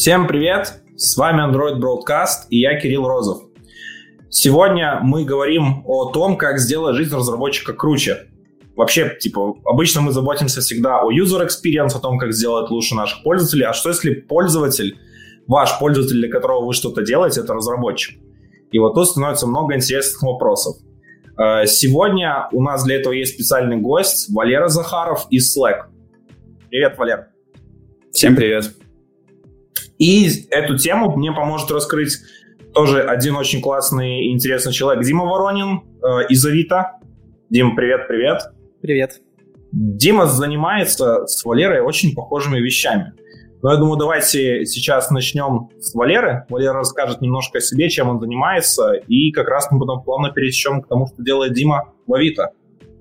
Всем привет! С вами Android Broadcast и я Кирилл Розов. Сегодня мы говорим о том, как сделать жизнь разработчика круче. Вообще, обычно мы заботимся всегда о user experience, о том, как сделать лучше наших пользователей. А что если пользователь, ваш пользователь, для которого вы что-то делаете, это разработчик? И вот тут становится много интересных вопросов. Сегодня у нас для этого есть специальный гость Валера Захаров из Slack. Привет, Валер. Всем привет. И эту тему мне поможет раскрыть тоже один очень классный и интересный человек, Дима Воронин из Авито. Дим, привет. Привет. Дима занимается с Валерой очень похожими вещами. Но я думаю, давайте сейчас начнем с Валеры. Валера расскажет немножко о себе, чем он занимается, и как раз мы потом плавно пересечем к тому, что делает Дима в Авито.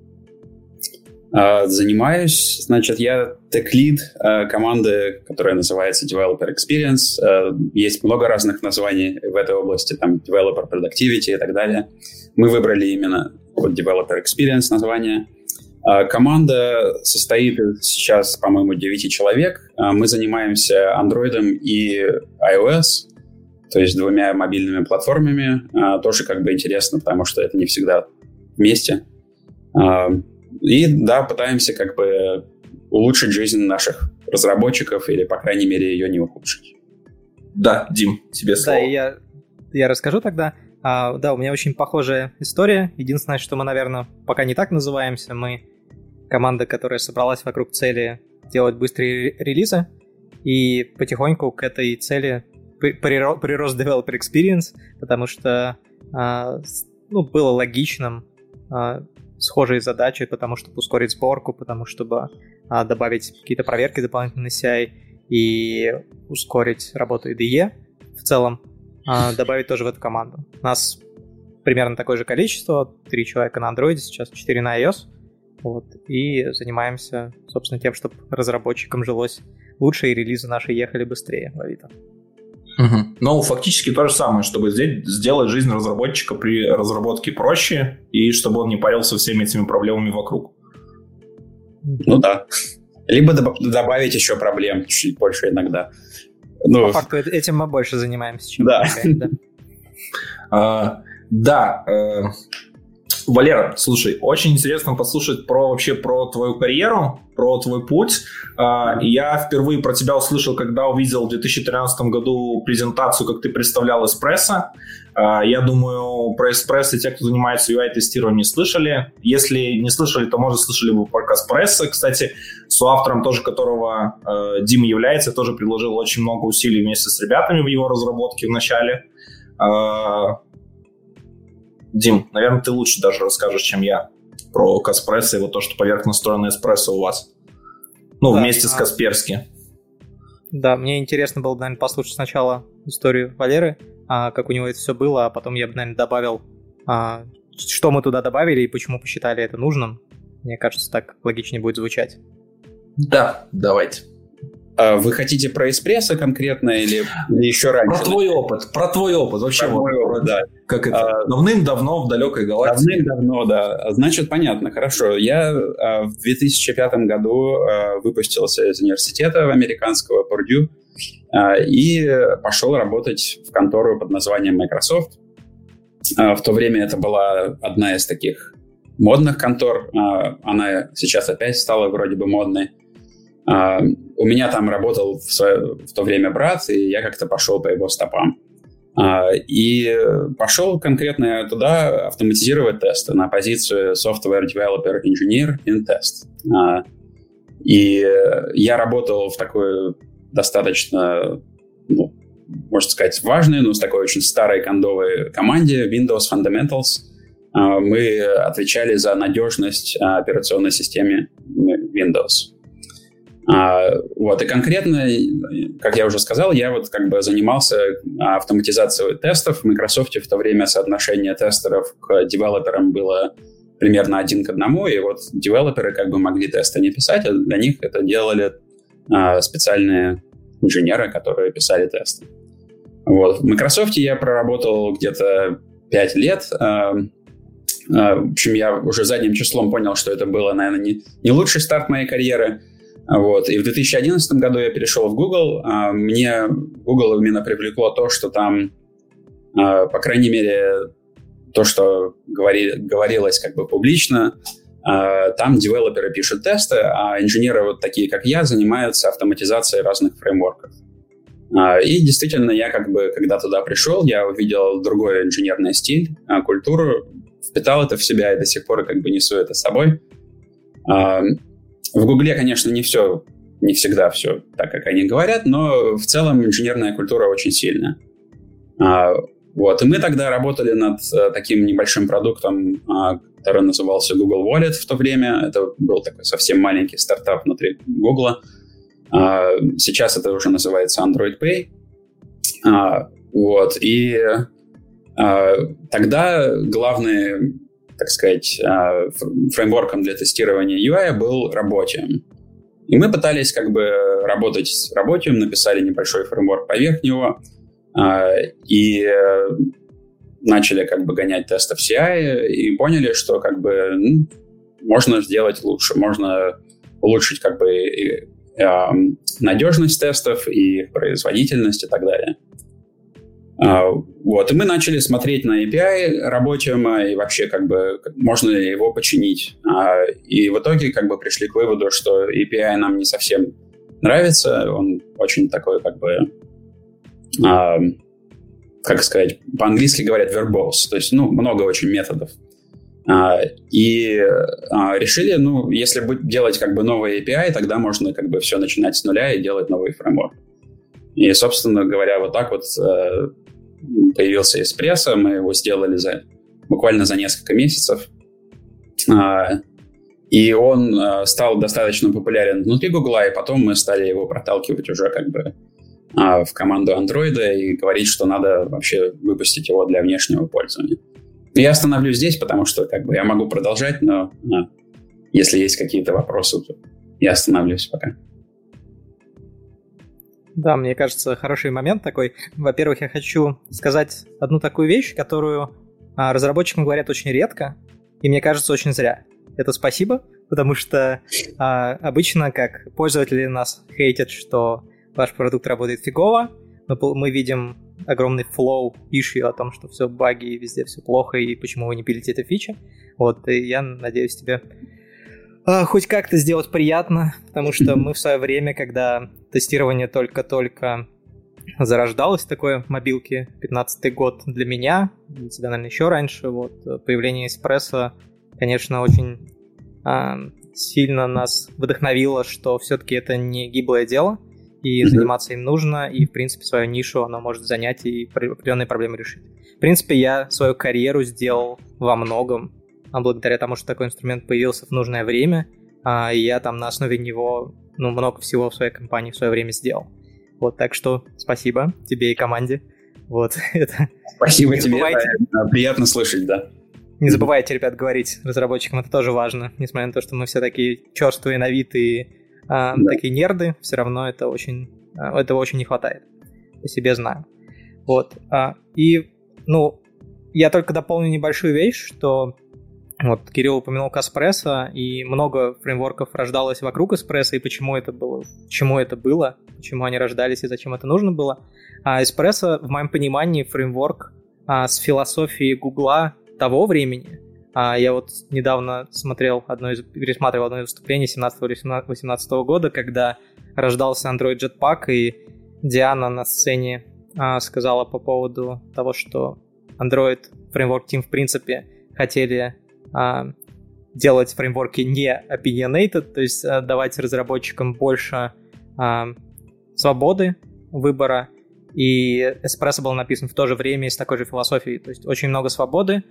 Занимаюсь, я тех-лид команды, которая называется Developer Experience. Есть много разных названий в этой области, там Developer Productivity и так далее. Мы выбрали именно Developer Experience название. Команда состоит сейчас, по-моему, 9 человек. Мы занимаемся Android и iOS, то есть 2 мобильными платформами. Тоже интересно, потому что это не всегда вместе. И да, пытаемся улучшить жизнь наших разработчиков или, по крайней мере, ее не ухудшить. Да, Дим, тебе слово. Да, я расскажу тогда. Да, у меня очень похожая история. Единственное, что мы, наверное, пока не так называемся. Мы команда, которая собралась вокруг цели делать быстрые релизы. И потихоньку к этой цели прирос Developer Experience, потому что было логичным схожие задачи, потому чтобы ускорить сборку, потому чтобы добавить какие-то проверки дополнительной CI и ускорить работу IDE в целом, добавить тоже в эту команду. У нас примерно такое же количество, 3 человека на Android, сейчас 4 на iOS, и занимаемся, собственно, тем, чтобы разработчикам жилось лучше и релизы наши ехали быстрее в Авито. Ну, фактически то же самое, чтобы сделать жизнь разработчика при разработке проще, и чтобы он не парился всеми этими проблемами вокруг. Ну да. Либо добавить еще проблем чуть больше иногда. По факту этим мы больше занимаемся, чем Да. Валера, слушай, очень интересно послушать про твою карьеру, про твой путь. Я впервые про тебя услышал, когда увидел в 2013 году презентацию, как ты представлял Espresso. Я думаю, про Espresso те, кто занимается UI-тестированием, не слышали. Если не слышали, то, может, слышали бы про Espresso. Кстати, соавтором тоже которого Дима является, тоже приложил очень много усилий вместе с ребятами в его разработке в начале. Дим, наверное, ты лучше даже расскажешь, чем я, про Касперски и то, что поверхностно-настроенный эспрессо у вас. Вместе с Касперски. Да, мне интересно было бы, наверное, послушать сначала историю Валеры, как у него это все было, а потом я бы, наверное, добавил, что мы туда добавили и почему посчитали это нужным. Мне кажется, так логичнее будет звучать. Да, давайте. Вы хотите про эспрессо конкретно или еще раньше? Про твой опыт. Вообще, да. Как это? Давным-давно в далекой галактике. Давным-давно, да. Значит, понятно, хорошо. Я в 2005 году выпустился из университета американского Purdue и пошел работать в контору под названием Microsoft. В то время это была одна из таких модных контор. Она сейчас опять стала вроде бы модной. У меня там работал в то время брат, и я как-то пошел по его стопам. И пошел конкретно туда автоматизировать тесты на позицию Software Developer Engineer in Test. И я работал в такой достаточно, можно сказать, важной, но с такой очень старой кондовой команде Windows Fundamentals. Мы отвечали за надежность операционной системы Windows. И конкретно, как я уже сказал, я занимался автоматизацией тестов. В Microsoft в то время соотношение тестеров к девелоперам было примерно 1 к 1, и девелоперы могли тесты не писать, а для них это делали специальные инженеры, которые писали тесты. В Microsoft я проработал где-то 5 лет. В общем, я уже задним числом понял, что это было, наверное, не лучший старт моей карьеры. Вот. И в 2011 году я перешел в Google. Мне Google именно привлекло то, что там, по крайней мере, то, что говорилось как бы публично, там девелоперы пишут тесты, а инженеры вот такие, как я, занимаются автоматизацией разных фреймворков. И действительно, я как бы, когда туда пришел, я увидел другой инженерный стиль, культуру, впитал это в себя и до сих пор как бы несу это с собой. В Гугле, конечно, не всегда все так, как они говорят, но в целом инженерная культура очень сильная. Вот. И мы тогда работали над таким небольшим продуктом, который назывался Google Wallet в то время. Это был такой совсем маленький стартап внутри Google. Сейчас это уже называется Android Pay. Вот. И тогда главный, так сказать, фреймворком для тестирования UI был Robotium. И мы пытались как бы работать с Robotium, написали небольшой фреймворк поверх него и начали как бы гонять тесты в CI и поняли, что как бы можно сделать лучше, можно улучшить как бы надежность тестов и их производительность и так далее. Вот. И мы начали смотреть на API Robotium и вообще как бы можно ли его починить. И в итоге как бы пришли к выводу, что API нам не совсем нравится. Он очень такой как бы, как сказать, по-английски говорят verbose, то есть много очень методов. И решили, если делать как бы новый API, тогда можно как бы все начинать с нуля и делать новый фреймворк. И, собственно говоря, вот так вот появился Espresso, мы его сделали буквально за несколько месяцев. И он стал достаточно популярен внутри Гугла, и потом мы стали его проталкивать уже как бы в команду Android и говорить, что надо вообще выпустить его для внешнего пользования. Я остановлюсь здесь, потому что как бы я могу продолжать, но если есть какие-то вопросы, то я остановлюсь пока. Да, мне кажется, хороший момент такой. Во-первых, я хочу сказать одну такую вещь, которую разработчикам говорят очень редко, и мне кажется, очень зря. Это спасибо, потому что обычно, как пользователи нас хейтят, что ваш продукт работает фигово, мы видим огромный flow issue о том, что все баги, везде все плохо, и почему вы не пилите эти фичи. Вот, и я надеюсь тебе хоть как-то сделать приятно, потому что мы в свое время, когда тестирование только-только зарождалось, такое мобилки, 15-й год для меня, для тебя, наверное, еще раньше, вот, появление Espresso, конечно, очень сильно нас вдохновило, что все-таки это не гиблое дело, и заниматься им нужно, и, в принципе, свою нишу оно может занять и определенные проблемы решить. В принципе, я свою карьеру сделал во многом, благодаря тому, что такой инструмент появился в нужное время, и я там на основе него много всего в своей компании в свое время сделал. Вот, так что спасибо тебе и команде. Вот, это... Спасибо тебе, приятно слышать, да. Не забывайте, ребят, говорить разработчикам, это тоже важно. Несмотря на то, что мы все такие черствые на вид и такие нерды, все равно этого очень не хватает. По себе знаю. Вот. И, я только дополню небольшую вещь, что вот Кирилл упомянул Espresso, и много фреймворков рождалось вокруг Espresso, и почему это было, почему они рождались и зачем это нужно было. Espresso, в моем понимании, фреймворк с философией Гугла того времени. Я вот недавно пересматривал одно из выступлений 17-18 года, когда рождался Android Jetpack, и Диана на сцене сказала по поводу того, что Android Framework Team в принципе хотели делать фреймворки не opinionated, то есть давать разработчикам больше свободы выбора, и Espresso был написан в то же время и с такой же философией, то есть очень много свободы,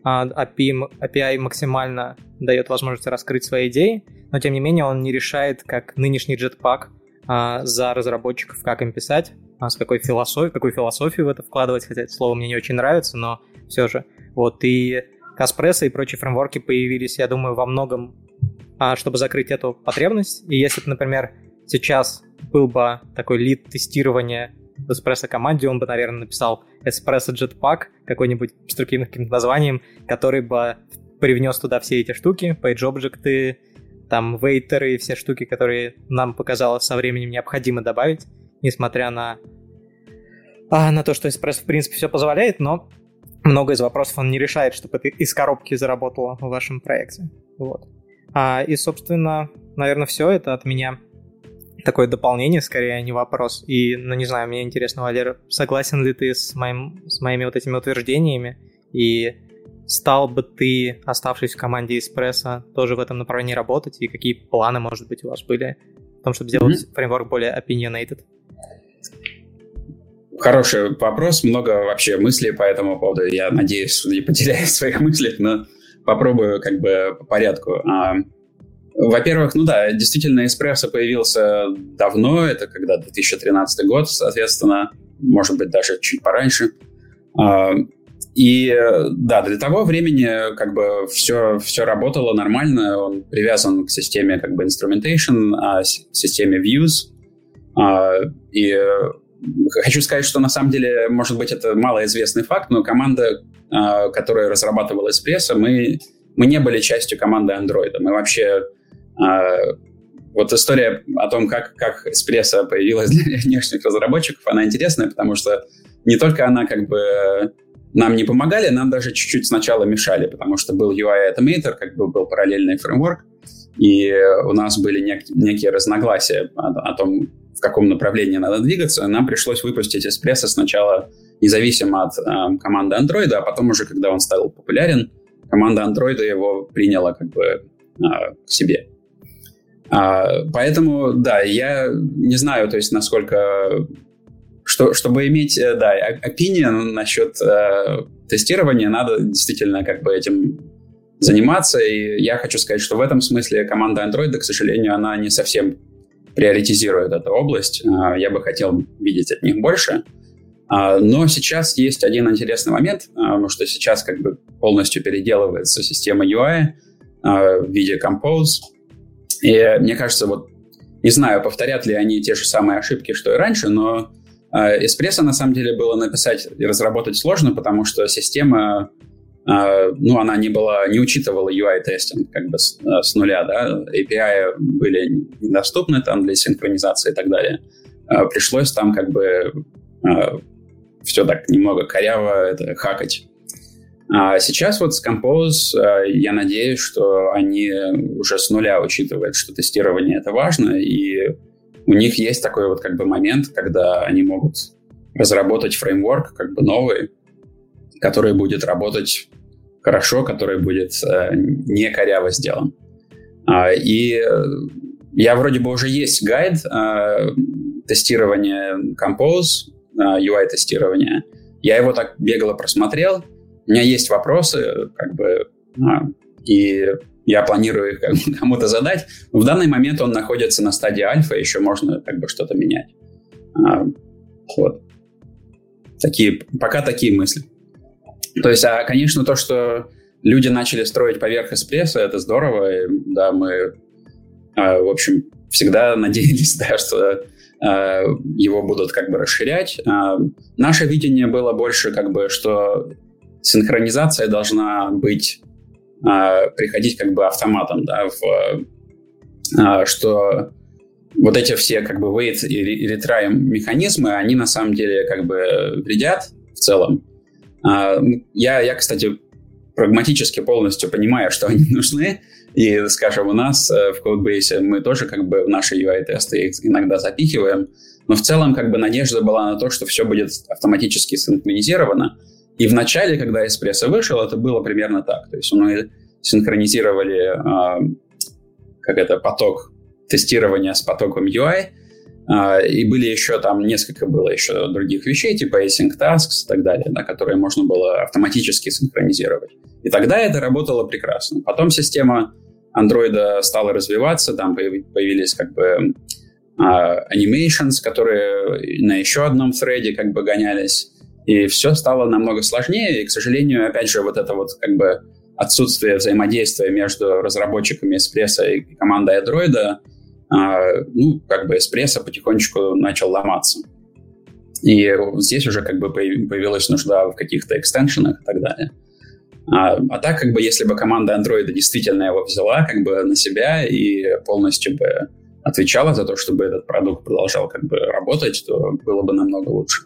API максимально дает возможность раскрыть свои идеи, но тем не менее он не решает, как нынешний Jetpack, за разработчиков, как им писать, с какой философию в это вкладывать, хотя это слово мне не очень нравится, но все же. Вот, и Espresso и прочие фреймворки появились, я думаю, во многом, чтобы закрыть эту потребность. И если бы, например, сейчас был бы такой лид тестирования в Espresso команде, он бы, наверное, написал Espresso Jetpack, какой-нибудь структурным каким-то названием, который бы привнес туда все эти штуки, page-объекты, там вейтеры и все штуки, которые нам показалось со временем необходимо добавить, несмотря на то, что Espresso в принципе все позволяет, но много из вопросов он не решает, чтобы это из коробки заработало в вашем проекте. Вот. И, собственно, наверное, все это от меня. Такое дополнение, скорее, а не вопрос. И, не знаю, мне интересно, Валера, согласен ли ты с моими вот этими утверждениями? И стал бы ты, оставшись в команде Espresso, тоже в этом направлении работать? И какие планы, может быть, у вас были в том, чтобы сделать фреймворк более opinionated? Хороший вопрос, много вообще мыслей по этому поводу. Я надеюсь, не потеряю своих мыслей, но попробую как бы по порядку. Во-первых, действительно, Espresso появился давно, это когда 2013 год, соответственно, может быть, даже чуть пораньше. И да, для того времени как бы все работало нормально, он привязан к системе как бы instrumentation, к системе views. И хочу сказать, что на самом деле, может быть, это малоизвестный факт, но команда, которая разрабатывала Espresso, мы не были частью команды Android. Мы вообще... Вот история о том, как Espresso появилась для внешних разработчиков, она интересная, потому что не только она как бы нам не помогали, нам даже чуть-чуть сначала мешали, потому что был UI Automator, как бы был параллельный фреймворк, и у нас были некие разногласия о том, в каком направлении надо двигаться. Нам пришлось выпустить Espresso сначала независимо от команды Android, а потом уже, когда он стал популярен, команда Android его приняла как бы к себе. Поэтому, да, я не знаю, то есть, насколько... Чтобы иметь, opinion насчет тестирования, надо действительно как бы этим заниматься. И я хочу сказать, что в этом смысле команда Android, к сожалению, она не совсем приоритизирует эту область. Я бы хотел видеть от них больше. Но сейчас есть один интересный момент, потому что сейчас как бы полностью переделывается система UI в виде Compose. И мне кажется, вот не знаю, повторят ли они те же самые ошибки, что и раньше, но Espresso на самом деле было написать и разработать сложно, потому что система, она не учитывала UI-тестинг как бы с нуля, да, API были недоступны там для синхронизации и так далее. Пришлось там как бы все так немного коряво это хакать. А сейчас вот с Compose я надеюсь, что они уже с нуля учитывают, что тестирование это важно, и у них есть такой вот как бы момент, когда они могут разработать фреймворк как бы новый, который будет работать хорошо, который будет не коряво сделан. И я вроде бы уже есть гайд тестирования Compose, UI-тестирования. Я его так бегло просмотрел. У меня есть вопросы, как бы, и я планирую их кому-то задать. Но в данный момент он находится на стадии альфа, еще можно как бы что-то менять. Вот. Пока такие мысли. То есть, конечно, то, что люди начали строить поверх Espresso, это здорово. И, да, мы, в общем, всегда надеялись, да, что его будут как бы расширять. Наше видение было больше как бы, что синхронизация должна приходить как бы автоматом, да, что вот эти все как бы wait и retry механизмы, они на самом деле как бы вредят в целом. Я, кстати, прагматически полностью понимаю, что они нужны, и, скажем, у нас в Codebase мы тоже как бы в наши UI-тесты их иногда запихиваем, но в целом как бы надежда была на то, что все будет автоматически синхронизировано. И в начале, когда Espresso вышел, это было примерно так. То есть мы синхронизировали поток тестирования с потоком UI, и были еще там было еще других вещей, типа async tasks и так далее, да, которые можно было автоматически синхронизировать. И тогда это работало прекрасно. Потом система Android стала развиваться, там появились как бы animations, которые на еще одном thread как бы гонялись. И все стало намного сложнее, и, к сожалению, опять же, вот это вот как бы отсутствие взаимодействия между разработчиками Espresso и командой Android, как бы Espresso потихонечку начал ломаться. И здесь уже как бы появилась нужда в каких-то экстеншенах и так далее. А так, как бы, если бы команда Android действительно его взяла как бы на себя и полностью бы отвечала за то, чтобы этот продукт продолжал как бы работать, то было бы намного лучше.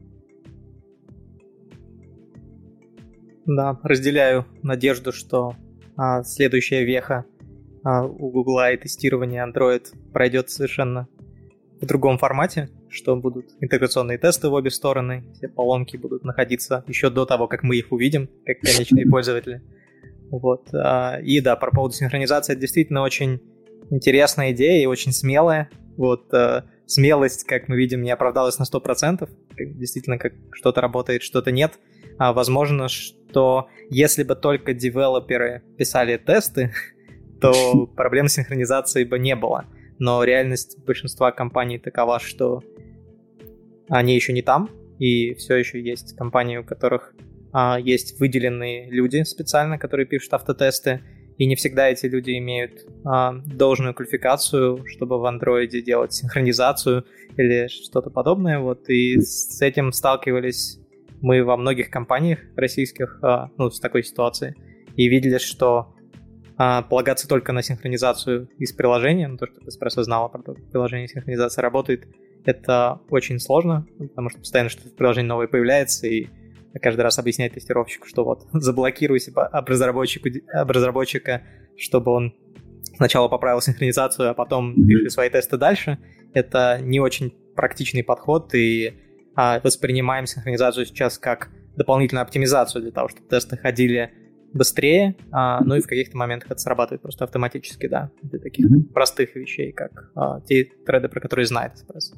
Да, разделяю надежду, что следующая веха у Гугла и тестирование Android пройдет совершенно в другом формате, что будут интеграционные тесты в обе стороны, все поломки будут находиться еще до того, как мы их увидим, как конечные пользователи. Вот. И да, по поводу синхронизации, это действительно очень интересная идея и очень смелая. Вот. Смелость, как мы видим, не оправдалась на 100%. Действительно, как что-то работает, что-то нет. Возможно, что если бы только девелоперы писали тесты, то проблем с синхронизацией бы не было. Но реальность большинства компаний такова, что они еще не там, и все еще есть компании, у которых есть выделенные люди специально, которые пишут автотесты, и не всегда эти люди имеют должную квалификацию, чтобы в Android делать синхронизацию или что-то подобное. Вот, и с этим сталкивались мы во многих компаниях российских, с такой ситуацией, и видели, что полагаться только на синхронизацию из приложения, то, что Espresso знала про то, как приложение синхронизация работает, это очень сложно, потому что постоянно что-то в приложении новое появляется, и каждый раз объяснять тестировщику, что вот заблокируйте разработчика, чтобы он сначала поправил синхронизацию, а потом пиши свои тесты дальше. Это не очень практичный подход, и воспринимаем синхронизацию сейчас как дополнительную оптимизацию для того, чтобы тесты ходили быстрее, ну и в каких-то моментах это срабатывает просто автоматически, да, для таких простых вещей, как те треды, про которые знает Espresso.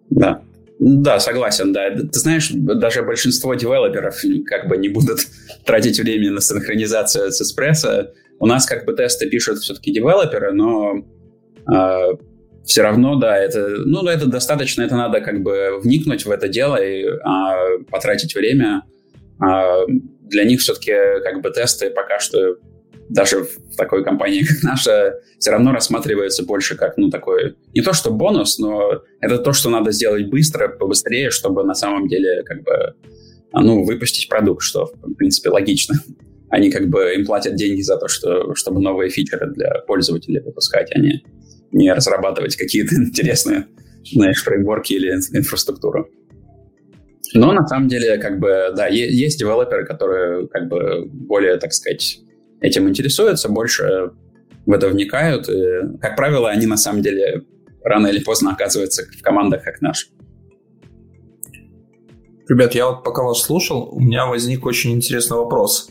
Да, согласен, да. Ты знаешь, даже большинство девелоперов как бы не будут тратить время на синхронизацию с Espresso. У нас как бы тесты пишут все-таки девелоперы, но все равно, да, это достаточно, это надо как бы вникнуть в это дело и потратить время. Для них все-таки как бы тесты пока что даже в такой компании, как наша, все равно рассматриваются больше как, такой, не то что бонус, но это то, что надо сделать быстро, побыстрее, чтобы на самом деле как бы, выпустить продукт, что, в принципе, логично. Они как бы им платят деньги за то, чтобы новые фичеры для пользователей выпускать, а не разрабатывать какие-то интересные, фреймворки или инфраструктуру. Но на самом деле, как бы, да, есть девелоперы, которые как бы более, так сказать, этим интересуются, больше в это вникают. И, как правило, они на самом деле рано или поздно оказываются в командах, как наш. Ребят, я вот пока вас слушал, у меня возник очень интересный вопрос.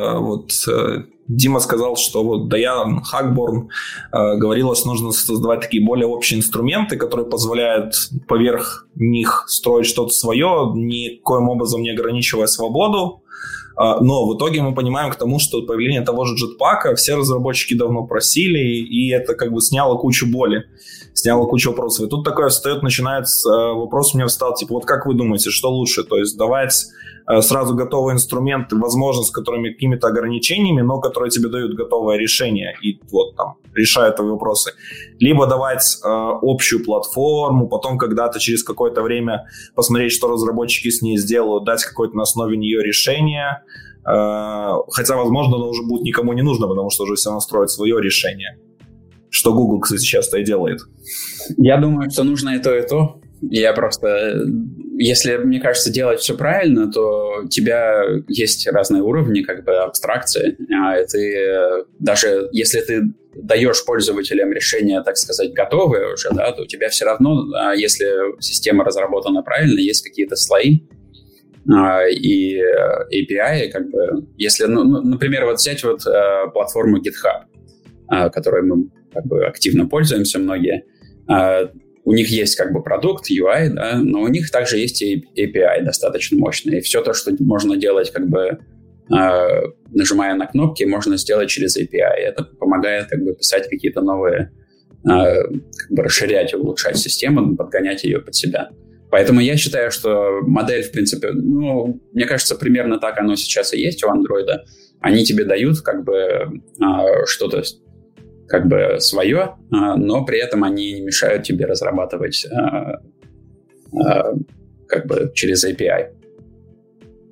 Дима сказал, что вот Даян Хагборн говорилось, нужно создавать такие более общие инструменты, которые позволяют поверх них строить что-то свое, никоим образом не ограничивая свободу. Но в итоге мы понимаем к тому, что появление того же Jetpack все разработчики давно просили, и это как бы сняло кучу боли, сняло кучу вопросов. И тут такое начинается вопрос у меня встал, типа, вот как вы думаете, что лучше? То есть давать сразу готовые инструменты, возможно, с которыми какими-то ограничениями, но которые тебе дают готовое решение и вот там решают твои вопросы. Либо давать общую платформу, потом когда-то через какое-то время посмотреть, что разработчики с ней сделают, дать какое-то на основе нее решение. Хотя, возможно, оно уже будет никому не нужно, потому что уже все настроит свое решение. Что Google, кстати, часто и делает. Я думаю, что нужно и то, и то. Я просто... Если, мне кажется, делать все правильно, то у тебя есть разные уровни как бы абстракции. А ты даже если ты даешь пользователям решения, так сказать, готовые уже, да, то у тебя все равно, если система разработана правильно, есть какие-то слои и API, как бы, если, например, вот взять вот платформу GitHub, которой мы как бы активно пользуемся многие. У них есть как бы продукт, UI, да, но у них также есть и API достаточно мощный. И все то, что можно делать как бы нажимая на кнопки, можно сделать через API. Это помогает как бы писать какие-то новые, как бы расширять и улучшать систему, подгонять ее под себя. Поэтому я считаю, что модель, в принципе, мне кажется, примерно так оно сейчас и есть у Android. Они тебе дают как бы что-то как бы свое, но при этом они не мешают тебе разрабатывать как бы через API.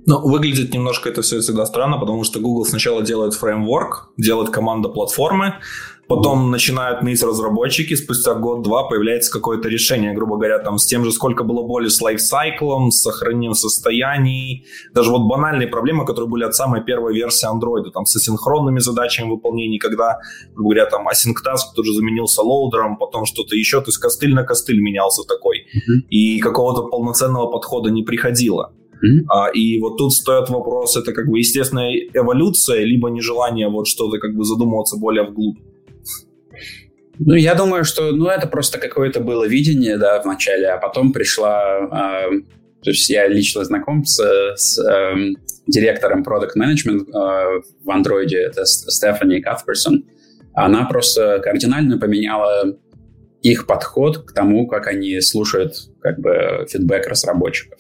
Ну, выглядит немножко это все всегда странно, потому что Google сначала делает фреймворк, делает команда платформы, потом начинают ныть разработчики, спустя год-два появляется какое-то решение, грубо говоря, там с тем же, сколько было боли с лайфсайклом, с сохранением состояний, даже вот банальные проблемы, которые были от самой первой версии Android, там с асинхронными задачами выполнения, когда, грубо говоря, там async task тут же заменился лоудером, потом что-то еще, то есть костыль на костыль менялся такой, и какого-то полноценного подхода не приходило. И вот тут стоит вопрос, это как бы естественная эволюция, либо нежелание вот что-то как бы задумываться более вглубь. Ну, я думаю, что это просто какое-то было видение, да, в начале, а потом пришла... то есть я лично знаком с директором Product Management в Android, это Стефани Кафперсон. Она просто кардинально поменяла их подход к тому, как они слушают как бы фидбэк разработчиков.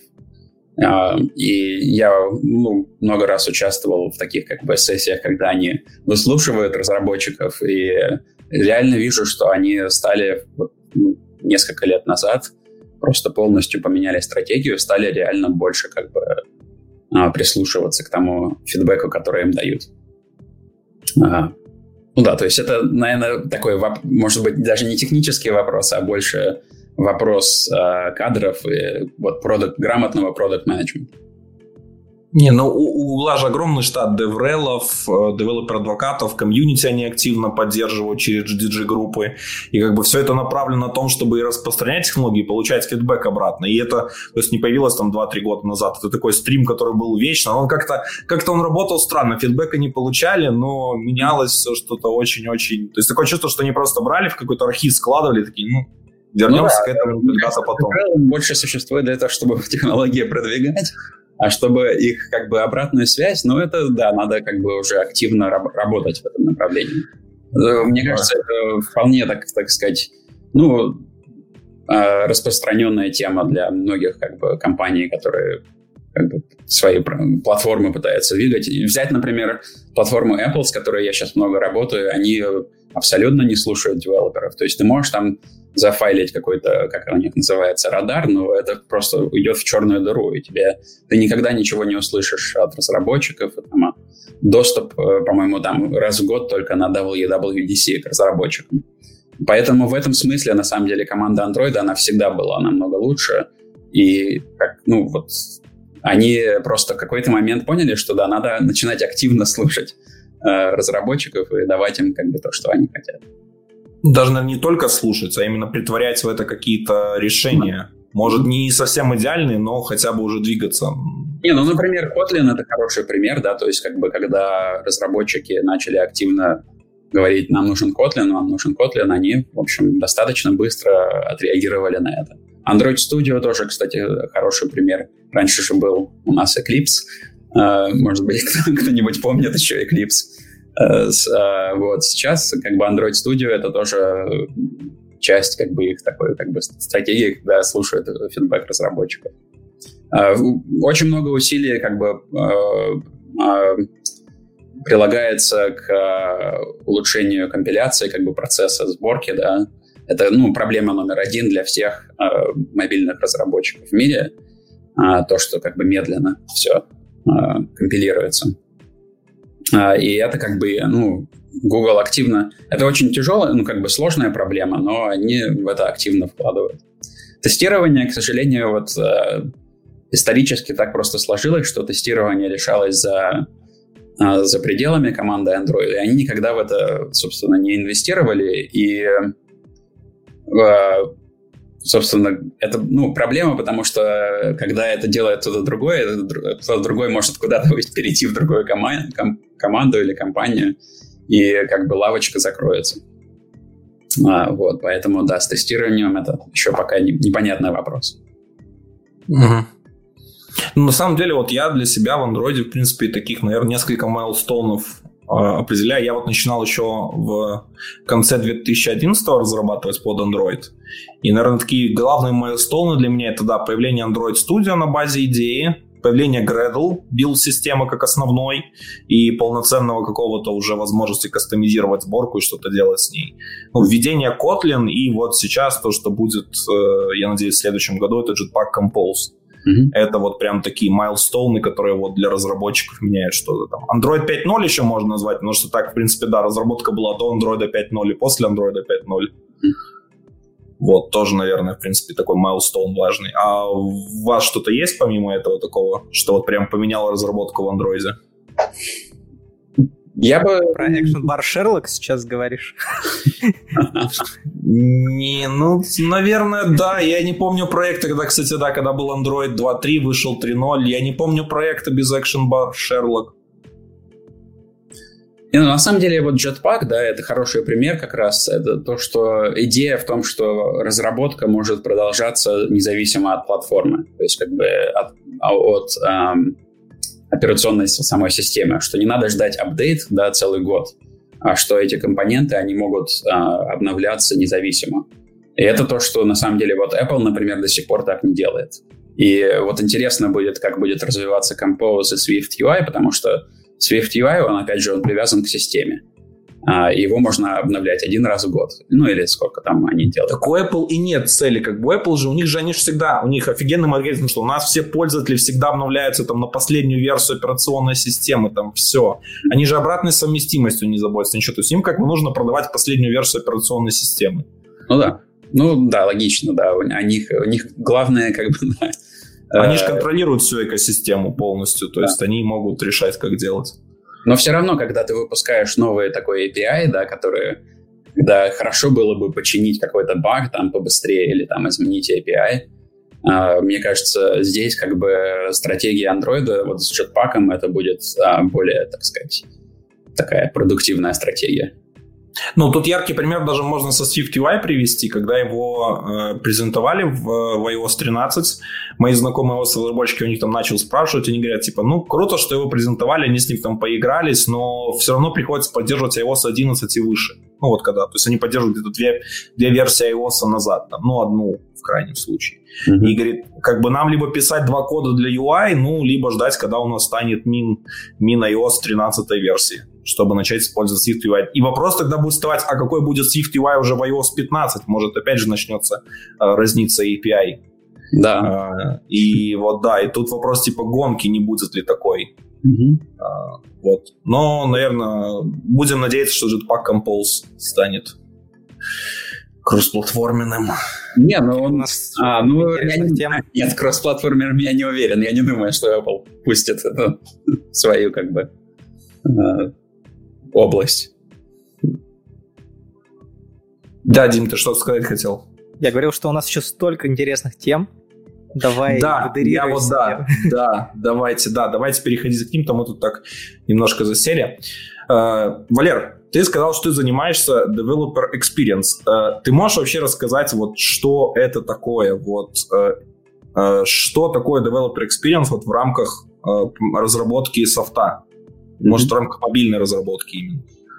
И я много раз участвовал в таких как бы сессиях, когда они выслушивают разработчиков, и реально вижу, что они стали несколько лет назад просто полностью поменяли стратегию, стали реально больше как бы прислушиваться к тому фидбэку, который им дают. То есть это, наверное, такой, может быть, даже не технический вопрос, а больше вопрос кадров и вот грамотного продакт-менеджмента. Не, у Google же огромный штат деврелов, девелопер-адвокатов, комьюнити они активно поддерживают через GDG-группы. И как бы все это направлено на том, чтобы распространять технологии, получать фидбэк обратно. И это, то есть, не появилось там 2-3 года назад. Это такой стрим, который был вечно. Он как-то он работал странно. Фидбэка не получали, но менялось все что-то очень-очень... То есть такое чувство, что они просто брали в какой-то архив, складывали, такие, вернемся к этому когда-то потом. Больше существует для того, чтобы технологии продвигать. А чтобы их как бы обратную связь, это, да, надо как бы уже активно работать в этом направлении. Мне кажется, это вполне, так сказать, распространенная тема для многих как бы компаний, которые как бы свои платформы пытаются двигать. И взять, например, платформу Apple, с которой я сейчас много работаю, они абсолютно не слушают девелоперов. То есть ты можешь там зафайлить какой-то, как у них называется, радар, но это просто идет в черную дыру, и ты никогда ничего не услышишь от разработчиков. Доступ, по-моему, там раз в год только на WWDC к разработчикам. Поэтому в этом смысле, на самом деле, команда Android, она всегда была намного лучше. И они просто в какой-то момент поняли, что да, надо начинать активно слушать разработчиков и давать им как бы то, что они хотят. Даже, наверное, не только слушать, а именно притворять в это какие-то решения. Может, не совсем идеальные, но хотя бы уже двигаться. Например, Kotlin — это хороший пример, да, то есть как бы когда разработчики начали активно говорить, нам нужен Kotlin, они, в общем, достаточно быстро отреагировали на это. Android Studio тоже, кстати, хороший пример. Раньше же был у нас Eclipse. Может быть, кто-нибудь помнит еще Eclipse. Сейчас как бы Android Studio — это тоже часть как бы их такой как бы стратегии, когда слушают фидбэк разработчиков. Очень много усилий как бы прилагается к улучшению компиляции как бы процесса сборки, да. Это проблема номер один для всех мобильных разработчиков в мире, то, что как бы медленно все компилируется. И это как бы, Google активно... Это очень тяжелая, как бы сложная проблема, но они в это активно вкладывают. Тестирование, к сожалению, исторически так просто сложилось, что тестирование решалось за пределами команды Android, и они никогда в это, собственно, не инвестировали, и, собственно, это, проблема, потому что, когда это делает кто-то другой может куда-то перейти в другую команду или компанию, и как бы лавочка закроется. Поэтому, да, с тестированием это еще пока непонятный вопрос. Угу. На самом деле, я для себя в Android, в принципе, таких, наверное, несколько майлстоунов определяю. Я начинал еще в конце 2011-го разрабатывать под Android. И, наверное, такие главные майлстоуны для меня — это, да, появление Android Studio на базе идеи, появление Gradle, билд-системы как основной, и полноценного какого-то уже возможности кастомизировать сборку и что-то делать с ней. Введение Kotlin, и сейчас то, что будет, я надеюсь, в следующем году, это Jetpack Compose. Это вот прям такие майлстоуны, которые вот для разработчиков меняют что-то там. Android 5.0 еще можно назвать, потому что так, в принципе, да, разработка была до Android 5.0 и после Android 5.0. Вот, тоже, наверное, в принципе, такой майлстоун важный. А у вас что-то есть помимо этого такого, что вот прям поменяло разработку в Android? Я бы... Про Action Bar Sherlock сейчас говоришь? Не, ну, наверное, да. Я не помню проекта, кстати, да, когда был Android 2.3, вышел 3.0. Я не помню проекта без Action Bar Sherlock. На самом деле, вот Jetpack, да, это хороший пример как раз. Это то, что идея в том, что разработка может продолжаться независимо от платформы. То есть, как бы от операционной самой системы, что не надо ждать апдейт, да, целый год, а что эти компоненты, они могут обновляться независимо. И это то, что на самом деле вот Apple, например, до сих пор так не делает. И вот интересно будет, как будет развиваться Compose и Swift UI, потому что Swift UI, он, опять же, он привязан к системе. Его можно обновлять один раз в год. Ну, или сколько там они делают. Так у Apple и нет цели. Как бы у Apple же, у них всегда, у них офигенный алгоритм, что у нас все пользователи всегда обновляются там на последнюю версию операционной системы, там все. Они же обратной совместимостью не заботятся, ничего. То есть им как бы нужно продавать последнюю версию операционной системы. Ну да, логично, да. У них главное как бы... Они же контролируют всю экосистему полностью, то есть они могут решать, как делать. Но все равно, когда ты выпускаешь новый такой API, да, когда хорошо было бы починить какой-то баг там побыстрее или там изменить API, мне кажется, здесь как бы стратегия Android вот с Jetpack'ом это будет более, так сказать, такая продуктивная стратегия. Ну, тут яркий пример даже можно со Swift UI привести, когда его презентовали в iOS 13. Мои знакомые разработчики у них там начали спрашивать, они говорят, типа, ну, круто, что его презентовали, они с ним там поигрались, но все равно приходится поддерживать iOS 11 и выше. Ну, вот когда, то есть они поддерживают где-то две версии iOS назад, там, ну, одну в крайнем случае. И говорит, как бы нам либо писать два кода для UI, ну, либо ждать, когда у нас станет min iOS 13 версии, чтобы начать использовать Swift UI. И вопрос тогда будет вставать, а какой будет Swift UI уже в iOS 15? Может, опять же начнется разниться API. Да. И вот да, и тут вопрос типа гонки, не будет ли такой. Вот. Но, наверное, будем надеяться, что Jetpack Compose станет кроссплатформенным. Не, ну он... Нет, кроссплатформером я не уверен. Я не думаю, что Apple пустит свою как бы область. Да, Дим, ты что сказать хотел? Я говорил, что у нас еще столько интересных тем. Давай, давайте переходить к ним, то мы тут так немножко засели. Валер, ты сказал, что ты занимаешься developer experience. Ты можешь вообще рассказать, вот, что это такое? Вот, что такое developer experience вот, в рамках разработки софта? Может, в рамках мобильной разработки именно?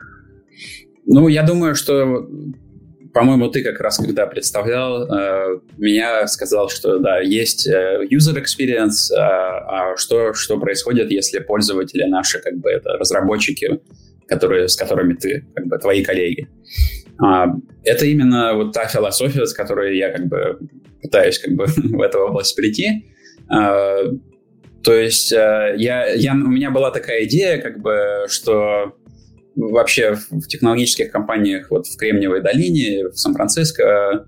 Ну, я думаю, что, по-моему, ты как раз, когда представлял, меня сказал, что, да, есть user experience, а что происходит, если пользователи наши, как бы, это разработчики, с которыми ты, как бы, твои коллеги. Это именно вот та философия, с которой я, как бы, пытаюсь, как бы, в эту область прийти. То есть у меня была такая идея, как бы, что вообще в технологических компаниях вот в Кремниевой долине, в Сан-Франциско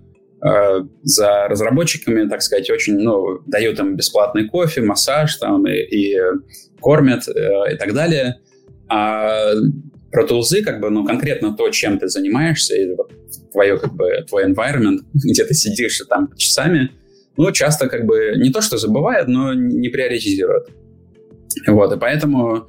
за разработчиками, так сказать, очень, дают им бесплатный кофе, массаж там и кормят и так далее. А про тулзы, как бы, конкретно то, чем ты занимаешься, и вот твой environment, где ты сидишь там часами, часто как бы не то, что забывают, но не приоритизируют. Вот, и поэтому,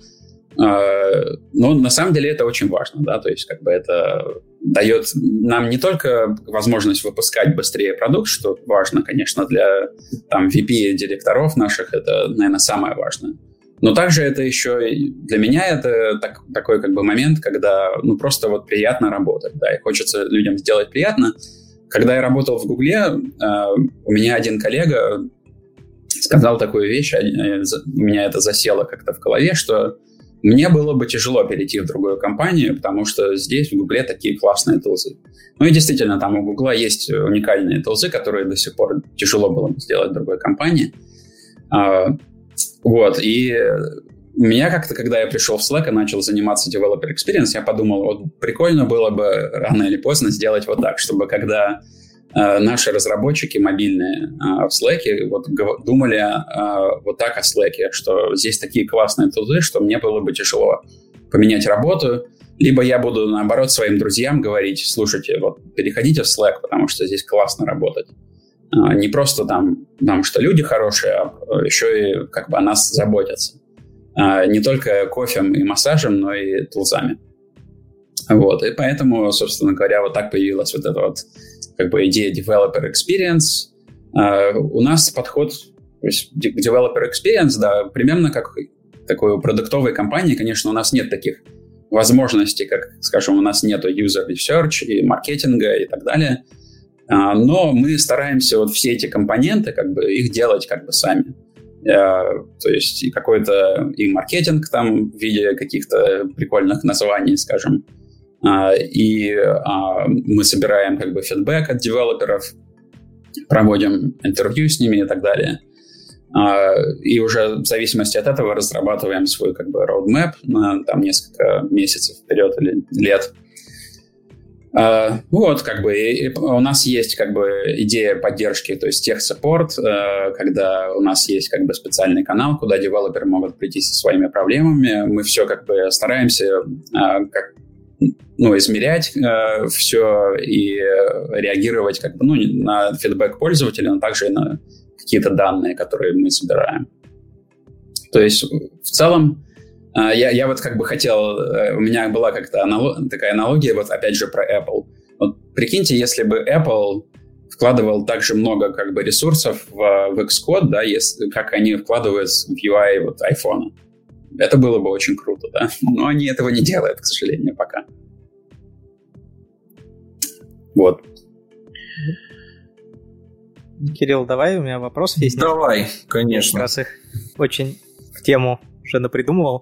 на самом деле это очень важно, да, то есть как бы это дает нам не только возможность выпускать быстрее продукт, что важно, конечно, для там VP директоров наших, это, наверное, самое важное. Но также это еще для меня это такой как бы момент, когда просто вот приятно работать, да, и хочется людям сделать приятно. Когда я работал в Гугле, у меня один коллега сказал такую вещь, у меня это засело как-то в голове, что мне было бы тяжело перейти в другую компанию, потому что здесь в Гугле такие классные тулзы. И действительно, там у Гугла есть уникальные тулзы, которые до сих пор тяжело было бы сделать в другой компании. Вот, и меня как-то, когда я пришел в Slack и начал заниматься Developer Experience, я подумал, вот прикольно было бы рано или поздно сделать вот так, чтобы когда наши разработчики мобильные в Slack вот думали вот так о Slack, что здесь такие классные тулы, что мне было бы тяжело поменять работу, либо я буду, наоборот, своим друзьям говорить, слушайте, вот переходите в Slack, потому что здесь классно работать. Не просто там, что люди хорошие, а еще и как бы о нас заботятся. Не только кофем и массажем, но и тулзами. Вот, и поэтому, собственно говоря, вот так появилась вот эта вот как бы идея Developer Experience. У нас подход, то есть Developer Experience, да, примерно как такой у продуктовой компании, конечно, у нас нет таких возможностей, как, скажем, у нас нету user research и маркетинга и так далее, но мы стараемся вот все эти компоненты, как бы, их делать как бы сами. То есть и какой-то и маркетинг там в виде каких-то прикольных названий, скажем, и мы собираем как бы фидбэк от девелоперов, проводим интервью с ними и так далее. И уже в зависимости от этого разрабатываем свой как бы roadmap на там несколько месяцев вперед или лет. Вот, как бы, и у нас есть, как бы, идея поддержки, то есть техсаппорт, когда у нас есть, как бы, специальный канал, куда девелоперы могут прийти со своими проблемами. Мы все, как бы, стараемся, измерять все и реагировать, как бы, на фидбэк пользователя, но также и на какие-то данные, которые мы собираем. То есть, в целом, я вот как бы хотел, у меня была как-то такая аналогия, вот опять же про Apple. Вот прикиньте, если бы Apple вкладывал так же много как бы ресурсов в Xcode, да, как они вкладывают в UI вот iPhone. Это было бы очень круто, да. Но они этого не делают, к сожалению, пока. Вот. Кирилл, давай, у меня вопрос есть. Давай, конечно. Как раз их очень в тему уже напридумывал.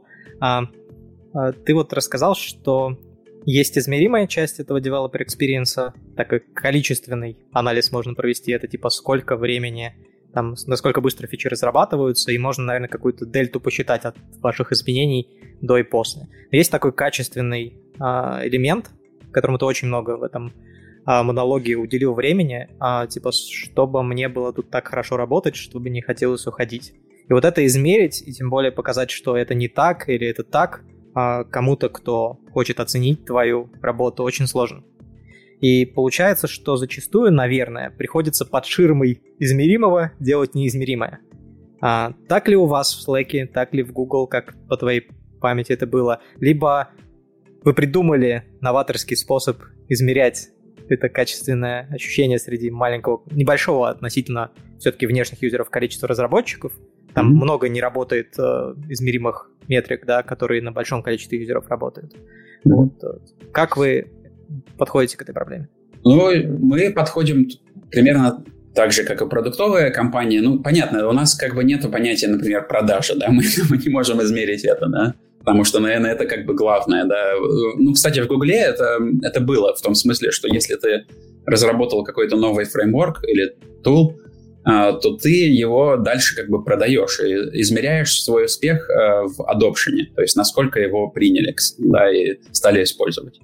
Ты вот рассказал, что есть измеримая часть этого developer experience, так как количественный анализ можно провести, это типа сколько времени, там, насколько быстро фичи разрабатываются, и можно, наверное, какую-то дельту посчитать от ваших изменений до и после. Но есть такой качественный элемент, которому ты очень много в этом монологе уделил времени, типа, чтобы мне было тут так хорошо работать, чтобы не хотелось уходить. И вот это измерить, и тем более показать, что это не так или это так, кому-то, кто хочет оценить твою работу, очень сложно. И получается, что зачастую, наверное, приходится под ширмой измеримого делать неизмеримое. Так ли у вас в Slack, так ли в Google, как по твоей памяти это было? Либо вы придумали новаторский способ измерять это качественное ощущение среди небольшого относительно все-таки внешних юзеров количества разработчиков. Там много не работает измеримых метрик, да, которые на большом количестве юзеров работают. Вот. Как вы подходите к этой проблеме? Ну, мы подходим примерно так же, как и продуктовая компания. Ну, понятно, у нас как бы нету понятия, например, продажи, да, мы не можем измерить это, да, потому что, наверное, это как бы главное, да. Ну, кстати, в Гугле это было в том смысле, что если ты разработал какой-то новый фреймворк или tool, то ты его дальше как бы продаешь и измеряешь свой успех в adoption, то есть насколько его приняли, да, и стали использовать.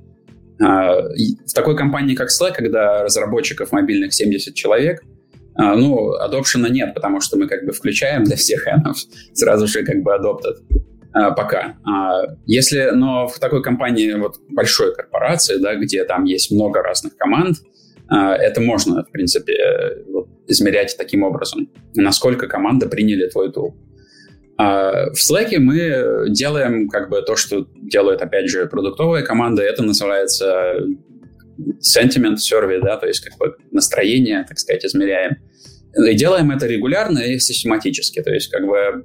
В такой компании, как Slack, когда разработчиков мобильных 70 человек, adoption нет, потому что мы как бы включаем для всех, и оно сразу же как бы adopted пока. Но в такой компании, вот большой корпорации, да, где там есть много разных команд, это можно, в принципе, измерять таким образом, насколько команда приняли твой тул. В Slack мы делаем как бы то, что делает, опять же, продуктовая команда. Это называется sentiment survey, да, то есть как бы настроение, так сказать, измеряем. И делаем это регулярно и систематически. То есть как бы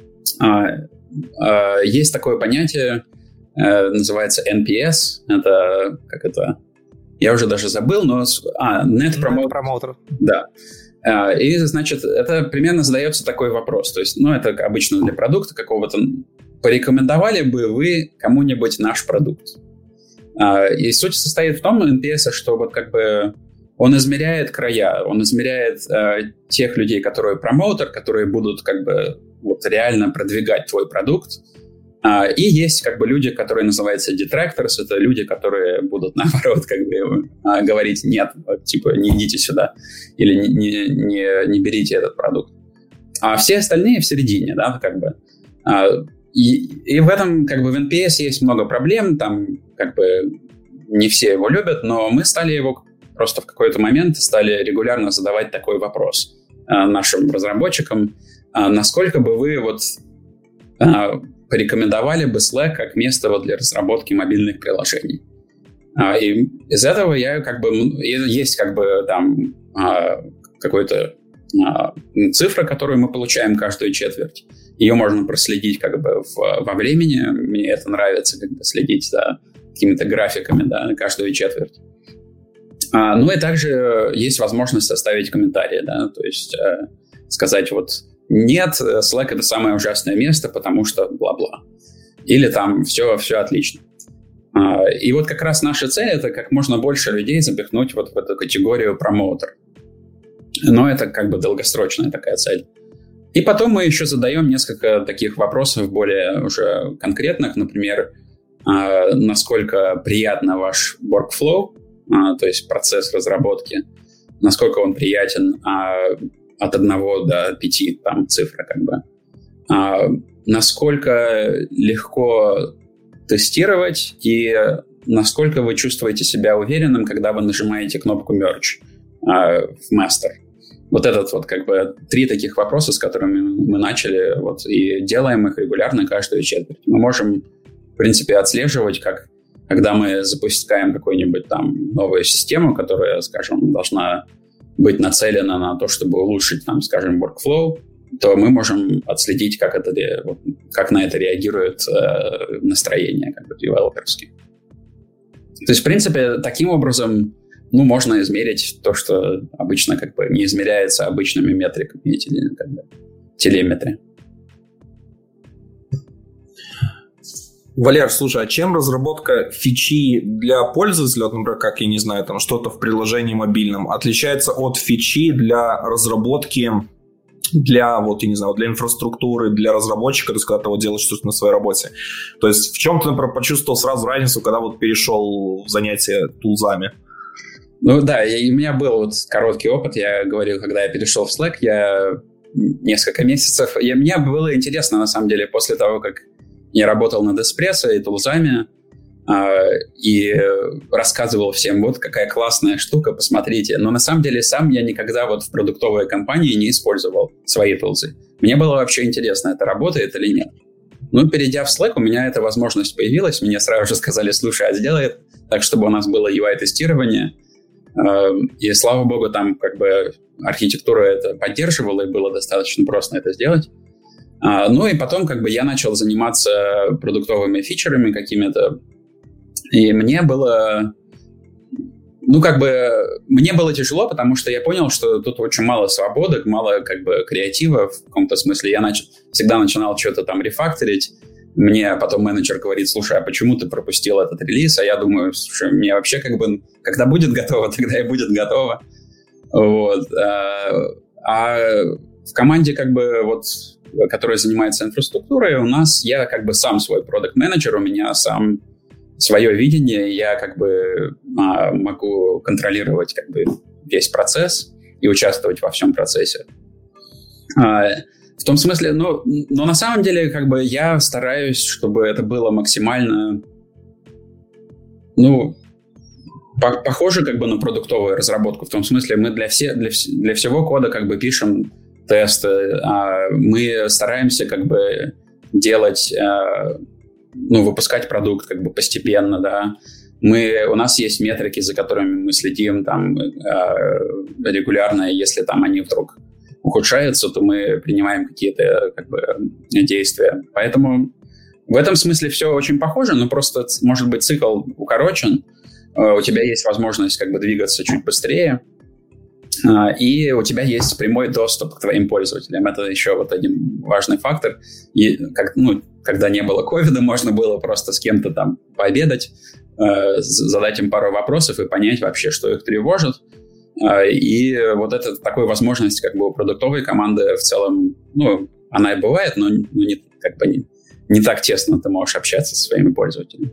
есть такое понятие, называется NPS. Это как это... Я уже даже забыл, но... Net Promoter. Да. И, значит, это примерно задается такой вопрос. То есть, это обычно для продукта какого-то. Порекомендовали бы вы кому-нибудь наш продукт? И суть состоит в том, NPS, что вот как бы он измеряет края, он измеряет тех людей, которые промоутер, которые будут как бы вот реально продвигать твой продукт. И есть как бы люди, которые называются detractors, это люди, которые будут наоборот как бы говорить нет, типа не идите сюда или не берите этот продукт. А все остальные в середине, да, как бы. И в этом как бы в NPS есть много проблем, там как бы не все его любят, но мы стали его просто в какой-то момент стали регулярно задавать такой вопрос нашим разработчикам, насколько бы вы вот порекомендовали бы Slack как место вот для разработки мобильных приложений. И из этого я как бы есть как бы там какой-то цифра, которую мы получаем каждую четверть. Ее можно проследить как бы во времени. Мне это нравится, как бы следить за какими-то графиками, да, каждую четверть. Ну и также есть возможность оставить комментарии, да, то есть сказать вот нет, Slack это самое ужасное место, потому что бла-бла. Или там все отлично. И вот как раз наша цель это как можно больше людей запихнуть вот в эту категорию промоутер. Но это как бы долгосрочная такая цель. И потом мы еще задаем несколько таких вопросов более уже конкретных, например, насколько приятно ваш workflow, то есть процесс разработки, насколько он приятен от 1 до 5, там цифра как бы, насколько легко тестировать и насколько вы чувствуете себя уверенным, когда вы нажимаете кнопку Merge в Master. Вот этот вот как бы 3 таких вопроса, с которыми мы начали, вот, и делаем их регулярно каждую четверть. Мы можем, в принципе, отслеживать, как когда мы запускаем какую-нибудь там новую систему, которая, скажем, должна быть нацелена на то, чтобы улучшить, там, скажем, workflow, то мы можем отследить, как на это реагирует настроение как бы девелоперские. То есть, в принципе, таким образом можно измерить то, что обычно как бы не измеряется обычными метриками, как бы, телеметри. Валер, слушай, а чем разработка фичи для пользователя, например, как, я не знаю, там что-то в приложении мобильном, отличается от фичи для разработки, для, вот, я не знаю, для инфраструктуры, для разработчика, то есть когда ты вот делаешь что-то на своей работе? То есть в чем ты, например, почувствовал сразу разницу, когда вот перешел в занятия тулзами? Ну да, у меня был вот короткий опыт, я говорил, когда я перешел в Slack, я несколько месяцев, и мне было интересно, на самом деле, после того, как я работал над Espresso и тулзами, и рассказывал всем, вот какая классная штука, посмотрите. Но на самом деле сам я никогда вот в продуктовой компании не использовал свои тулзы. Мне было вообще интересно, это работает или нет. Но перейдя в Slack, у меня эта возможность появилась, мне сразу же сказали, слушай, а сделай так, чтобы у нас было UI-тестирование. И, слава богу, там как бы архитектура это поддерживала, и было достаточно просто это сделать. Ну и потом как бы я начал заниматься продуктовыми фичерами какими-то, и мне было тяжело, потому что я понял, что тут очень мало свободы, мало как бы креатива в каком-то смысле. Я всегда начинал что-то там рефакторить. Мне потом менеджер говорит, слушай, а почему ты пропустил этот релиз? А я думаю, слушай, мне вообще как бы, когда будет готово, тогда и будет готово. Вот. А в команде как бы вот, которая занимается инфраструктурой, я как бы сам свой продакт-менеджер, у меня сам свое видение, я как бы могу контролировать как бы весь процесс и участвовать во всем процессе. В том смысле, но на самом деле как бы я стараюсь, чтобы это было максимально, похоже как бы на продуктовую разработку. В том смысле мы для всего кода как бы пишем тесты, мы стараемся как бы делать, выпускать продукт как бы постепенно, да. У нас есть метрики, за которыми мы следим там регулярно, если там они вдруг ухудшаются, то мы принимаем какие-то как бы действия. Поэтому в этом смысле все очень похоже, но просто, может быть, цикл укорочен, у тебя есть возможность как бы двигаться чуть быстрее, и у тебя есть прямой доступ к твоим пользователям. Это еще вот один важный фактор. И когда не было ковида, можно было просто с кем-то там пообедать, задать им пару вопросов и понять вообще, что их тревожит. И вот это такая возможность как бы у продуктовой команды в целом, ну, она и бывает, но не так тесно ты можешь общаться со своими пользователями.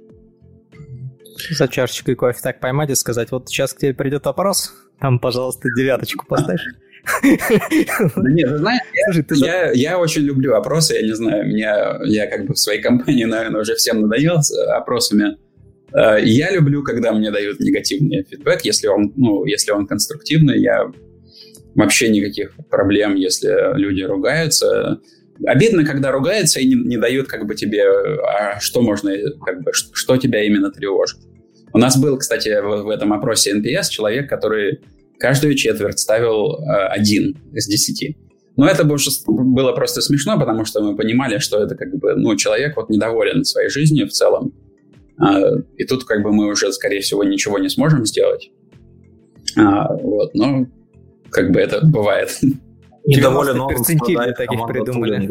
За чашечкой кофе так поймать и сказать, вот сейчас к тебе придет вопрос, там, пожалуйста, 9 поставь. Да нет, ты знаешь, я очень люблю опросы, я не знаю, я как бы в своей компании, наверное, уже всем надоел с опросами. Я люблю, когда мне дают негативный фидбэк, если он конструктивный, я вообще никаких проблем, если люди ругаются. Обидно, когда ругаются и не дают как бы тебе, что можно, как бы, что тебя именно тревожит. У нас был, кстати, в этом опросе NPS человек, который каждую четверть ставил 1 из 10. Но это было просто смешно, потому что мы понимали, что это как бы, ну, человек вот недоволен своей жизнью в целом. И тут как бы мы уже, скорее всего, ничего не сможем сделать. Вот, но как бы это бывает. Недоволен он страдает таких придумали.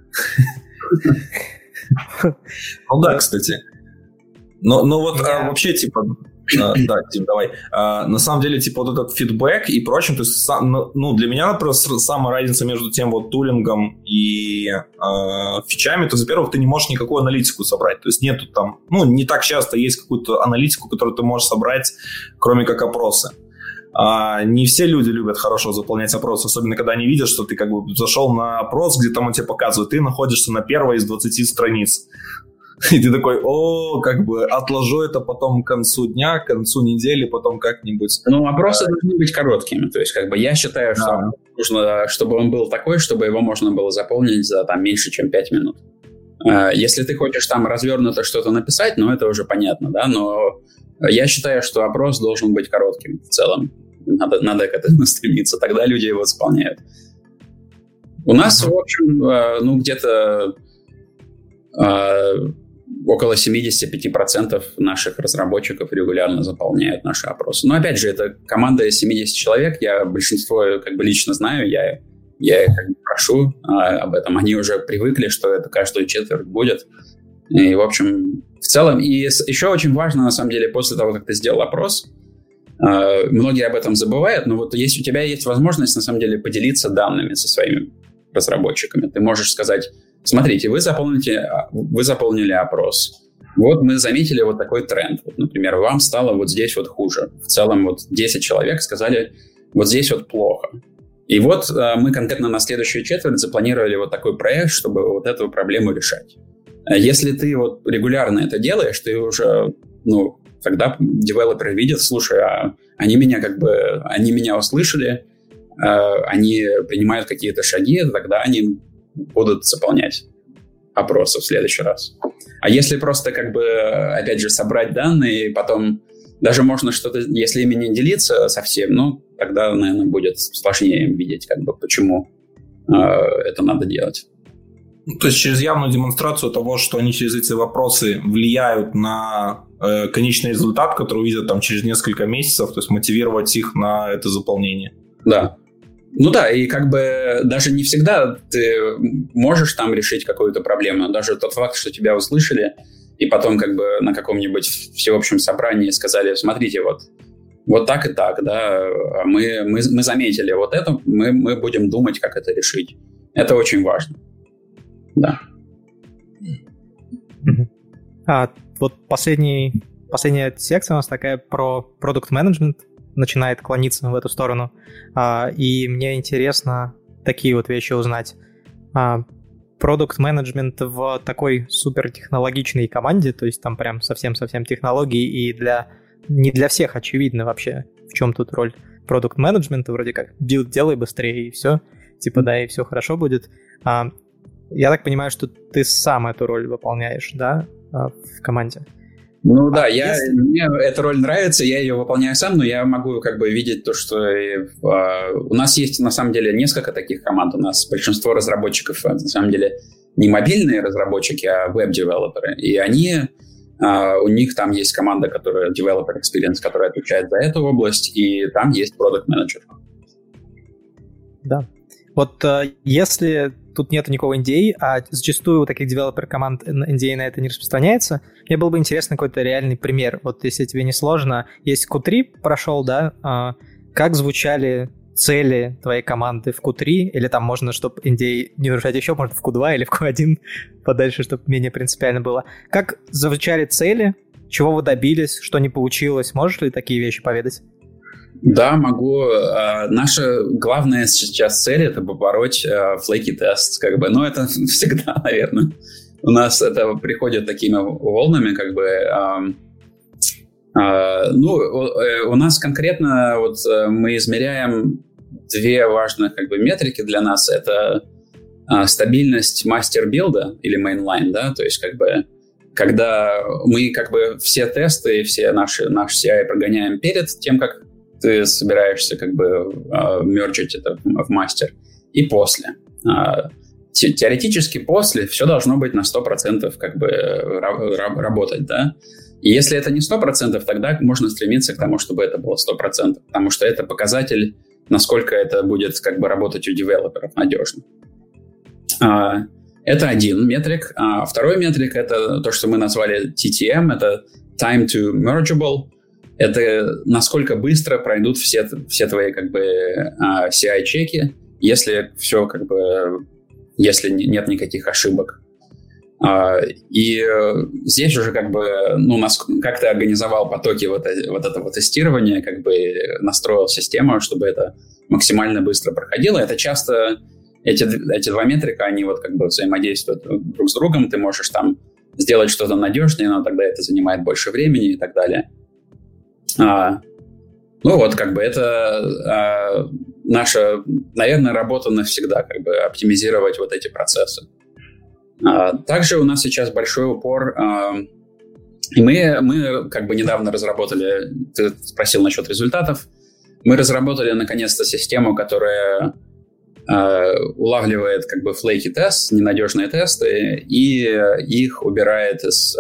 Ну да, кстати. Но вот вообще, типа... Да, Тим, давай. На самом деле, типа, вот этот фидбэк и прочим, то есть, ну, для меня, например, самая разница между тем вот тулингом и фичами, то, во-первых, ты не можешь никакую аналитику собрать, то есть нету там, ну, не так часто есть какую-то аналитику, которую ты можешь собрать, кроме как опросы. Не все люди любят хорошо заполнять опросы, особенно когда они видят, что ты как бы зашел на опрос, где там он тебе показывает, ты находишься на первой из 20 страниц. И ты такой, как бы отложу это потом к концу дня, к концу недели, потом как-нибудь. Ну, опросы должны быть короткими. То есть, как бы я считаю, что нужно, чтобы он был такой, чтобы его можно было заполнить за там меньше, чем 5 минут. Если ты хочешь там развернуто что-то написать, ну, это уже понятно, да, но я считаю, что опрос должен быть коротким в целом. Надо к этому стремиться, тогда люди его заполняют. У нас, в общем, ну, где-то около 75% наших разработчиков регулярно заполняют наши опросы. Но, опять же, это команда из 70 человек, я большинство как бы лично знаю, я их как бы прошу об этом. Они уже привыкли, что это каждую четверть будет. И, в общем, в целом... И еще очень важно, на самом деле, после того, как ты сделал опрос, многие об этом забывают, но вот у тебя есть возможность, на самом деле, поделиться данными со своими разработчиками. Ты можешь сказать, смотрите, вы заполнили опрос. Вот мы заметили вот такой тренд. Вот, например, вам стало вот здесь вот хуже. В целом вот 10 человек сказали, вот здесь вот плохо. И вот мы конкретно на следующую четверть запланировали вот такой проект, чтобы вот эту проблему решать. Если ты вот регулярно это делаешь, ты уже, ну, тогда девелоперы видят, слушай, они меня услышали, они принимают какие-то шаги, тогда они будут заполнять опросы в следующий раз. А если просто как бы, опять же, собрать данные, и потом даже можно что-то, если ими не делиться совсем, ну, тогда, наверное, будет сложнее видеть, как бы, почему это надо делать. То есть через явную демонстрацию того, что они через эти вопросы влияют на конечный результат, который увидят там через несколько месяцев, то есть мотивировать их на это заполнение. Да. Ну да, и как бы даже не всегда ты можешь там решить какую-то проблему, даже тот факт, что тебя услышали, и потом как бы на каком-нибудь всеобщем собрании сказали, смотрите, вот так и так, да, мы заметили вот это, мы будем думать, как это решить. Это очень важно. Да. Вот последняя секция у нас такая про продукт-менеджмент, начинает клониться в эту сторону. И мне интересно такие вот вещи узнать. Продукт-менеджмент в такой супертехнологичной команде, то есть там прям совсем-совсем технологии, и не для всех очевидно вообще, в чем тут роль продукт-менеджмента, вроде как билд делай быстрее, и все, типа да, и все хорошо будет. Я так понимаю, что ты сам эту роль выполняешь, да, в команде? Ну да, мне эта роль нравится, я ее выполняю сам, но я могу как бы видеть то, что у нас есть на самом деле несколько таких команд. У нас большинство разработчиков на самом деле не мобильные разработчики, а веб-девелоперы. И у них там есть команда, которая Developer Experience, которая отвечает за эту область, и там есть Product Manager. Да. Вот если тут нет никакого NDA, а зачастую у таких девелопер-команд NDA на это не распространяется, мне было бы интересно какой-то реальный пример. Вот если тебе не сложно, есть Q3 прошел, да, как звучали цели твоей команды в Q3, или там можно, чтобы NDA не нарушать еще, можно в Q2 или в Q1 подальше, чтобы менее принципиально было. Как звучали цели, чего вы добились, что не получилось? Можешь ли такие вещи поведать? Да, могу. Наша главная сейчас цель — это побороть flaky тест, как бы. Но это всегда, наверное. У нас это приходит такими волнами, как бы. У нас конкретно вот мы измеряем две важных как бы метрики для нас. Это стабильность мастер-билда или mainline, да, то есть как бы когда мы как бы все тесты, все наш CI прогоняем перед тем, как ты собираешься как бы мерджить это в мастер, и после. Теоретически после все должно быть на 100% как бы работать, да. И если это не 100%, тогда можно стремиться к тому, чтобы это было 100%, потому что это показатель, насколько это будет как бы работать у девелоперов надежно. Это один метрик. Второй метрик — это то, что мы назвали TTM, это Time to Mergeable. Это насколько быстро пройдут все твои как бы CI-чеки, если все как бы, если нет никаких ошибок. И здесь уже как бы, как ты организовал потоки вот этого тестирования, как бы настроил систему, чтобы это максимально быстро проходило. Это часто эти два метрика, они вот как бы взаимодействуют друг с другом. Ты можешь там сделать что-то надежнее, но тогда это занимает больше времени и так далее. Как бы это наша, наверное, работа навсегда, как бы оптимизировать вот эти процессы. Также у нас сейчас большой упор, и мы как бы недавно разработали, ты спросил насчет результатов, мы разработали наконец-то систему, которая улавливает как бы flaky тест, ненадежные тесты, и их убирает из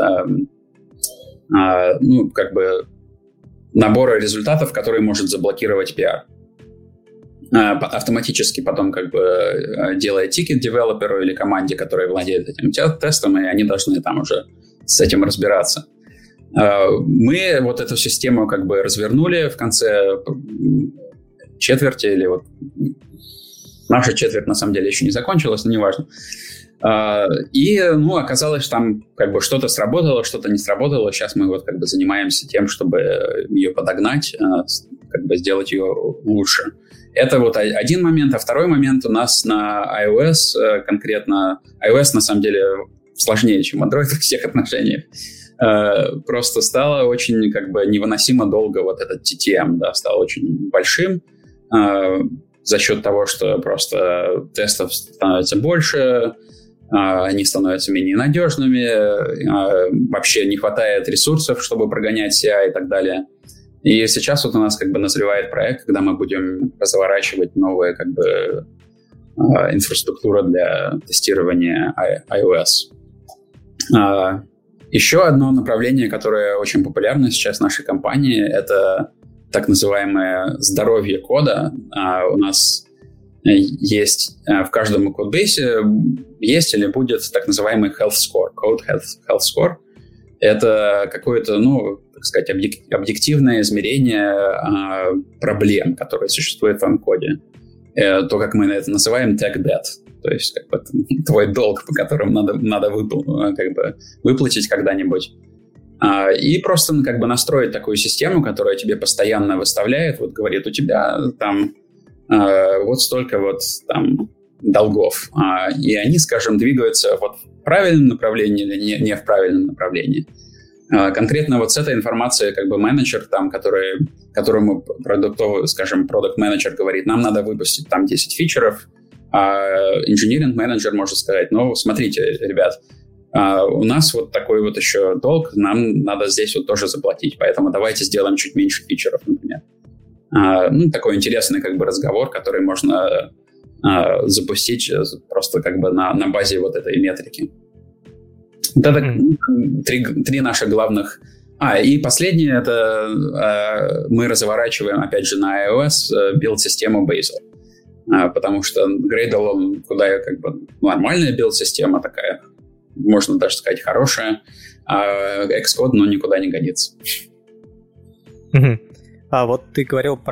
как бы набора результатов, который может заблокировать PR. Автоматически потом как бы делает тикет девелоперу или команде, которая владеет этим тестом, и они должны там уже с этим разбираться. Мы вот эту систему как бы развернули в конце четверти, или вот наша четверть на самом деле еще не закончилась, но неважно. И, оказалось, там как бы что-то сработало, что-то не сработало. Сейчас мы вот как бы занимаемся тем, чтобы ее подогнать, как бы сделать ее лучше. Это вот один момент. А второй момент у нас на iOS конкретно. iOS на самом деле сложнее, чем Android во всех отношениях. Просто стало очень как бы невыносимо долго вот этот TTM, да, стал очень большим за счет того, что просто тестов становится больше, они становятся менее надежными, вообще не хватает ресурсов, чтобы прогонять CI и так далее. И сейчас вот у нас как бы назревает проект, когда мы будем разворачивать новую как бы инфраструктуру для тестирования iOS. Еще одно направление, которое очень популярно сейчас в нашей компании, это так называемое здоровье кода. У нас есть в каждом кодбейсе есть или будет так называемый health score, code health score. Это какое-то, так сказать, объективное измерение проблем, которые существуют в твоем коде. То, как мы это называем, tech debt. То есть как бы, твой долг, по которому надо как бы выплатить когда-нибудь. И просто как бы настроить такую систему, которая тебе постоянно выставляет, вот говорит, у тебя там вот столько вот там долгов. И они, скажем, двигаются вот в правильном направлении или не в правильном направлении. Конкретно вот с этой информацией как бы менеджер, там, которому продукт-менеджер говорит, нам надо выпустить там 10 фичеров, а инжиниринг-менеджер может сказать, смотрите, ребят, у нас вот такой вот еще долг, нам надо здесь вот тоже заплатить, поэтому давайте сделаем чуть меньше фичеров, например. Такой интересный как бы разговор, который можно запустить просто как бы на базе вот этой метрики. Вот это три наших главных... И последнее, это мы разворачиваем, опять же, на iOS билд-систему Bazel. Потому что Gradle, куда как бы нормальная билд-система такая, можно даже сказать, хорошая, а Xcode, никуда не годится. А вот ты говорил про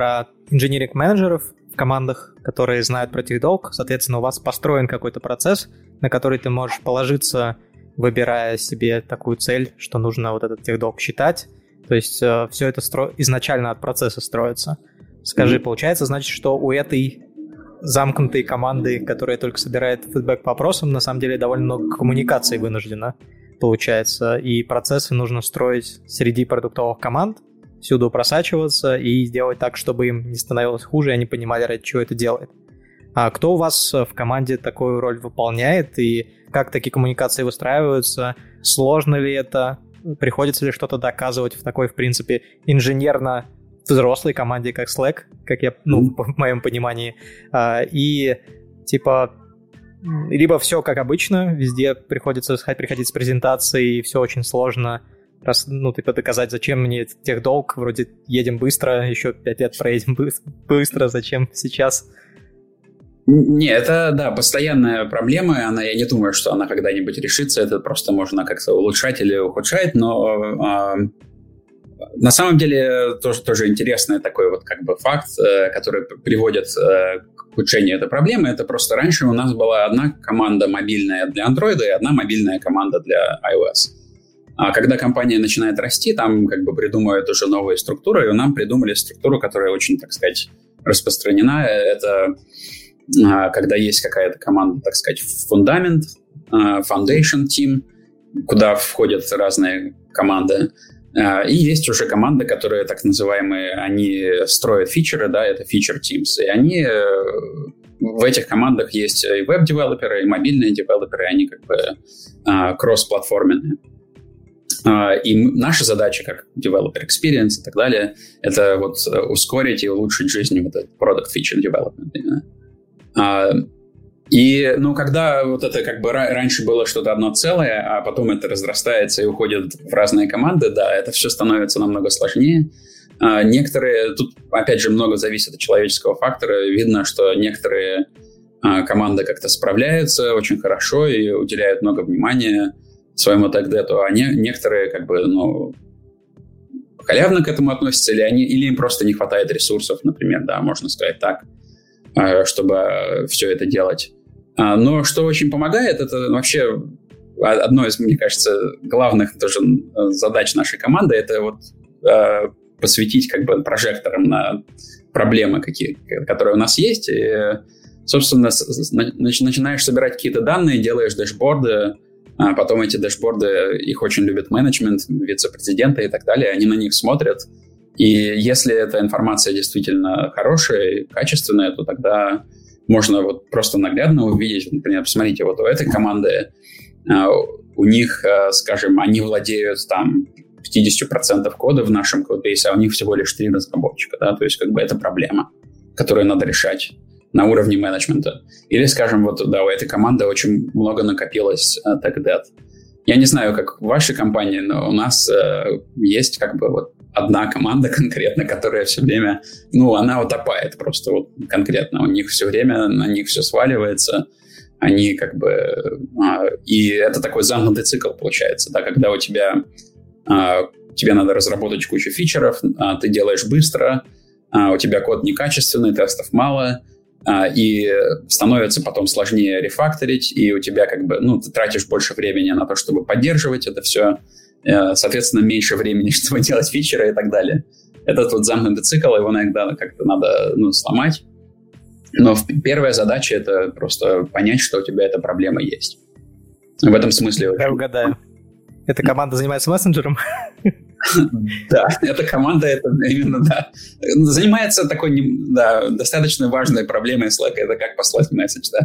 инженеринг-менеджеров в командах, которые знают про техдолг. Соответственно, у вас построен какой-то процесс, на который ты можешь положиться, выбирая себе такую цель, что нужно вот этот техдолг считать. То есть все это изначально от процесса строится. Скажи, получается, значит, что у этой замкнутой команды, которая только собирает фидбэк по вопросам, на самом деле довольно много коммуникаций вынуждено, получается, и процессы нужно строить среди продуктовых команд, всюду просачиваться и сделать так, чтобы им не становилось хуже, и они понимали, ради чего это делает. А кто у вас в команде такую роль выполняет, и как такие коммуникации выстраиваются? Сложно ли это? Приходится ли что-то доказывать в такой, в принципе, инженерно взрослой команде, как Slack, как я, в моем понимании, и типа либо все как обычно, везде приходится приходить с презентацией, и все очень сложно, доказать, зачем мне техдолг, вроде едем быстро, еще 5 лет проедем быстро, зачем сейчас? Не, это, да, постоянная проблема, я не думаю, что она когда-нибудь решится, это просто можно как-то улучшать или ухудшать, но на самом деле тоже интересный такой вот как бы факт, который приводит к ухудшению этой проблемы. Это просто раньше у нас была одна команда мобильная для Android и одна мобильная команда для iOS. А когда компания начинает расти, там как бы придумывают уже новые структуры, и нам придумали структуру, которая очень, так сказать, распространена. Это когда есть какая-то команда, так сказать, фундамент, foundation team, куда входят разные команды. И есть уже команды, которые так называемые, они строят фичеры, да, это feature teams. И они в этих командах есть и веб-девелоперы, и мобильные девелоперы, они как бы кросс-платформенные. И наша задача, как developer experience и так далее, это вот ускорить и улучшить жизнь вот этот product feature development именно. И, когда вот это как бы раньше было что-то одно целое, а потом это разрастается и уходит в разные команды, да, это все становится намного сложнее. Некоторые, тут опять же много зависит от человеческого фактора, видно, что некоторые команды как-то справляются очень хорошо и уделяют много внимания своему техдету, а некоторые как бы, халявно к этому относятся, или им просто не хватает ресурсов, например, да, можно сказать так, чтобы все это делать. Но что очень помогает, это вообще одно из, мне кажется, главных тоже задач нашей команды, это вот посвятить как бы прожектором на проблемы, которые у нас есть. И, собственно, начинаешь собирать какие-то данные, делаешь дэшборды, а потом эти дэшборды, их очень любит менеджмент, вице-президенты и так далее, они на них смотрят. И если эта информация действительно хорошая и качественная, то тогда можно вот просто наглядно увидеть, например, посмотрите, вот у этой команды, у них, скажем, они владеют там 50% кода в нашем кодбейсе, а у них всего лишь 3 разработчика, да, то есть как бы это проблема, которую надо решать на уровне менеджмента. Или, скажем, вот, да, у этой команды очень много накопилось TechDebt. Я не знаю, как в вашей компании, но у нас есть как бы вот одна команда конкретно, которая все время, она утопает просто вот конкретно. У них все время, на них все сваливается. Они как бы... и это такой замкнутый цикл получается, да, когда тебе надо разработать кучу фичеров, ты делаешь быстро, у тебя код некачественный, тестов мало, и становится потом сложнее рефакторить, и у тебя как бы, ты тратишь больше времени на то, чтобы поддерживать это все, соответственно, меньше времени, чтобы делать фичеры и так далее. Этот вот замкнутый цикл, его иногда как-то надо сломать. Но первая задача — это просто понять, что у тебя эта проблема есть. В этом смысле... Я угадаю. Эта команда занимается мессенджером? Да, эта команда занимается такой достаточно важной проблемой Slack. Это как послать месседж, да?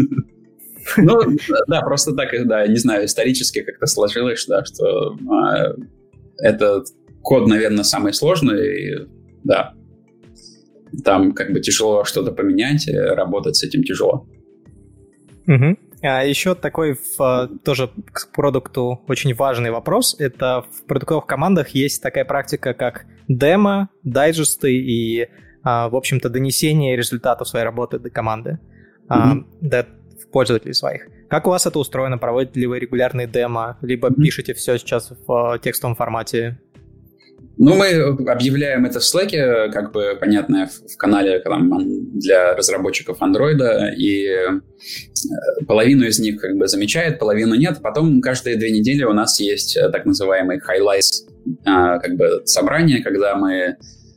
Просто так, не знаю, исторически как-то сложилось, да, что этот код, наверное, самый сложный, да. Там как бы тяжело что-то поменять, работать с этим тяжело. Угу. А еще такой тоже к продукту очень важный вопрос. Это в продуктовых командах есть такая практика, как демо, дайджесты и, в общем-то, донесение результатов своей работы до команды, до пользователей своих. Как у вас это устроено? Проводите ли вы регулярные демо, либо пишете все сейчас в текстовом формате? Ну, мы объявляем это в Slack, как бы, понятно, в канале там, для разработчиков Android, и половину из них как бы замечает, половину нет. Потом каждые 2 недели у нас есть так называемый highlights, как бы собрание, когда мы,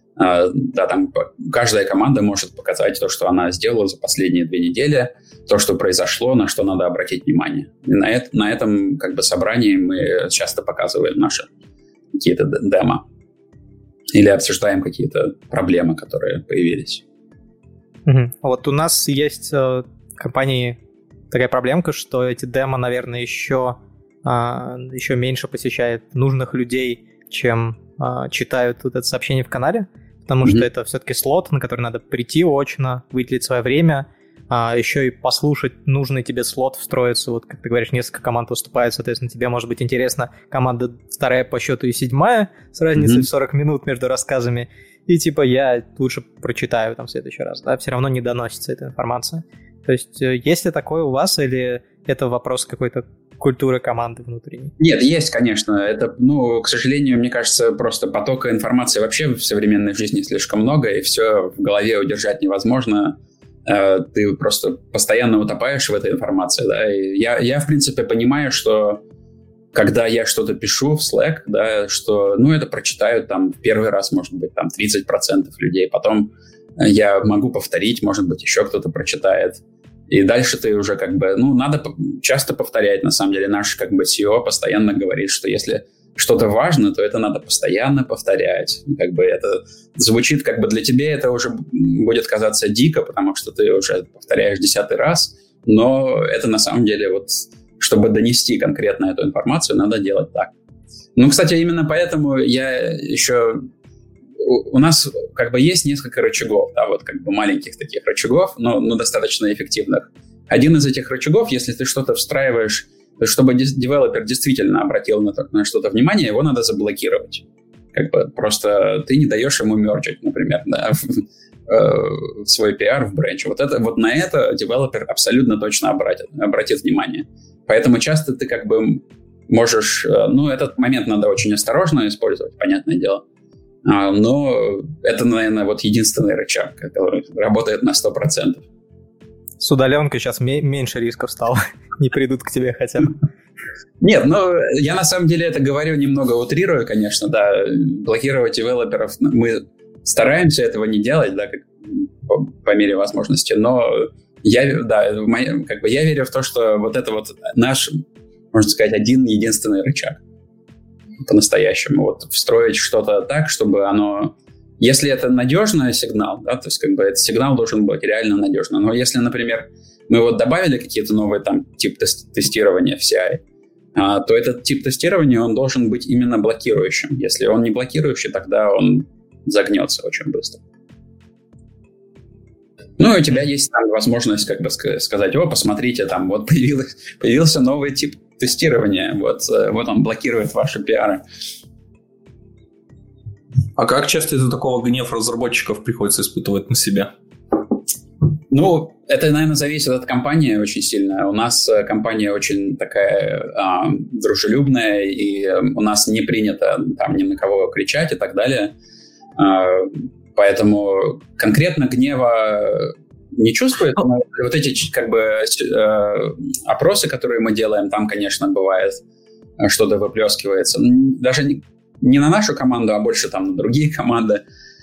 да, там каждая команда может показать то, что она сделала за последние 2 недели, то, что произошло, на что надо обратить внимание. И на этом как бы собрании мы часто показываем наши какие-то демо. Или обсуждаем какие-то проблемы, которые появились. Вот у нас есть в компании такая проблемка, что эти демо, наверное, еще меньше посещает нужных людей, чем читают вот это сообщение в канале, потому что это все-таки слот, на который надо прийти очно, выделить свое время, еще и послушать нужный тебе слот, встроиться. Вот, как ты говоришь, несколько команд выступают, соответственно, тебе может быть интересна команда 2 по счету и 7 с разницей в 40 минут между рассказами. И типа я лучше прочитаю там в следующий раз, да, все равно не доносится эта информация. То есть есть ли такое у вас, или это вопрос какой-то культуры команды внутренней? Нет, есть, конечно. Это, к сожалению, мне кажется, просто потока информации вообще в современной жизни слишком много, и все в голове удержать невозможно. Ты просто постоянно утопаешь в этой информации, да, и я в принципе понимаю, что когда я что-то пишу в Slack, да, что, это прочитают там в первый раз, может быть, там 30% людей, потом я могу повторить, может быть, еще кто-то прочитает, и дальше ты уже как бы, надо часто повторять, на самом деле, наш как бы CEO постоянно говорит, что если что-то важно, то это надо постоянно повторять. Как бы это звучит, как бы для тебя это уже будет казаться дико, потому что ты уже повторяешь 10-й раз, но это на самом деле вот, чтобы донести конкретно эту информацию, надо делать так. Кстати, именно поэтому я еще... У нас как бы есть несколько рычагов, да, вот как бы маленьких таких рычагов, но достаточно эффективных. Один из этих рычагов, если ты что-то встраиваешь, чтобы девелопер действительно обратил на что-то внимание, его надо заблокировать. Как бы просто ты не даешь ему мерджить, например, да, в свой PR в бренч. Вот на это девелопер абсолютно точно обратит внимание. Поэтому часто ты как бы можешь... этот момент надо очень осторожно использовать, понятное дело. Но это, наверное, вот единственный рычаг, который работает на 100%. С удаленкой сейчас меньше рисков стало. Не придут к тебе хотя бы. Нет, я на самом деле это говорю немного утрирую, конечно, да. Блокировать девелоперов мы стараемся этого не делать, да, по мере возможности, но я верю в то, что вот это вот наш, можно сказать, единственный рычаг по-настоящему. Вот встроить что-то так, чтобы оно... Если это надежный сигнал, да, то есть как бы этот сигнал должен быть реально надежным. Но если, например, мы вот добавили какие-то новые там тип тестирования в CI, то этот тип тестирования, он должен быть именно блокирующим. Если он не блокирующий, тогда он загнется очень быстро. И у тебя есть там возможность как бы сказать: посмотрите, там вот появился новый тип тестирования, вот он блокирует ваши пиары. А как часто из-за такого гнев разработчиков приходится испытывать на себе? Это, наверное, зависит от компании очень сильно. У нас компания очень такая дружелюбная, и у нас не принято там ни на кого кричать и так далее. Поэтому конкретно гнева не чувствует. Но вот эти как бы опросы, которые мы делаем, там, конечно, бывает что-то выплескивается. Даже не на нашу команду, а больше там на другие команды.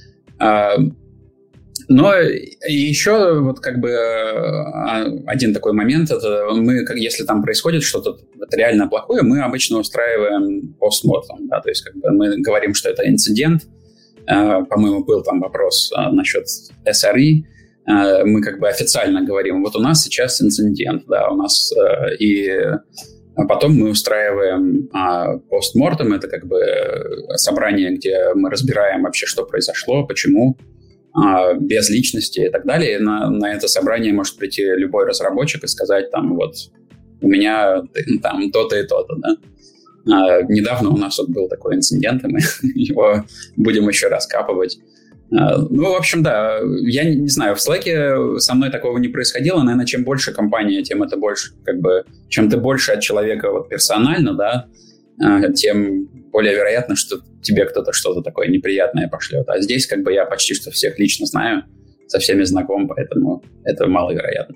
Но еще вот как бы один такой момент, это мы, если там происходит что-то реально плохое, мы обычно устраиваем постмортем, да, то есть как бы мы говорим, что это инцидент. По-моему, был там вопрос насчет SRE. Мы как бы официально говорим: вот у нас сейчас инцидент, да, у нас а потом мы устраиваем постмортем, это как бы собрание, где мы разбираем вообще, что произошло, почему, без личности и так далее. На это собрание может прийти любой разработчик и сказать там: вот у меня там то-то и то-то, да. Недавно у нас вот был такой инцидент, и мы его будем еще раскапывать. В общем, да, я не знаю, в Slack со мной такого не происходило. Наверное, чем больше компания, тем это больше, как бы, чем ты больше от человека вот персонально, да, тем более вероятно, что тебе кто-то что-то такое неприятное пошлет. А здесь как бы я почти что всех лично знаю, со всеми знаком, поэтому это маловероятно.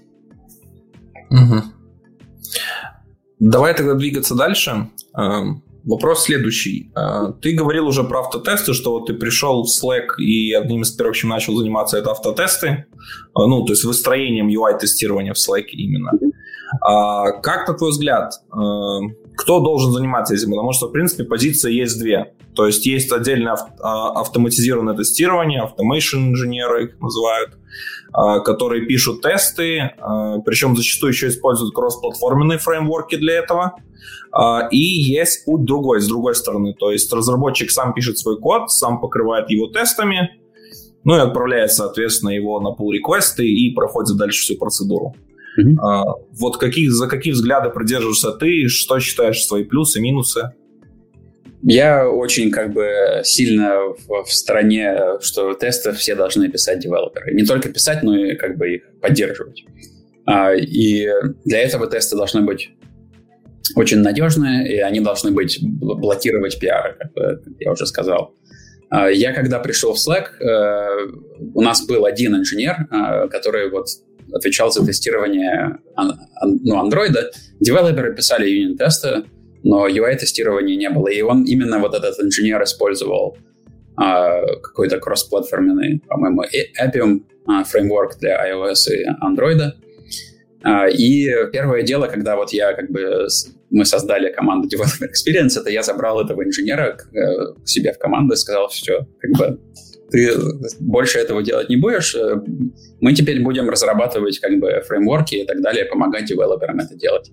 Угу. Давай тогда двигаться дальше. Вопрос следующий. Ты говорил уже про автотесты, что вот ты пришел в Slack и одним из первых, чем начал заниматься, это автотесты. Ну, то есть выстроением UI-тестирования в Slack именно. Как, на твой взгляд, кто должен заниматься этим? Потому что, в принципе, позиции есть две. То есть есть отдельное автоматизированное тестирование, automation инженеры их называют, которые пишут тесты, причем зачастую еще используют кроссплатформенные фреймворки для этого. И есть путь другой, с другой стороны. То есть разработчик сам пишет свой код, сам покрывает его тестами, ну и отправляет, соответственно, его на pull-реквесты и проходит дальше всю процедуру. Вот за какие взгляды придерживаешься ты, что считаешь свои плюсы, минусы? Я очень как бы сильно в стороне, что тесты все должны писать девелоперы. Не только писать, но и как бы их поддерживать. И для этого тесты должны быть очень надежные, и они должны блокировать пиары, как я уже сказал. Я когда пришел в Slack, у нас был один инженер, который вот отвечал за тестирование андроида. Девелоперы писали юнит-тесты, но UI-тестирования не было. И он именно вот этот инженер использовал какой-то кроссплатформенный, по-моему, Appium фреймворк для iOS и Android. И первое дело, когда вот мы создали команду Developer Experience, это я забрал этого инженера к себе в команду и сказал, все, ты больше этого делать не будешь, мы теперь будем разрабатывать фреймворки и так далее, помогать девелоперам это делать.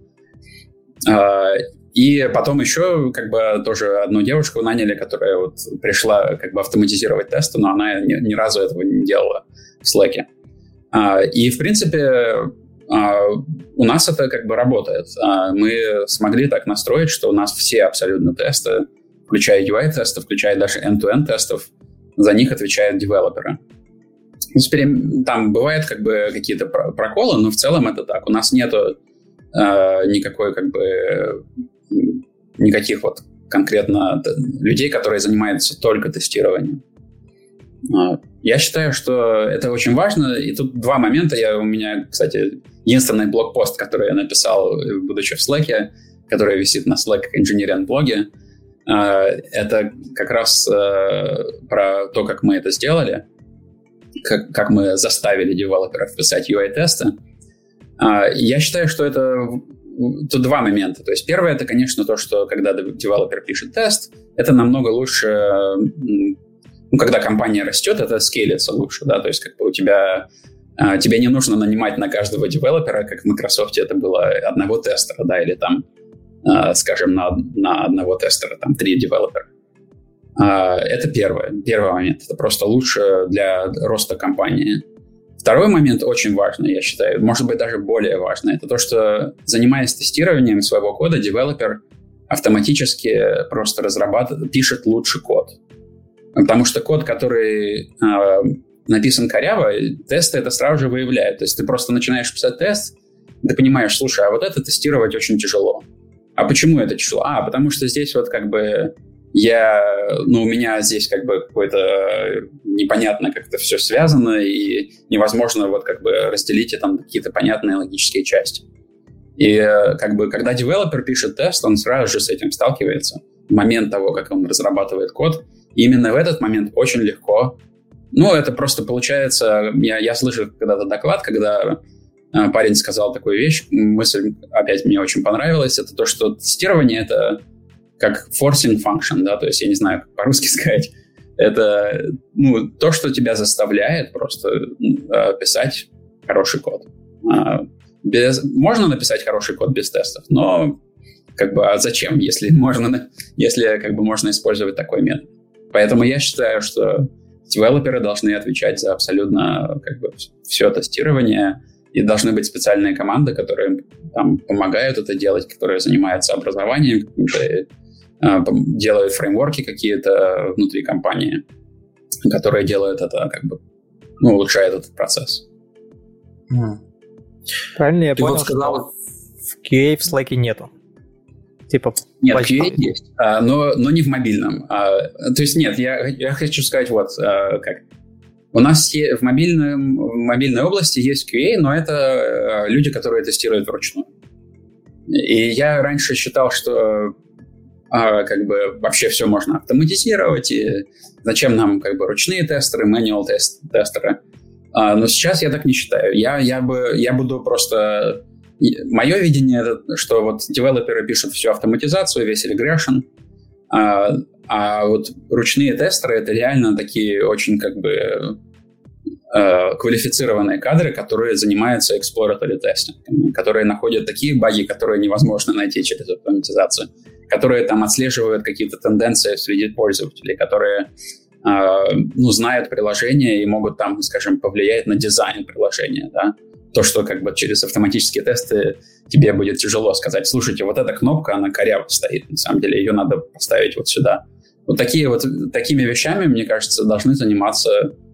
И потом еще тоже одну девушку наняли, которая вот пришла автоматизировать тесты, но она ни разу этого не делала в Slack. И в принципе у нас это работает. Мы смогли так настроить, что у нас все абсолютно тесты, включая UI-тесты, включая даже end-to-end тестов, за них отвечают девелоперы. Теперь там бывают какие-то проколы, но в целом это так. У нас нету никаких вот конкретно людей, которые занимаются только тестированием. Я считаю, что это очень важно. И тут два момента. У меня, кстати, единственный блогпост, который я написал, будучи в Slack, который висит на Slack Engineering блоге, это как раз про то, как мы это сделали, как мы заставили девелоперов писать UI-тесты. Я считаю, что тут два момента. То есть первое, это, конечно, то, что когда девелопер пишет тест, это намного лучше, когда компания растет, это скейлится лучше, да, то есть у тебя тебе не нужно нанимать на каждого девелопера, как в Microsoft это было одного тестера, да, или там, скажем, на одного тестера, там 3 девелопера. Это первый момент. Это просто лучше для роста компании. Второй момент очень важный, я считаю, может быть, даже более важный. Это то, что, занимаясь тестированием своего кода, девелопер автоматически просто пишет лучше код. Потому что код, который написан коряво, тесты это сразу же выявляют. То есть ты просто начинаешь писать тест, ты понимаешь, слушай, а вот это тестировать очень тяжело. А почему это тяжело? Потому что здесь вот у меня здесь какое-то непонятно как-то все связано, и невозможно разделить там какие-то понятные логические части. И когда девелопер пишет тест, он сразу же с этим сталкивается. В момент того, как он разрабатывает код, и именно в этот момент очень легко. Это просто получается... Я слышал когда-то доклад, когда парень сказал такую вещь, мысль опять мне очень понравилась, это то, что тестирование — это как forcing function, да, то есть я не знаю, как по-русски сказать, это то, что тебя заставляет просто писать хороший код. Можно написать хороший код без тестов, но а зачем, если можно использовать такой метод? Поэтому я считаю, что девелоперы должны отвечать за абсолютно все тестирование, и должны быть специальные команды, которые там помогают это делать, которые занимаются образованием, делают фреймворки какие-то внутри компании, которые делают это, улучшают этот процесс. Правильно я понял, что в QA в Slack нету? Типа Нет, QA есть, но не в мобильном. То есть нет, я хочу сказать как. У нас в мобильной области есть QA, но это люди, которые тестируют вручную. И я раньше считал, что как бы вообще все можно автоматизировать, и зачем нам как бы ручные тестеры, manual тестеры. Но сейчас я так не считаю. Я буду просто... Мое видение, что вот девелоперы пишут всю автоматизацию, весь regression, а вот ручные тестеры — это реально такие очень как бы квалифицированные кадры, которые занимаются exploratory тестингом, которые находят такие баги, которые невозможно найти через автоматизацию, которые там отслеживают какие-то тенденции среди пользователей, которые знают приложение и могут там, скажем, повлиять на дизайн приложения, да. То, что как бы через автоматические тесты тебе будет тяжело сказать: слушайте, вот эта кнопка, она коряво стоит, на самом деле ее надо поставить вот сюда. Такими вещами, мне кажется, должен заниматься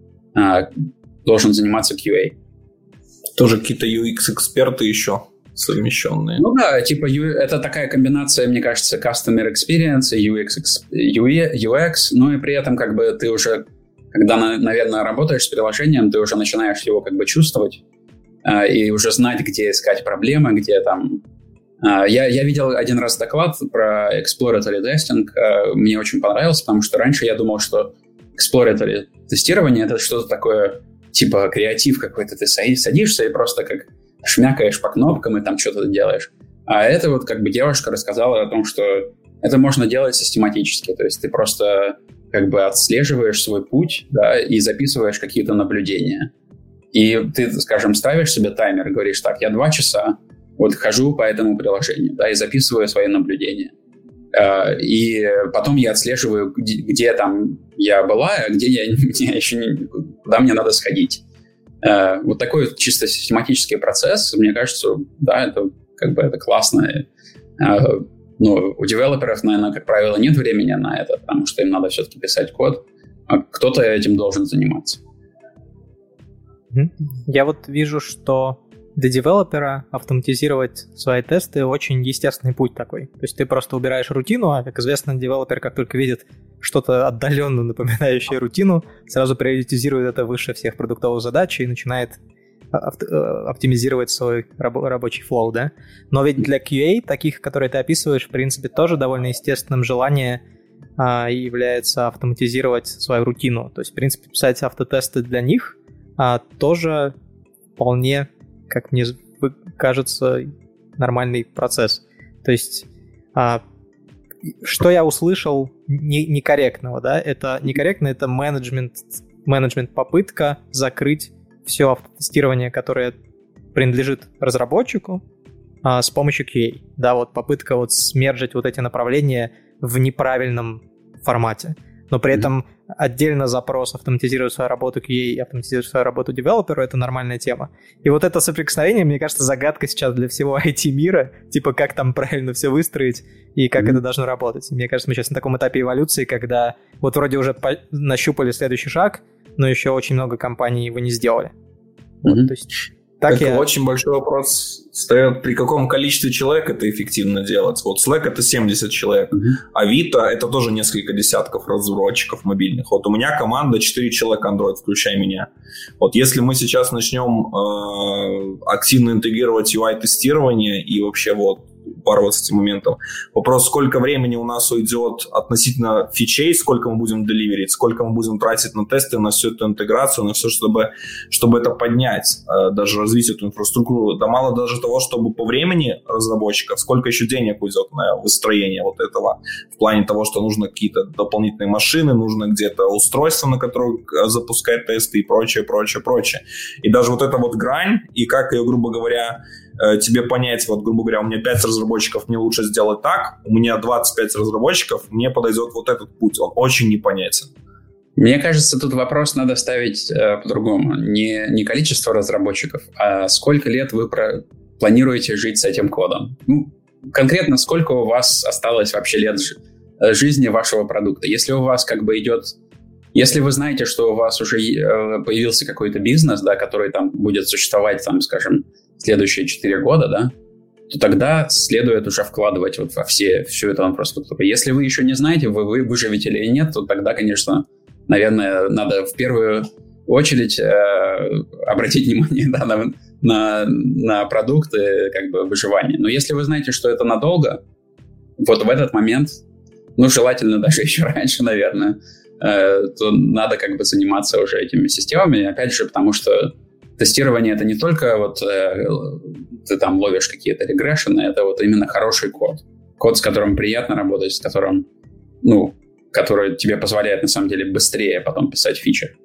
QA. Тоже какие-то UX-эксперты еще совмещенные. Ну да, типа это такая комбинация, мне кажется, Customer Experience и UX, ну и при этом как бы ты уже, когда, наверное, работаешь с приложением, ты уже начинаешь его как бы чувствовать и уже знать, где искать проблемы, где там... Я видел один раз доклад про exploratory testing, мне очень понравился, потому что раньше я думал, что exploratory тестирование — это что-то такое, типа креатив какой-то, ты садишься и просто как шмякаешь по кнопкам и там что-то делаешь. А это вот как бы девушка рассказала о том, что это можно делать систематически, то есть ты просто как бы отслеживаешь свой путь, да, и записываешь какие-то наблюдения. И ты, скажем, ставишь себе таймер и говоришь: так, я 2 часа вот хожу по этому приложению, да, и записываю свои наблюдения. И потом я отслеживаю, где там я была, а где куда мне надо сходить. Вот такой чисто систематический процесс, мне кажется, да, это как бы это классно. У девелоперов, наверное, как правило, нет времени на это, потому что им надо все-таки писать код, а кто-то этим должен заниматься. Я вот вижу, что для девелопера автоматизировать свои тесты очень естественный путь такой. То есть ты просто убираешь рутину, а, как известно, девелопер, как только видит что-то отдаленно напоминающее рутину, сразу приоритизирует это выше всех продуктовых задач и начинает оптимизировать свой рабочий флоу, да? Но ведь для QA, таких, которые ты описываешь, в принципе, тоже довольно естественным желание является автоматизировать свою рутину. То есть, в принципе, писать автотесты для них тоже вполне, как мне кажется, нормальный процесс. То есть, что я услышал некорректного, да? Это некорректно, это менеджмент попытка закрыть все автотестирование, которое принадлежит разработчику, с помощью QA. Да, вот попытка вот смержить вот эти направления в неправильном формате. Но при этом отдельно запрос автоматизировать свою работу QA и автоматизировать свою работу девелоперу — это нормальная тема. И вот это соприкосновение, мне кажется, загадка сейчас для всего IT-мира, типа как там правильно все выстроить и как это должно работать. И мне кажется, мы сейчас на таком этапе эволюции, когда вот вроде уже нащупали следующий шаг, но еще очень много компаний его не сделали. Вот, то есть, Очень большой вопрос стоит, при каком количестве человек это эффективно делать. Вот Slack — это 70 человек, Авито — это тоже несколько десятков разработчиков мобильных. Вот у меня команда 4 человека Android, включая меня. Вот если мы сейчас начнем активно интегрировать UI-тестирование и вообще вот упарываться с этим моментом. Вопрос, сколько времени у нас уйдет относительно фичей, сколько мы будем деливерить, сколько мы будем тратить на тесты, на всю эту интеграцию, на все, чтобы это поднять, даже развить эту инфраструктуру. Да мало даже того, чтобы по времени разработчиков, сколько еще денег уйдет на выстроение вот этого, в плане того, что нужно какие-то дополнительные машины, нужно где-то устройство, на которое запускать тесты и прочее. И даже вот эта вот грань, и как ее, грубо говоря, тебе понять, вот, грубо говоря, у меня 5 разработчиков, мне лучше сделать так, у меня 25 разработчиков, мне подойдет вот этот путь, он очень непонятен. Мне кажется, тут вопрос надо ставить по-другому. Не количество разработчиков, а сколько лет вы планируете жить с этим кодом. Конкретно, сколько у вас осталось вообще лет жизни вашего продукта. Если у вас как бы идет... Если вы знаете, что у вас уже появился какой-то бизнес, да, который там будет существовать, там, скажем, следующие 4 года, да, то тогда следует уже вкладывать вот во всю эту инфраструктуру. Если вы еще не знаете, вы выживете или нет, то тогда, конечно, наверное, надо в первую очередь обратить внимание на продукты как бы выживания. Но если вы знаете, что это надолго, вот в этот момент, ну, желательно даже еще раньше, наверное, то надо как бы заниматься уже этими системами. Опять же, потому что тестирование — это не только вот ты там ловишь какие-то регрессионы, это вот именно хороший код. Код, с которым приятно работать, с которым, ну, который тебе позволяет на самом деле быстрее потом писать фичи.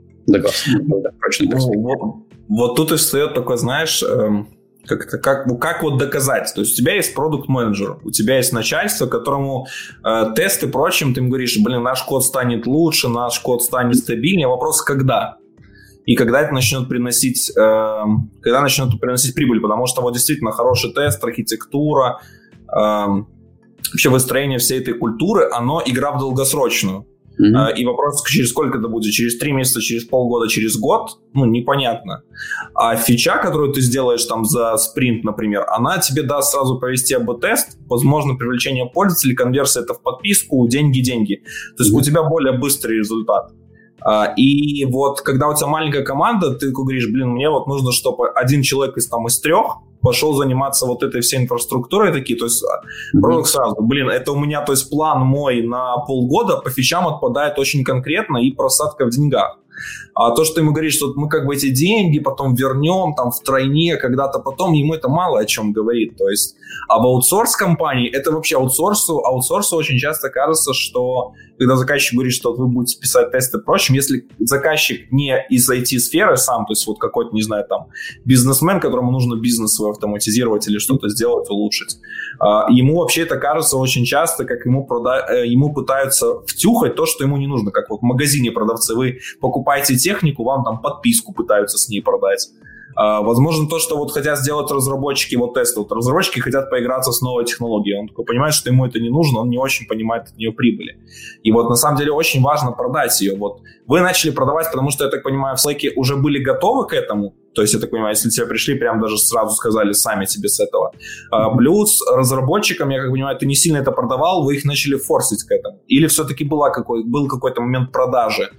Вот тут и встает такой, знаешь, как вот доказать? То есть у тебя есть продукт-менеджер, у тебя есть начальство, которому тесты и прочим, ты им говоришь, блин, наш код станет лучше, наш код станет стабильнее. Вопрос, когда? И когда это начнет приносить прибыль, потому что вот действительно хороший тест, архитектура, вообще выстроение всей этой культуры, оно игра в долгосрочную. И вопрос, через сколько это будет? Через 3 месяца, через полгода, через год? Ну, непонятно. А фича, которую ты сделаешь там за спринт, например, она тебе даст сразу провести АБ-тест, возможно, привлечение пользователей, конверсия это в подписку, деньги. То есть у тебя более быстрый результат. И вот когда у тебя маленькая команда, ты говоришь, блин, мне вот нужно, чтобы один человек из 3 пошел заниматься вот этой всей инфраструктурой такие, то есть продукт сразу, блин, это у меня, то есть план мой на полгода по фичам отпадает очень конкретно и просадка в деньгах. А то, что ты ему говоришь, что мы как бы эти деньги потом вернем там втройне когда-то потом, ему это мало о чем говорит. То есть, а в аутсорс-компании это вообще аутсорсу очень часто кажется, что когда заказчик говорит, что вы будете писать тесты и прочим, если заказчик не из IT-сферы сам, то есть вот какой-то, не знаю, там бизнесмен, которому нужно бизнес свой автоматизировать или что-то сделать, улучшить, ему вообще это кажется очень часто, как ему пытаются втюхать то, что ему не нужно. Как вот в магазине продавцы, вы покупаете технику, вам там подписку пытаются с ней продать. Возможно, то, что вот хотят сделать разработчики, вот тесты. Вот разработчики хотят поиграться с новой технологией. Он такой понимает, что ему это не нужно, он не очень понимает от нее прибыли. И вот на самом деле очень важно продать ее. Вот вы начали продавать, потому что, я так понимаю, в Slack уже были готовы к этому. То есть, я так понимаю, если тебе пришли, прям даже сразу сказали сами тебе с этого. Плюс разработчикам, я как понимаю, ты не сильно это продавал, вы их начали форсить к этому. Или все-таки был какой-то момент продажи?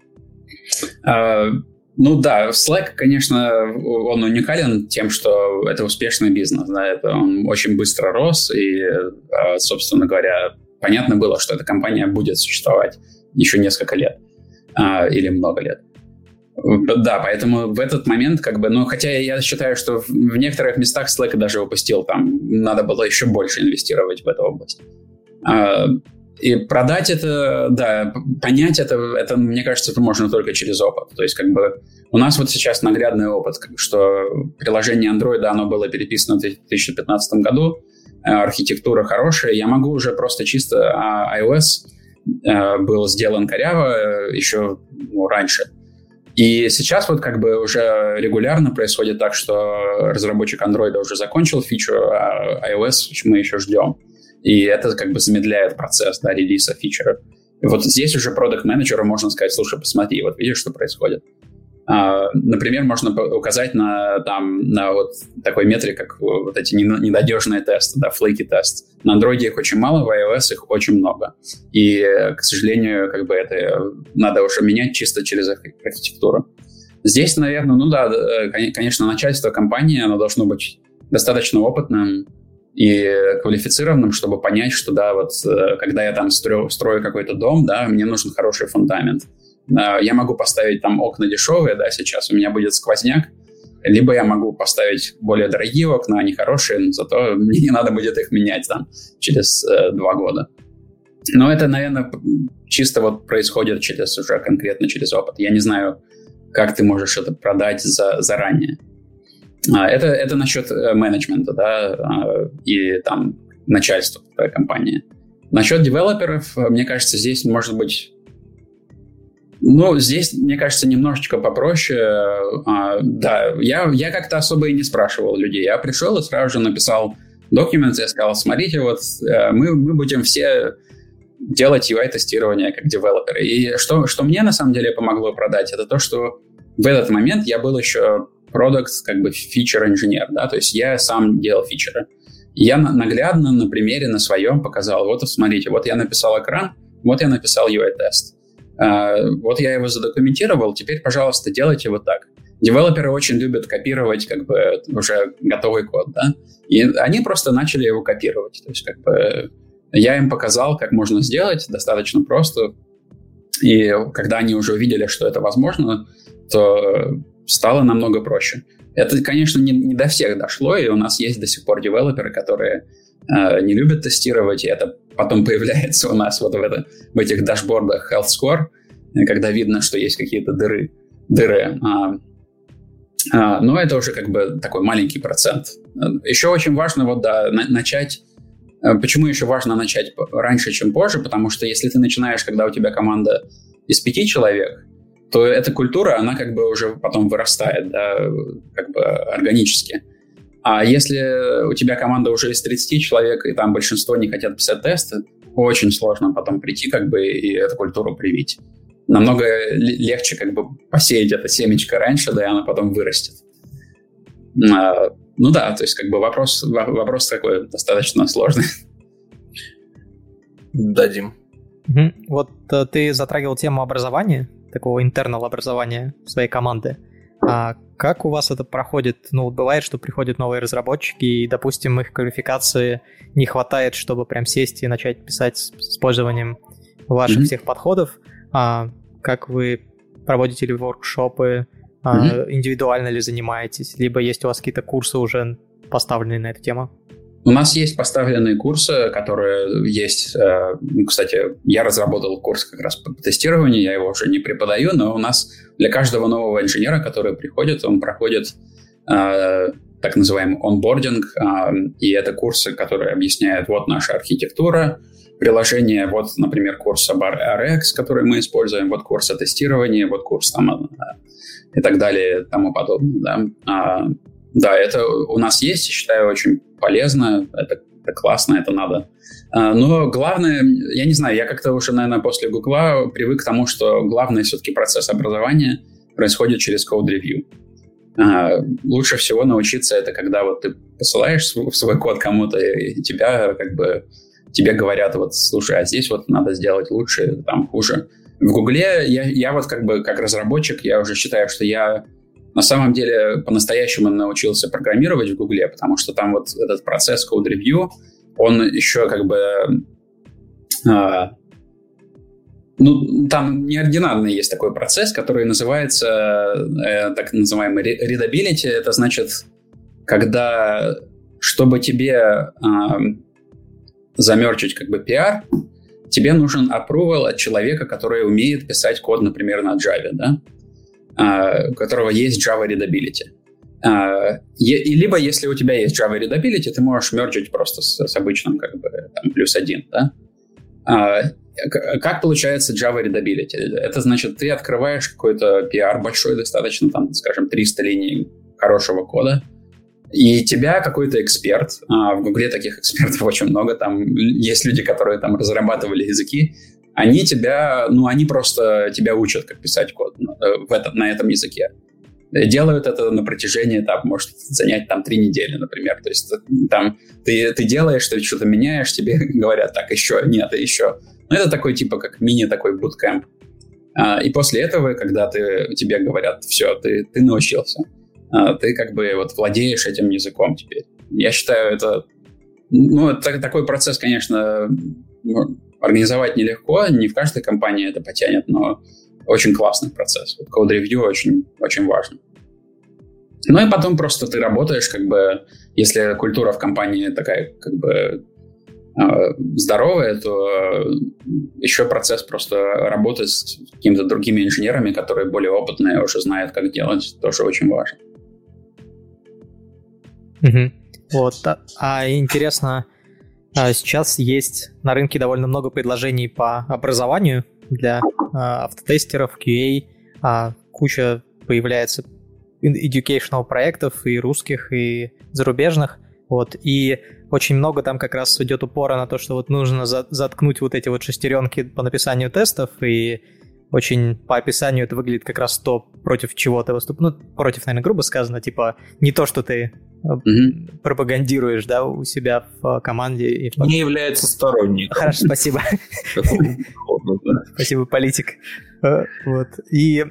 Ну да, Slack, конечно, он уникален тем, что это успешный бизнес, да, он очень быстро рос, и, собственно говоря, понятно было, что эта компания будет существовать еще несколько лет или много лет. Да, поэтому в этот момент, как бы, ну, хотя я считаю, что в некоторых местах Slack даже упустил, там надо было еще больше инвестировать в эту область. И продать это, да, понять это, мне кажется, это можно только через опыт. То есть, как бы, у нас вот сейчас наглядный опыт, что приложение Android, оно было переписано в 2015 году, архитектура хорошая, я могу уже просто чисто iOS был сделан коряво еще раньше. И сейчас вот как бы уже регулярно происходит так, что разработчик Android уже закончил фичу, а iOS мы еще ждем. И это как бы замедляет процесс, да, релиза фичера. И вот здесь уже продакт-менеджеру можно сказать, слушай, посмотри, вот видишь, что происходит. Например, можно указать на вот такой метрик, как вот эти ненадежные тесты, да, flaky тест. На Android их очень мало, в iOS их очень много. И, к сожалению, как бы это надо уже менять чисто через архитектуру. Здесь, наверное, ну да, конечно, начальство компании, оно должно быть достаточно опытным и квалифицированным, чтобы понять, что да, вот когда я там строю какой-то дом, да, мне нужен хороший фундамент. Я могу поставить там окна дешевые, да, сейчас у меня будет сквозняк, либо я могу поставить более дорогие окна, они хорошие, но зато мне не надо будет их менять там через 2 года. Но это, наверное, чисто вот происходит уже конкретно через опыт. Я не знаю, как ты можешь это продать заранее. Это насчет менеджмента, да, и там начальства твоей компании. Насчет девелоперов, мне кажется, здесь может быть... Ну, здесь, мне кажется, немножечко попроще. Да, я как-то особо и не спрашивал людей. Я пришел и сразу же написал документ, я сказал, смотрите, вот мы будем все делать UI-тестирование как девелоперы. И что мне на самом деле помогло продать, это то, что в этот момент я был еще продукт, как бы фичер-инженер, да, то есть я сам делал фичеры. Я наглядно на примере на своем показал, вот смотрите, вот я написал экран, вот я написал UI-тест. Вот я его задокументировал, теперь, пожалуйста, делайте вот так. Девелоперы очень любят копировать как бы уже готовый код, да, и они просто начали его копировать. То есть как бы я им показал, как можно сделать, достаточно просто, и когда они уже увидели, что это возможно, то стало намного проще. Это, конечно, не до всех дошло, и у нас есть до сих пор девелоперы, которые не любят тестировать, и это потом появляется у нас вот в этих дашбордах Health Score, когда видно, что есть какие-то дыры. Но это уже как бы такой маленький процент. Еще очень важно начать. Почему еще важно начать раньше, чем позже? Потому что если ты начинаешь, когда у тебя команда из 5 человек, то эта культура, она как бы уже потом вырастает, да, как бы органически. А если у тебя команда уже из 30 человек, и там большинство не хотят писать тесты, очень сложно потом прийти как бы и эту культуру привить. Намного легче как бы посеять это семечко раньше, да, и оно потом вырастет. Ну да, то есть как бы вопрос такой достаточно сложный. Да, Дим. Вот ты затрагивал тему образования, такого интернал образования своей команды. А как у вас это проходит? Ну, бывает, что приходят новые разработчики, и, допустим, их квалификации не хватает, чтобы прям сесть и начать писать с использованием ваших всех подходов. Как вы проводите ли воркшопы, индивидуально ли занимаетесь, либо есть у вас какие-то курсы уже поставленные на эту тему? У нас есть поставленные курсы, которые есть. Кстати, я разработал курс как раз по тестированию, я его уже не преподаю, но у нас для каждого нового инженера, который приходит, он проходит так называемый онбординг, и это курсы, которые объясняют, вот наша архитектура, приложение, вот, например, курс об RX, который мы используем, вот курс о тестировании, вот курс там и так далее, и тому подобное, да. Да, это у нас есть, считаю, очень полезно, это классно, это надо. Но главное, я не знаю, я как-то уже, наверное, после Гугла привык к тому, что главный все-таки процесс образования происходит через код-ревью. Лучше всего научиться это, когда вот ты посылаешь свой код кому-то, и тебе говорят, вот, слушай, а здесь вот надо сделать лучше, там хуже. В Гугле я вот как бы как разработчик, я уже считаю, что я на самом деле по-настоящему научился программировать в Гугле, потому что там вот этот процесс код-ревью, он еще как бы... там неординарный есть такой процесс, который называется так называемый readability. Это значит, когда, чтобы тебе замерчить как бы PR, тебе нужен approval от человека, который умеет писать код, например, на Java, да? У которого есть Java Readability. И либо, если у тебя есть Java Readability, ты можешь мерджить просто с обычным как бы там, +1, да? Как получается Java Readability? Это значит, ты открываешь какой-то PR большой достаточно, там, скажем, 300 линий хорошего кода, и тебя какой-то эксперт, в Гугле таких экспертов очень много, там есть люди, которые там разрабатывали языки, они просто тебя учат, как писать код на этом языке. Делают это на протяжении, там, может занять там 3 недели, например. То есть там ты делаешь, ты что-то меняешь, тебе говорят, так, еще, нет, еще. Ну, это такой типа как мини-такой буткэмп. И после этого, когда тебе говорят, все, ты научился, ты как бы вот владеешь этим языком теперь. Я считаю, это такой процесс, конечно, организовать нелегко, не в каждой компании это потянет, но очень классный процесс. Вот код-ревью очень, очень важно. Ну и потом просто ты работаешь, как бы, если культура в компании такая, как бы, здоровая, то еще процесс просто работы с какими-то другими инженерами, которые более опытные, уже знают, как делать, тоже очень важно. Вот. Интересно, сейчас есть на рынке довольно много предложений по образованию для автотестеров, QA, куча появляется educational проектов и русских, и зарубежных, вот, и очень много там как раз идет упора на то, что вот нужно заткнуть вот эти вот шестеренки по написанию тестов, и очень по описанию это выглядит как раз то, против чего ты выступаешь. Ну, против, наверное, грубо сказано, типа не то, что ты пропагандируешь, да, у себя в команде. Не является сторонником. Хорошо, спасибо. Спасибо, политик. Вот. И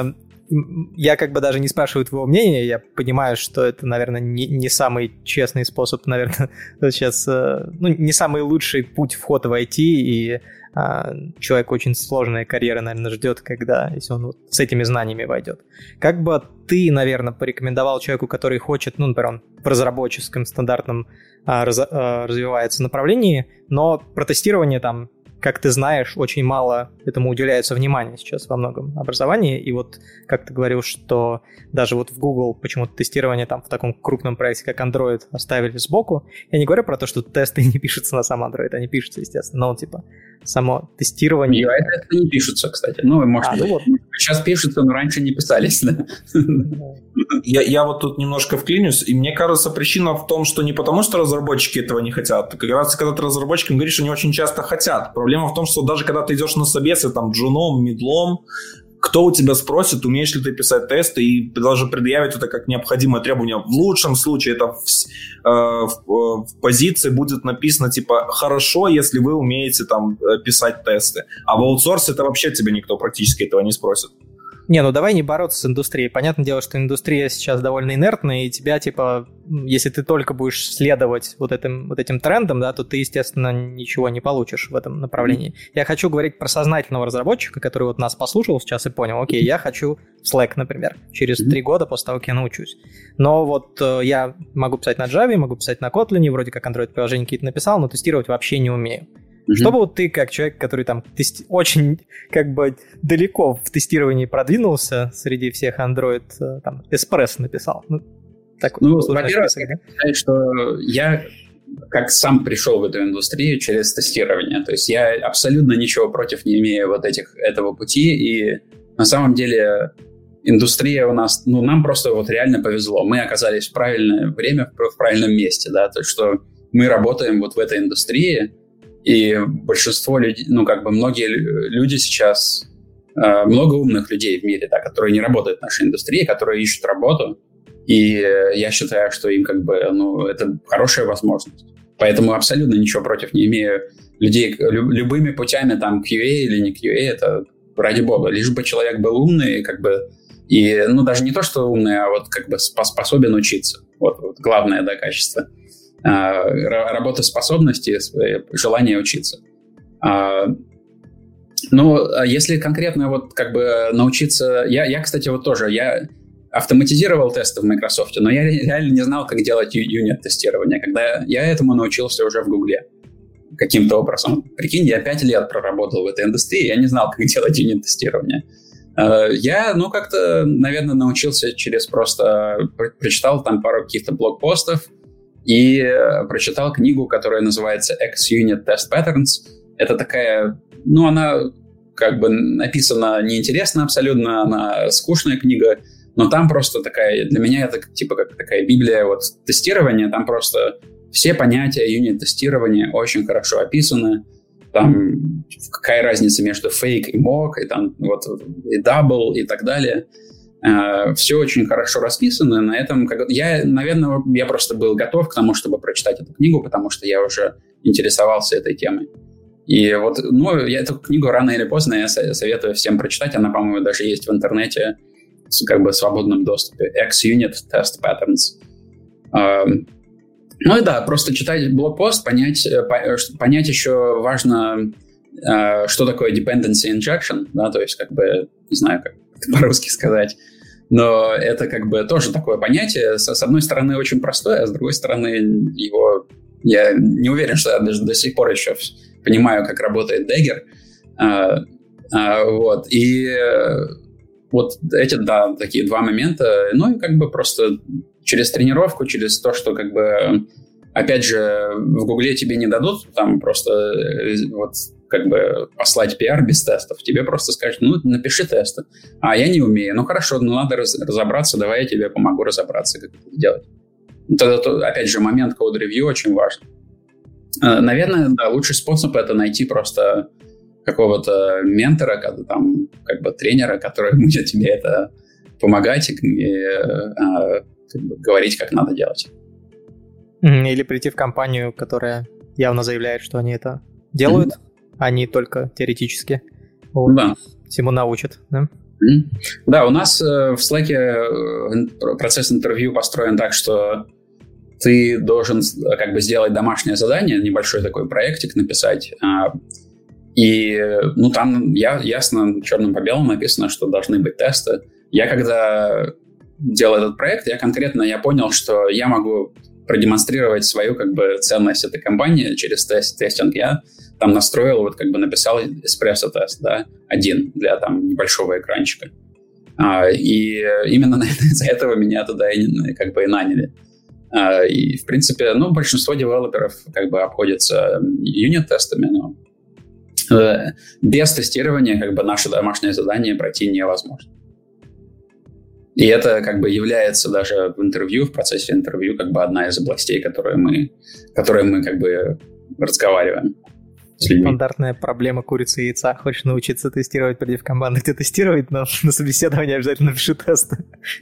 я как бы даже не спрашиваю твоего мнения, я понимаю, что это, наверное, не самый честный способ, наверное, сейчас, ну, не самый лучший путь входа в IT, и человек очень сложная карьера, наверное, ждет, если он вот с этими знаниями войдет. Как бы ты, наверное, порекомендовал человеку, который хочет, ну, например, он в разработческом стандартном развивается направлении, но про тестирование там, как ты знаешь, очень мало этому уделяется внимания сейчас во многом образовании. И вот, как ты говорил, что даже вот в Google почему-то тестирование там в таком крупном проекте, как Android, оставили сбоку. Я не говорю про то, что тесты не пишутся на сам Android, они пишутся, естественно, но типа само тестирование... UI-тесты не пишутся, кстати. Ну, может быть, вот. Сейчас пишутся, но раньше не писались. Да? Я вот тут немножко вклинюсь, и мне кажется, причина в том, что не потому, что разработчики этого не хотят. Как раз, когда ты разработчикам говоришь, они очень часто хотят. Проблема в том, что даже когда ты идешь на собесы, там, джуном, мидлом, кто у тебя спросит, умеешь ли ты писать тесты, и даже предъявить это как необходимое требование. В лучшем случае это в позиции будет написано, типа, хорошо, если вы умеете там писать тесты. А в аутсорсе это вообще тебя никто практически этого не спросит. Не, ну давай не бороться с индустрией. Понятное дело, что индустрия сейчас довольно инертная, и тебя, типа, если ты только будешь следовать вот этим трендам, да, то ты, естественно, ничего не получишь в этом направлении. Я хочу говорить про сознательного разработчика, который вот нас послушал сейчас и понял, окей, я хочу в Slack, например, через 3 года после того, как я научусь. Но вот я могу писать на Java, могу писать на Kotlin, вроде как Android-приложения какие-то написал, но тестировать вообще не умею. Чтобы вот ты, как человек, который там очень как бы далеко в тестировании продвинулся среди всех Android, там, Espresso написал. Ну, во-первых, я считаю, что я как сам пришел в эту индустрию через тестирование. То есть я абсолютно ничего против не имею вот этого пути. И на самом деле индустрия у нас, ну, нам просто вот реально повезло. Мы оказались в правильное время, в правильном месте, да, то есть что мы работаем вот в этой индустрии. И большинство людей, ну, как бы многие люди сейчас, много умных людей в мире, да, которые не работают в нашей индустрии, которые ищут работу. И я считаю, что им как бы, ну, это хорошая возможность. Поэтому абсолютно ничего против не имею. Людей любыми путями, там, QA или не QA, это ради бога. Лишь бы человек был умный, как бы, и, ну, даже не то, что умный, а вот как бы способен учиться. Вот главное, да, качество. Работоспособности, желание учиться. Но если конкретно вот как бы научиться... Я, кстати, вот тоже, я автоматизировал тесты в Microsoft, но я реально не знал, как делать юнит-тестирование, когда я этому научился уже в Гугле каким-то образом. Прикинь, я 5 лет проработал в этой индустрии, я не знал, как делать юнит-тестирование. Я, ну, как-то, наверное, научился через просто... Прочитал там пару каких-то блогпостов, и прочитал книгу, которая называется X-Unit Test Patterns. Это такая, ну, она как бы написана неинтересно абсолютно, она скучная книга, но там просто такая, для меня это типа как такая библия вот тестирования, там просто все понятия юнит-тестирования очень хорошо описаны, там какая разница между fake и mock, и там вот и double и так далее. Все очень хорошо расписано. На этом, наверное, я просто был готов к тому, чтобы прочитать эту книгу, потому что я уже интересовался этой темой. И вот, ну, я эту книгу рано или поздно я советую всем прочитать. Она, по-моему, даже есть в интернете как бы в свободном доступе. X-Unit Test Patterns. Ну и да, просто читать блогпост, понять еще важно, что такое dependency injection, да, то есть, как бы, не знаю, как по-русски сказать. Но это как бы тоже такое понятие. С одной стороны, очень простое, а с другой стороны, его... Я не уверен, что я даже до сих пор еще понимаю, как работает Dagger. Вот. И вот эти, да, такие 2 момента. Ну и как бы просто через тренировку, через то, что как бы... Опять же, в Гугле тебе не дадут там просто вот как бы послать PR без тестов. Тебе просто скажут, ну, напиши тесты. А я не умею. Ну, хорошо, ну, надо разобраться, давай я тебе помогу разобраться, как это делать. Опять же, момент код-ревью очень важен. Наверное, да, лучший способ — это найти просто какого-то ментора, там, как бы тренера, который будет тебе это помогать и как бы говорить, как надо делать. Или прийти в компанию, которая явно заявляет, что они это делают, а не только теоретически. Вот. Да. Всему научат, да? Да, у нас в Slack процесс интервью построен так, что ты должен как бы сделать домашнее задание, небольшой такой проектик написать. И там ясно, черным по белому написано, что должны быть тесты. Я когда делал этот проект, я понял, что я могу продемонстрировать свою как бы ценность этой компании через тестинг. Я там настроил, написал эспрессо-тест, да, один для там небольшого экранчика. И именно из-за этого меня туда и наняли. И, в принципе, большинство девелоперов как бы обходятся юнит-тестами, но без тестирования как бы наше домашнее задание пройти невозможно. И это как бы является даже в процессе интервью как бы одна из областей, которые мы как бы разговариваем с людьми. Стандартная проблема курицы и яйца. Хочешь научиться тестировать, приди в команду, где тестировать, но на собеседовании обязательно пиши тесты.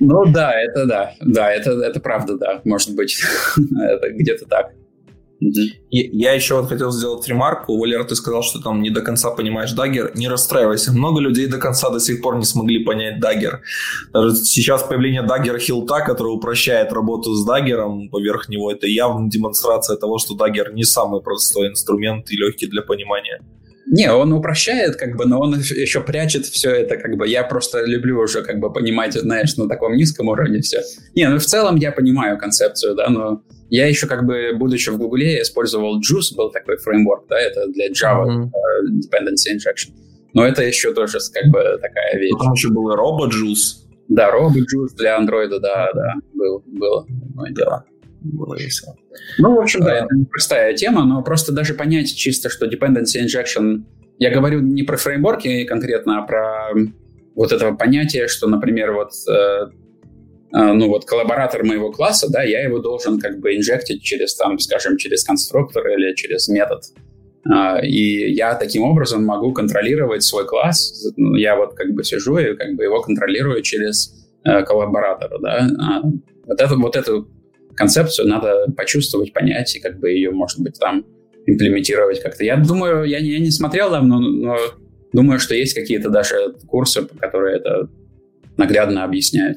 Это правда, да, может быть, это где-то так. Я еще хотел сделать ремарку. Валер, ты сказал, что там не до конца понимаешь Dagger. Не расстраивайся. Много людей до конца до сих пор не смогли понять Dagger. Даже сейчас появление Dagger Hilt, который упрощает работу с Dagger поверх него, это явная демонстрация того, что Dagger не самый простой инструмент и легкий для понимания. Не, он упрощает, как бы, но он еще прячет все это, как бы. Я просто люблю уже, как бы, понимать, знаешь, на таком низком уровне все. Не, в целом я понимаю концепцию, да, но я еще, как бы, будучи в Гугле, использовал Juice, был такой фреймворк, да, это для Java, Dependency Injection. Но это еще тоже, как бы, такая вещь. Потом еще был и RoboJuice. Да, RoboJuice для Android, да, было дело. Было весело. В общем, да, это непростая тема, но просто даже понять чисто, что dependency injection... Я говорю не про фреймворки конкретно, а про вот это понятие, что, например, коллаборатор моего класса, да, я его должен как бы инжектить через, там, скажем, через конструктор или через метод. И я таким образом могу контролировать свой класс. Я как бы сижу и как бы его контролирую через коллаборатора, да. Вот эту концепцию надо почувствовать, понять, и как бы ее, может быть, там имплементировать как-то. Я думаю, я не смотрел давно, но думаю, что есть какие-то даже курсы, которые это наглядно объясняют.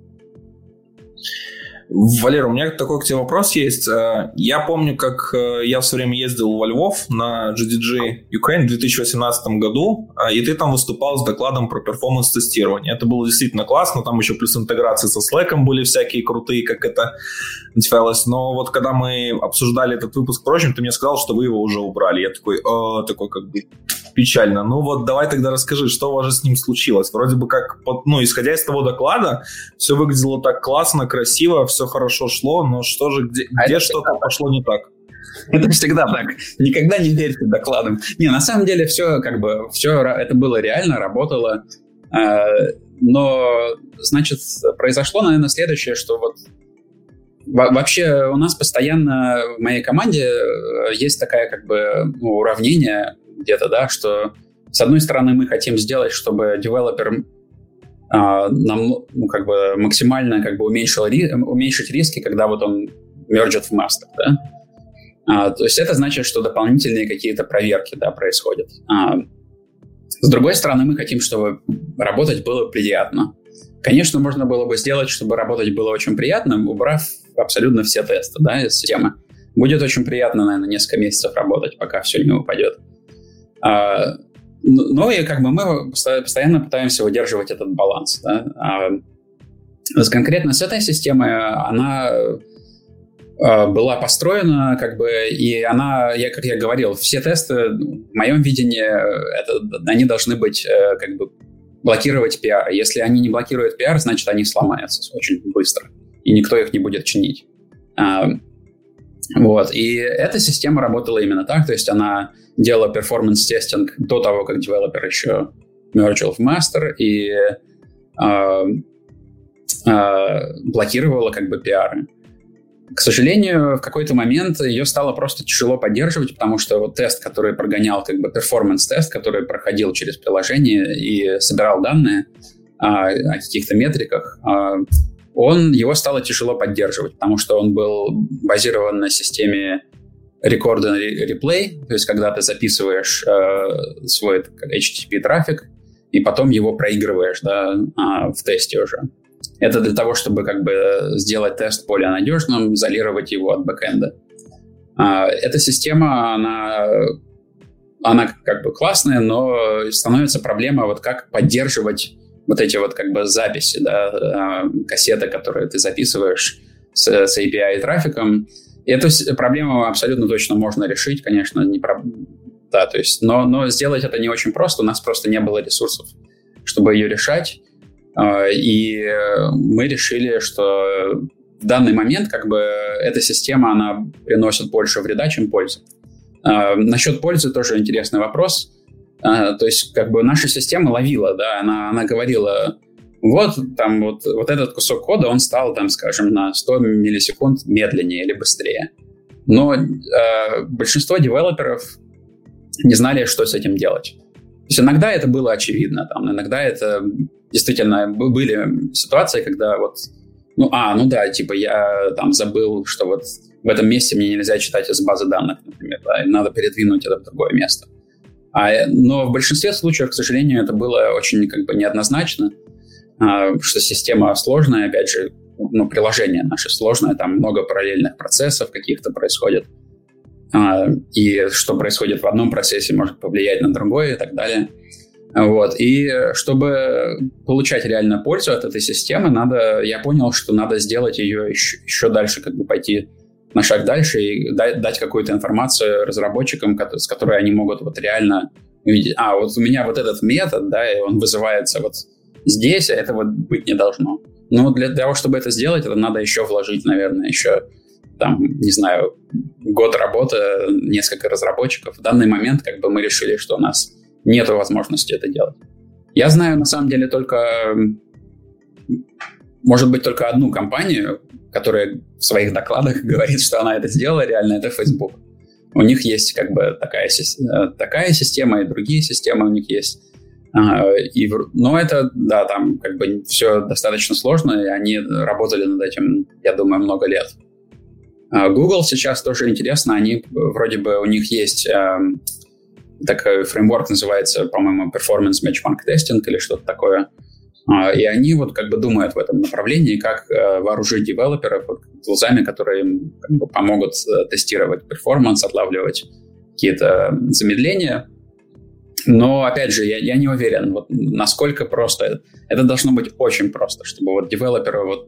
Валера, у меня такой к тебе вопрос есть. Я помню, как я все время ездил во Львов на GDG Ukraine в 2018 году, и ты там выступал с докладом про перформанс-тестирование. Это было действительно классно, там еще плюс интеграции со Slack были всякие крутые, как это называлось. Но вот когда мы обсуждали этот выпуск, впрочем, ты мне сказал, что вы его уже убрали. Я такой как бы печально. Давай тогда расскажи, что у вас же с ним случилось. Вроде бы как, исходя из того доклада, все выглядело так классно, красиво, все хорошо шло, но что же, где что-то пошло не так? Это всегда так. Никогда не верьте докладам. На самом деле все это было реально, работало. Но, значит, произошло, наверное, следующее, что вообще у нас постоянно в моей команде есть такая как бы уравнение где-то, да, что с одной стороны мы хотим сделать, чтобы девелопер нам как бы максимально как бы уменьшить риски, когда он мержит в мастер, да. То есть это значит, что дополнительные какие-то проверки, да, происходят. С другой стороны, мы хотим, чтобы работать было приятно. Конечно, можно было бы сделать, чтобы работать было очень приятно, убрав абсолютно все тесты, да, из системы. Будет очень приятно, наверное, несколько месяцев работать, пока все не упадет. Но и как бы мы постоянно пытаемся выдерживать этот баланс. Да? Конкретно с этой системой она была построена, как бы, и она, как я говорил, все тесты, в моем видении, они должны быть, как бы, блокировать PR. Если они не блокируют PR, значит, они сломаются очень быстро, и никто их не будет чинить. И эта система работала именно так, то есть она делала перформанс-тестинг до того, как девелопер еще мержил в мастер, и блокировала как бы PR. К сожалению, в какой-то момент ее стало просто тяжело поддерживать, потому что вот тест, который прогонял, как бы перформанс-тест, который проходил через приложение и собирал данные о каких-то метриках, его стало тяжело поддерживать, потому что он был базирован на системе record and replay, то есть когда ты записываешь свой HTTP-трафик и потом его проигрываешь, да, в тесте уже. Это для того, чтобы как бы сделать тест более надежным, изолировать его от бэкэнда. Эта система, она как бы классная, но становится проблема, вот как поддерживать вот эти вот как бы записи, да, кассеты, которые ты записываешь с API-трафиком. Эту проблему абсолютно точно можно решить, конечно, да, то есть, но сделать это не очень просто, у нас просто не было ресурсов, чтобы ее решать. И мы решили, что в данный момент как бы эта система, она приносит больше вреда, чем пользы. Насчет пользы тоже интересный вопрос. То есть как бы наша система ловила, да, она говорила, вот там вот этот кусок кода, он стал там, скажем, на 100 миллисекунд медленнее или быстрее. Но большинство девелоперов не знали, что с этим делать. То есть иногда это было очевидно, там, иногда это действительно были ситуации, когда вот, да, типа я там забыл, что вот в этом месте мне нельзя читать из базы данных, например, да, и надо передвинуть это в другое место. Но в большинстве случаев, к сожалению, это было очень как бы неоднозначно, что система сложная, опять же, приложение наше сложное, там много параллельных процессов каких-то происходит, и что происходит в одном процессе может повлиять на другой и так далее. Вот. И чтобы получать реально пользу от этой системы, я понял, что надо сделать ее еще дальше, как бы пойти на шаг дальше и дать какую-то информацию разработчикам, с которой они могут вот реально увидеть. Вот у меня вот этот метод, да, и он вызывается вот здесь, а этого быть не должно. Но для того, чтобы это сделать, это надо еще вложить, наверное, еще там, не знаю, год работы, несколько разработчиков. В данный момент как бы мы решили, что у нас нет возможности это делать. Я знаю, на самом деле, может быть, только одну компанию, которая в своих докладах говорит, что она это сделала реально, это Facebook. У них есть как бы такая система, и другие системы у них есть. Но это, да, там как бы все достаточно сложно, и они работали над этим, я думаю, много лет. Google сейчас тоже интересно, они вроде бы, у них есть такой фреймворк, называется, по-моему, Performance Benchmark Testing или что-то такое. И они вот как бы думают в этом направлении, как вооружить девелоперов тулзами, которые им как бы помогут тестировать перформанс, отлавливать какие-то замедления. Но, опять же, я не уверен, вот, насколько просто. Это должно быть очень просто, чтобы вот девелоперы, вот,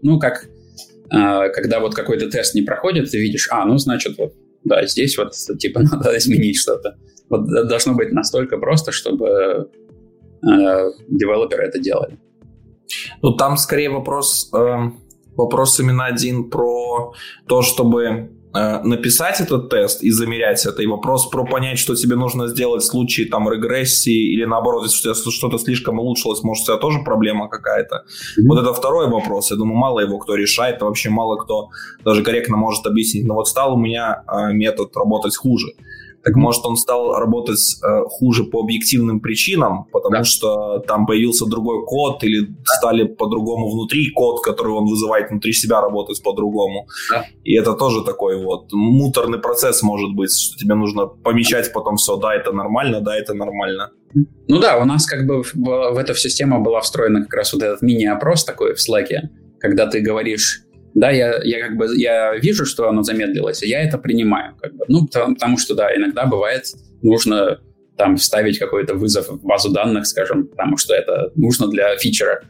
когда вот какой-то тест не проходит, ты видишь, значит, вот, да, здесь вот, типа, надо изменить что-то. Вот должно быть настолько просто, чтобы девелоперы это делали. Там скорее вопрос именно один про то, чтобы написать этот тест и замерять это, и вопрос про понять, что тебе нужно сделать в случае там регрессии или наоборот, если что-то слишком улучшилось, может, у тебя тоже проблема какая-то. Mm-hmm. Вот это второй вопрос. Я думаю, мало его кто решает, вообще мало кто даже корректно может объяснить. Но вот стал у меня метод работать хуже. Так может, он стал работать хуже по объективным причинам, потому что там появился другой код или стали по-другому внутри код, который он вызывает внутри себя, работать по-другому. Да. И это тоже такой вот муторный процесс может быть, что тебе нужно помечать потом все, да, это нормально, да, это нормально. Ну да, у нас как бы в эту систему была встроена как раз вот этот мини-опрос такой в Slack, когда ты говоришь... Да, я вижу, что оно замедлилось, и я это принимаю. Как бы. Потому что, да, иногда бывает нужно там вставить какой-то вызов в базу данных, скажем, потому что это нужно для фичера.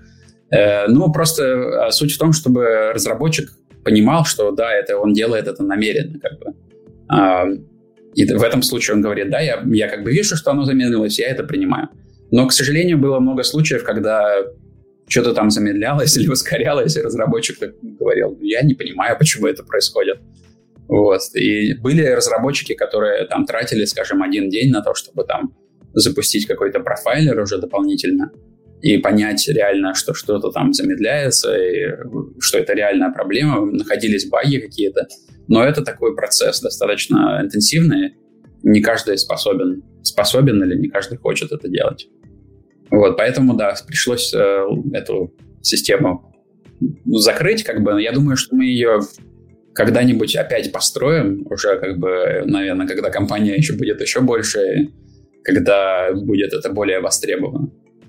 Просто суть в том, чтобы разработчик понимал, что, да, он делает это намеренно, как бы. И в этом случае он говорит, да, я как бы вижу, что оно замедлилось, я это принимаю. Но, к сожалению, было много случаев, когда что-то там замедлялось или ускорялось, и разработчик говорил, я не понимаю, почему это происходит. Вот. И были разработчики, которые там тратили, скажем, 1 день на то, чтобы там запустить какой-то профайлер уже дополнительно. и понять реально, что что-то там замедляется, и что это реальная проблема, находились баги какие-то. Но это такой процесс достаточно интенсивный. Не каждый способен или не каждый хочет это делать. Вот, поэтому, да, пришлось эту систему закрыть, как бы. Я думаю, что мы ее когда-нибудь опять построим, уже, как бы, наверное, когда компания еще будет еще больше, когда будет это более востребовано.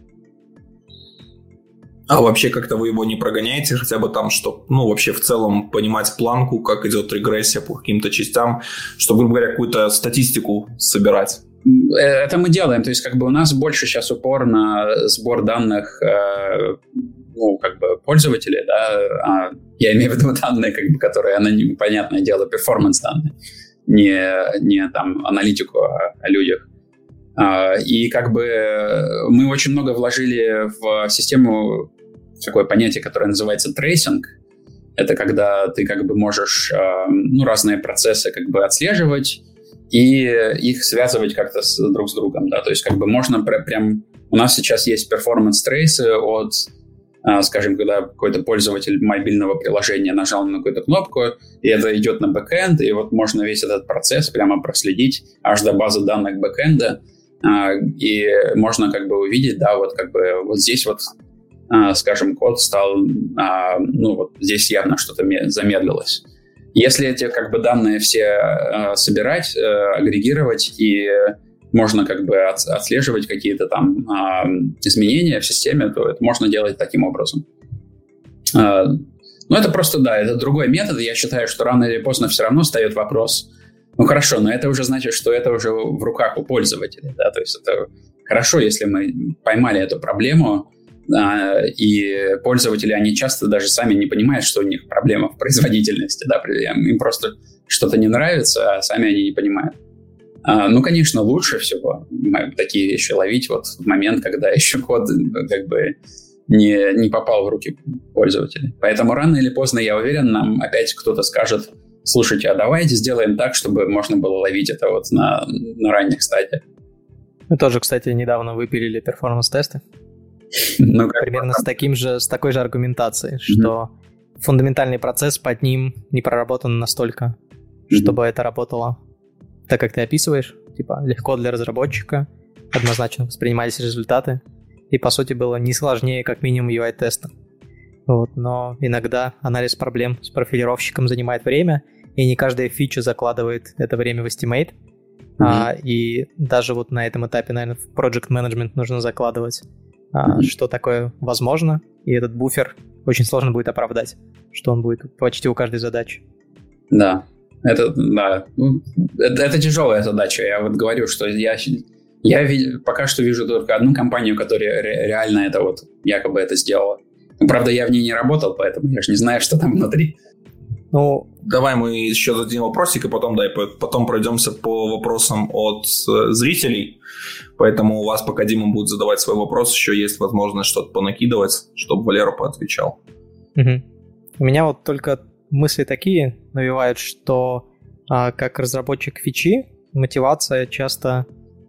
А вообще как-то вы его не прогоняете, хотя бы там, чтобы, вообще в целом понимать планку, как идет регрессия по каким-то частям, чтобы, грубо говоря, какую-то статистику собирать? Это мы делаем, то есть как бы у нас больше сейчас упор на сбор данных, пользователей, да, я имею в виду данные, которые, понятное дело, перформанс-данные, не там аналитику о людях. И как бы мы очень много вложили в систему такое понятие, которое называется трейсинг. Это когда ты как бы можешь разные процессы как бы отслеживать и их связывать как-то друг с другом, да, то есть как бы можно прям... У нас сейчас есть перформанс-трейсы от, скажем, когда какой-то пользователь мобильного приложения нажал на какую-то кнопку, и это идет на бэкэнд, и вот можно весь этот процесс прямо проследить аж до базы данных бэкэнда, и можно как бы увидеть, да, вот как бы вот здесь вот, скажем, код стал, вот здесь явно что-то замедлилось. Если эти как бы данные все собирать, агрегировать, и можно как бы отслеживать какие-то там изменения в системе, то это можно делать таким образом. Но это просто, да, это другой метод, и я считаю, что рано или поздно все равно встает вопрос. Ну хорошо, но это уже значит, что это уже в руках у пользователей, да, то есть это хорошо, если мы поймали эту проблему, и пользователи, они часто даже сами не понимают, что у них проблема в производительности, да, им просто что-то не нравится, а сами они не понимают. Конечно, лучше всего такие вещи ловить вот в момент, когда еще код как бы не попал в руки пользователей. Поэтому рано или поздно, я уверен, нам опять кто-то скажет: слушайте, а давайте сделаем так, чтобы можно было ловить это вот на ранних стадиях. Мы тоже, кстати, недавно выпилили перформанс-тесты. Примерно с такой же аргументацией, что фундаментальный процесс под ним не проработан настолько, чтобы это работало так, как ты описываешь. Типа легко для разработчика, однозначно воспринимались результаты, и по сути было не сложнее, как минимум, UI-теста. Вот, но иногда анализ проблем с профилировщиком занимает время, и не каждая фича закладывает это время в estimate. И даже вот на этом этапе, наверное, в project management нужно закладывать, что такое возможно, и этот буфер очень сложно будет оправдать, что он будет почти у каждой задачи. Да, это тяжелая задача. Я вот говорю, что я пока что вижу только одну компанию, которая реально это вот якобы это сделала. Правда, я в ней не работал, поэтому я же не знаю, что там внутри. Давай мы еще зададим вопросик, и потом пройдемся по вопросам от зрителей. Поэтому у вас, пока Дима будет задавать свой вопрос, еще есть возможность что-то понакидывать, чтобы Валера поотвечал. У меня вот только мысли такие навевают, что как разработчик фичи, мотивация часто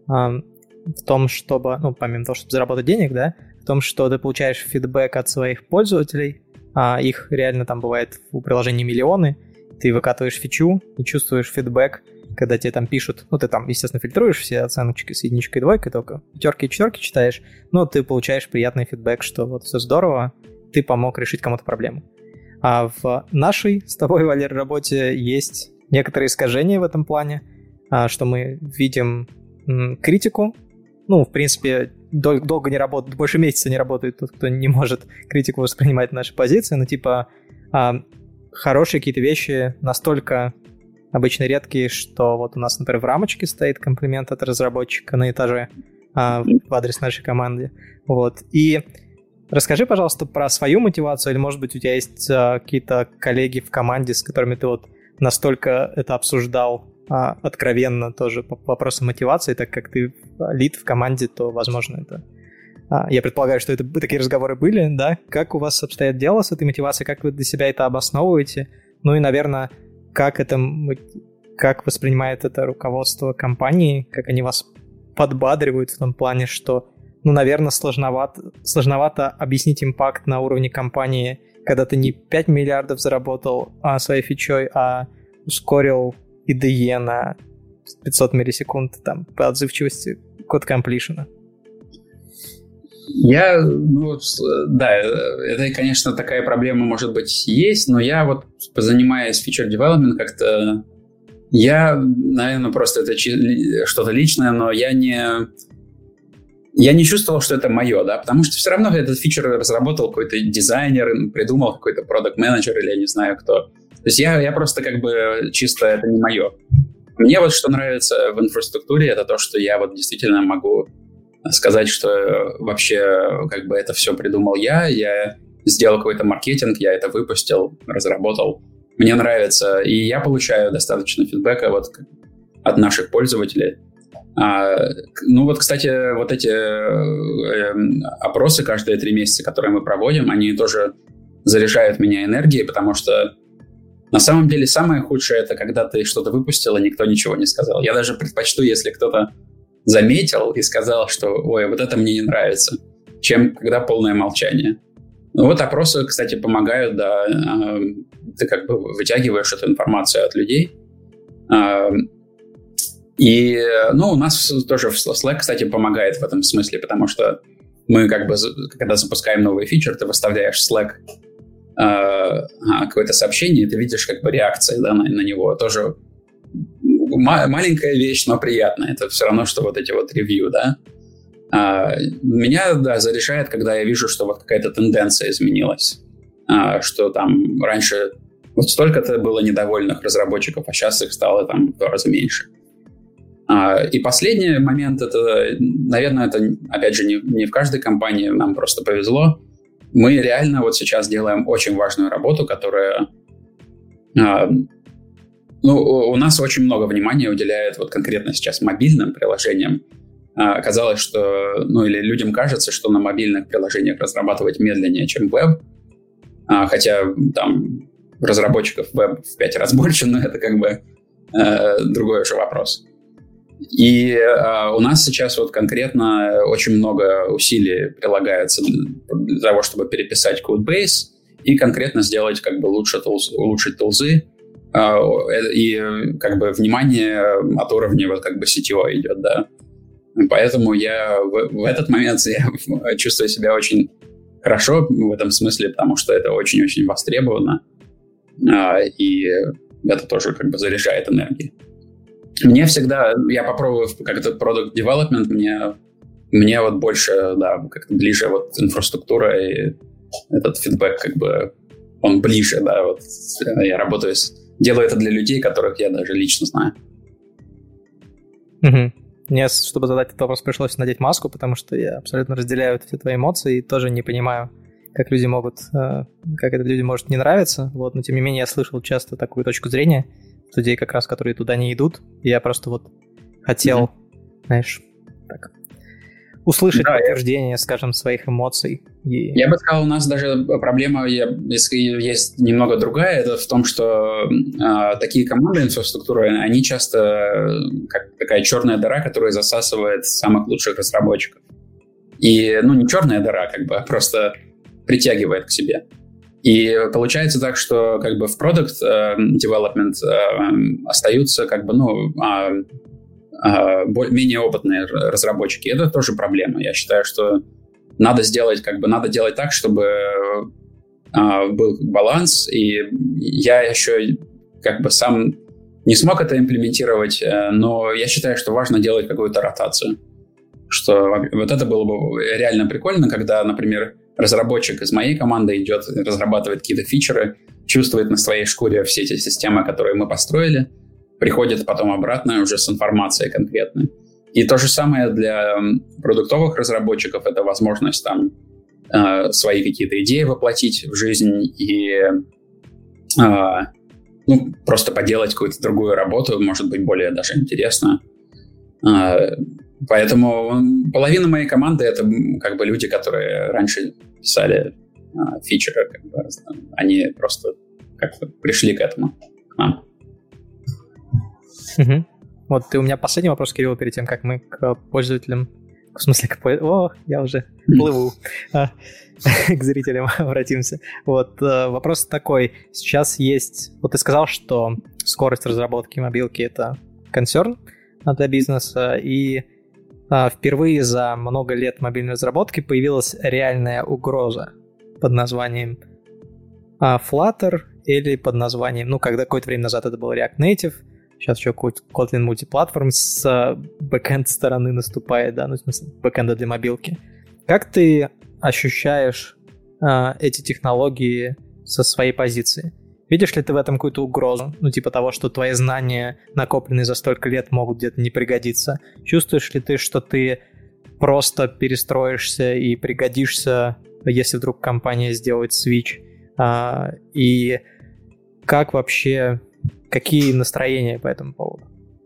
в том, чтобы, помимо того, чтобы заработать денег, да, в том, что ты получаешь фидбэк от своих пользователей, их реально там бывает у приложений миллионы, ты выкатываешь фичу и чувствуешь фидбэк, когда тебе там пишут, ты там, естественно, фильтруешь все оценочки с единичкой и двойкой, только пятерки и четверки читаешь, но ты получаешь приятный фидбэк, что вот все здорово, ты помог решить кому-то проблему. А в нашей с тобой, Валер, работе есть некоторые искажения в этом плане, что мы видим критику. В принципе, долго не работает, больше месяца не работает тот, кто не может критику воспринимать наши позиции, но хорошие какие-то вещи настолько обычно редкие, что вот у нас, например, в рамочке стоит комплимент от разработчика на этаже в адрес нашей команды. Вот. И расскажи, пожалуйста, про свою мотивацию, или, может быть, у тебя есть какие-то коллеги в команде, с которыми ты вот настолько это обсуждал откровенно тоже по вопросу мотивации, так как ты лид в команде, то, возможно, это... Я предполагаю, что такие разговоры были, да? Как у вас обстоят дела с этой мотивацией, как вы для себя это обосновываете? Ну и, наверное, как воспринимает это руководство компании, как они вас подбадривают в том плане, что, наверное, сложновато объяснить импакт на уровне компании, когда ты не 5 миллиардов заработал своей фичой, а ускорил IDE на 500 миллисекунд там, по отзывчивости код комплишена. Да, это, конечно, такая проблема, может быть, есть, но я вот, занимаясь feature development, как-то наверное, просто это что-то личное, но я не чувствовал, что это мое, да, потому что все равно этот фичер разработал какой-то дизайнер, придумал какой-то продакт-менеджер или я не знаю кто. То есть я просто как бы чисто это не мое. Мне вот что нравится в инфраструктуре, это то, что я вот действительно могу сказать, что вообще как бы это все придумал я сделал какой-то маркетинг, я это выпустил, разработал. Мне нравится, и я получаю достаточно фидбэка вот от наших пользователей. Кстати, вот эти опросы каждые 3 месяца, которые мы проводим, они тоже заряжают меня энергией, потому что на самом деле самое худшее — это когда ты что-то выпустил, и никто ничего не сказал. Я даже предпочту, если кто-то заметил и сказал, что «Ой, вот это мне не нравится», чем когда полное молчание. Вот опросы, кстати, помогают, да, ты как бы вытягиваешь эту информацию от людей. И, у нас тоже Slack, кстати, помогает в этом смысле, потому что мы как бы, когда запускаем новый фичер, ты выставляешь в Slack какое-то сообщение, и ты видишь как бы реакции, да, на него. Тоже маленькая вещь, но приятная. Это все равно, что вот эти вот ревью, да. Меня, да, заряжает, когда я вижу, что вот какая-то тенденция изменилась. Что там раньше вот столько-то было недовольных разработчиков, а сейчас их стало там в 2 раза меньше. И последний момент, это, наверное, это, опять же, не в каждой компании, нам просто повезло. Мы реально вот сейчас делаем очень важную работу, которая... у нас очень много внимания уделяет вот конкретно сейчас мобильным приложениям. Оказалось, что... или людям кажется, что на мобильных приложениях разрабатывать медленнее, чем веб. Хотя там разработчиков веб в 5 раз больше, но это как бы другой уже вопрос. И у нас сейчас вот конкретно очень много усилий прилагается для того, чтобы переписать кодбейс и конкретно сделать как бы улучшить тулзы. И как бы внимание от уровня вот как бы CTO идет, да. Поэтому я в этот момент я чувствую себя очень хорошо в этом смысле, потому что это очень-очень востребовано. И это тоже как бы заряжает энергией. Мне всегда, я попробую как-то product development, мне вот больше, да, как-то ближе вот инфраструктура и этот фидбэк как бы, он ближе, да, вот я делаю это для людей, которых я даже лично знаю. Угу. Мне, чтобы задать этот вопрос, пришлось надеть маску, потому что я абсолютно разделяю все твои эмоции и тоже не понимаю, как это людям может не нравиться, вот, но тем не менее я слышал часто такую точку зрения людей, как раз, которые туда не идут. И я просто вот хотел, знаешь, так, услышать подтверждение, скажем, своих эмоций. Я бы сказал, у нас даже проблема, если есть немного другая, это в том, что такие команды инфраструктуры, они часто как такая черная дыра, которая засасывает самых лучших разработчиков. И, не черная дыра, как бы, а просто притягивает к себе. И получается так, что как бы в product development остаются как бы, менее опытные разработчики. Это тоже проблема. Я считаю, что надо делать так, чтобы был баланс. И я еще как бы сам не смог это имплементировать, но я считаю, что важно делать какую-то ротацию. Что вот это было бы реально прикольно, когда, например, разработчик из моей команды идет, разрабатывает какие-то фичеры, чувствует на своей шкуре все эти системы, которые мы построили, приходит потом обратно уже с информацией конкретной. И то же самое для продуктовых разработчиков, это возможность там свои какие-то идеи воплотить в жизнь и просто поделать какую-то другую работу, может быть, более даже интересную. Поэтому половина моей команды — это как бы люди, которые раньше писали фичеры, как бы, они просто как-то пришли к этому. Угу. Вот, и у меня последний вопрос, Кирилл, перед тем, как мы к пользователям В смысле, я уже плыву. К зрителям обратимся. Вот вопрос такой. Сейчас есть... Вот ты сказал, что скорость разработки мобилки — это концерн для бизнеса, и впервые за много лет мобильной разработки появилась реальная угроза под названием Flutter или под названием... когда какое-то время назад это был React Native, сейчас еще Kotlin Multiplatform с бэкэнд стороны наступает, да, в смысле бэкэнда для мобилки. Как ты ощущаешь эти технологии со своей позиции? Видишь ли ты в этом какую-то угрозу? Типа того, что твои знания, накопленные за столько лет, могут где-то не пригодиться. Чувствуешь ли ты, что ты просто перестроишься и пригодишься, если вдруг компания сделает свитч? И как вообще, какие настроения по этому поводу?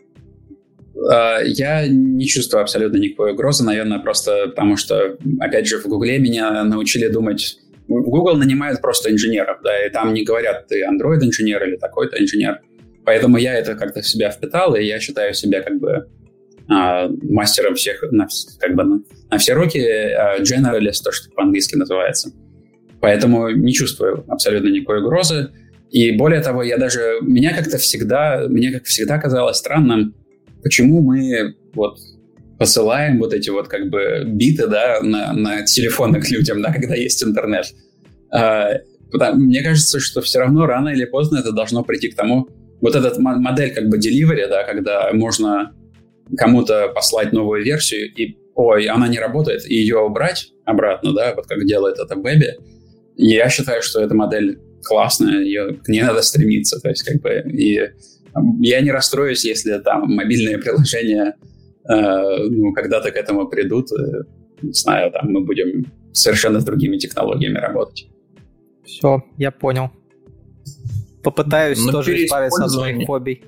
Я не чувствую абсолютно никакой угрозы, наверное, просто потому что, опять же, в Гугле меня научили думать... Google нанимает просто инженеров, да, и там не говорят, ты Android-инженер или такой-то инженер. Поэтому я это как-то в себя впитал, и я считаю себя как бы мастером всех, на все руки, generalist, то, что по-английски называется. Поэтому не чувствую абсолютно никакой угрозы. И более того, мне как всегда казалось странным, почему мы посылаем вот эти как бы биты, да, на телефоны к людям, да, когда есть интернет. Мне кажется, что все равно рано или поздно это должно прийти к тому, вот эта модель как бы delivery, да, когда можно кому-то послать новую версию, и, она не работает, и ее убрать обратно, да, вот как делает это Baby. И я считаю, что эта модель классная, к ней надо стремиться, то есть как бы, и я не расстроюсь, если там мобильные приложения когда-то к этому придут, не знаю, там мы будем совершенно с другими технологиями работать. Все, я понял. Попытаюсь тоже избавиться от своих фобий.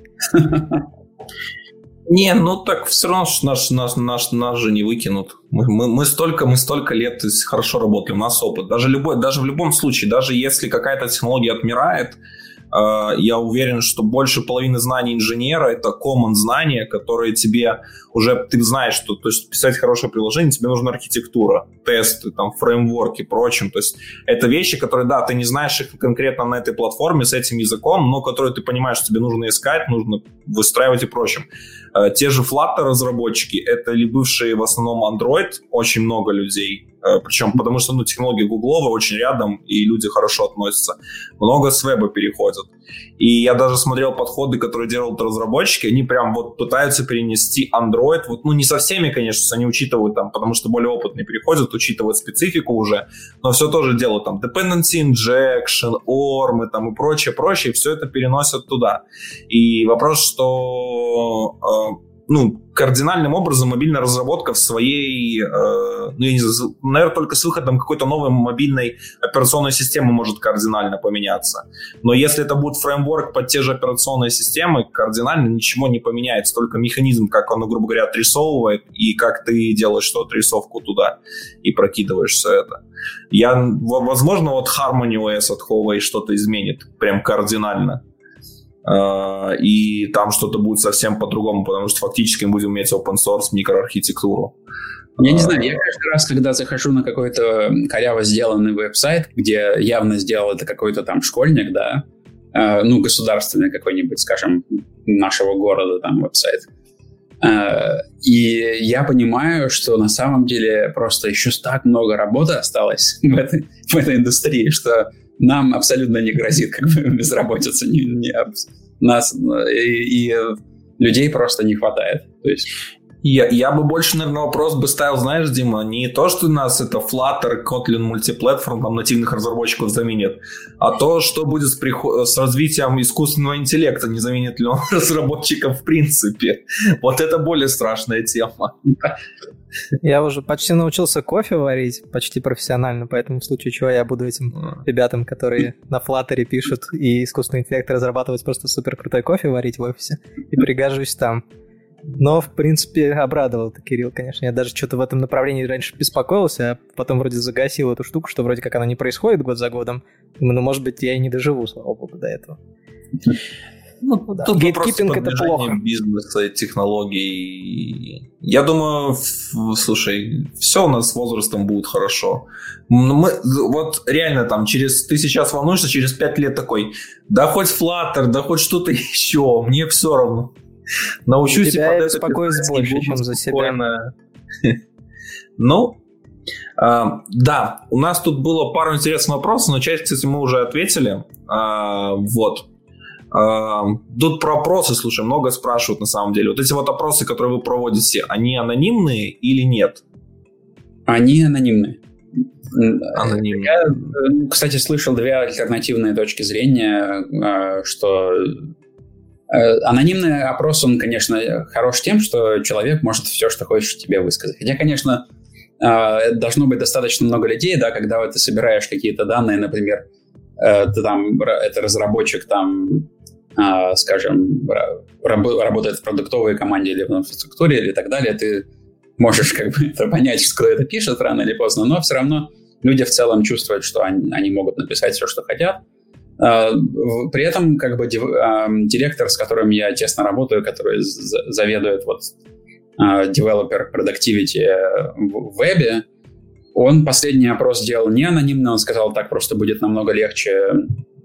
Не, так все равно нас же не выкинут. Мы столько лет хорошо работали, у нас опыт. Даже в любом случае, даже если какая-то технология отмирает, я уверен, что больше половины знаний инженера — это common знания, которые тебе уже, ты знаешь, что, то есть писать хорошее приложение, тебе нужна архитектура, тесты, там, фреймворки и прочим. То есть это вещи, которые, да, ты не знаешь их конкретно на этой платформе с этим языком, но которые ты понимаешь, что тебе нужно искать, нужно выстраивать и прочим. Те же Flutter разработчики — это ли бывшие в основном Android, очень много людей, причем потому что технология гугловая очень рядом, и люди хорошо относятся. Много с веба переходят. И я даже смотрел подходы, которые делают разработчики, они прям пытаются перенести Android, не со всеми, конечно, они учитывают там, потому что более опытные переходят, учитывают специфику уже, но все тоже делают там dependency injection, ORM и прочее, и все это переносят туда. И вопрос, что кардинальным образом мобильная разработка в своей, я не знаю, наверное, только с выходом какой-то новой мобильной операционной системы может кардинально поменяться. Но если это будет фреймворк под те же операционные системы, кардинально ничего не поменяется, только механизм, как он, грубо говоря, отрисовывает, и как ты делаешь отрисовку туда и прокидываешь все это. Возможно, Harmony OS от Huawei что-то изменит прям кардинально. И там что-то будет совсем по-другому, потому что фактически мы будем иметь open source микроархитектуру. Я не знаю, я каждый раз, когда захожу на какой-то коряво сделанный веб-сайт, где явно сделал это какой-то там школьник, да, государственный какой-нибудь, скажем, нашего города там веб-сайт, и я понимаю, что на самом деле просто еще так много работы осталось в этой индустрии, что нам абсолютно не грозит как бы безработица, нас и людей просто не хватает. То есть... Я бы больше, наверное, вопрос бы ставил, знаешь, Дима, не то, что у нас это Flutter, Kotlin Multiplatform, там нативных разработчиков заменит, а то, что будет с развитием искусственного интеллекта, не заменит ли он разработчиков в принципе. Вот это более страшная тема. Я уже почти научился кофе варить, почти профессионально, поэтому в случае чего я буду этим ребятам, которые на Flutter пишут и искусственный интеллект разрабатывать, просто супер крутой кофе варить в офисе, и пригожусь там. Но, в принципе, обрадовал ты, Кирилл, конечно. Я даже что-то в этом направлении раньше беспокоился, а потом вроде загасил эту штуку, что вроде как она не происходит год за годом. Думаю, может быть, я и не доживу, слава богу, до этого. Тут гейткипинг — это плохо. Бизнеса, технологий. Я думаю, слушай, все у нас с возрастом будет хорошо. Вот реально там, ты сейчас волнуешься, через 5 лет такой, да хоть Flutter, да хоть что-то еще, мне все равно. Научусь и под это беспокоюсь больше, чем за себя. Да, у нас тут было пару интересных вопросов, но часть, кстати, мы уже ответили. Вот. Тут про опросы, слушай, много спрашивают на самом деле. Вот эти вот опросы, которые вы проводите, они анонимные или нет? Они анонимные. Анонимные. Я, кстати, слышал 2 альтернативные точки зрения, что анонимный опрос, он, конечно, хорош тем, что человек может все, что хочет тебе высказать. Хотя, конечно, должно быть достаточно много людей, да, когда вот ты собираешь какие-то данные, например, ты там, это разработчик там, скажем, работает в продуктовой команде или в инфраструктуре или так далее, ты можешь как бы это понять, кто это пишет рано или поздно, но все равно люди в целом чувствуют, что они могут написать все, что хотят. При этом как бы директор, с которым я тесно работаю, который заведует вот developer productivity в вебе, он последний опрос делал не анонимно, он сказал, так просто будет намного легче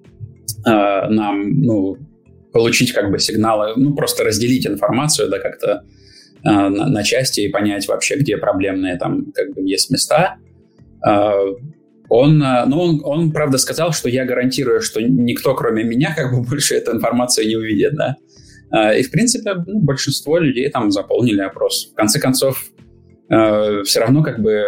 нам получить как бы сигналы, просто разделить информацию, да, как-то на части и понять вообще, где проблемные там как бы есть места. Он, правда, сказал, что я гарантирую, что никто, кроме меня, как бы больше эту информацию не увидит, да. И, в принципе, большинство людей там заполнили опрос. В конце концов, все равно как бы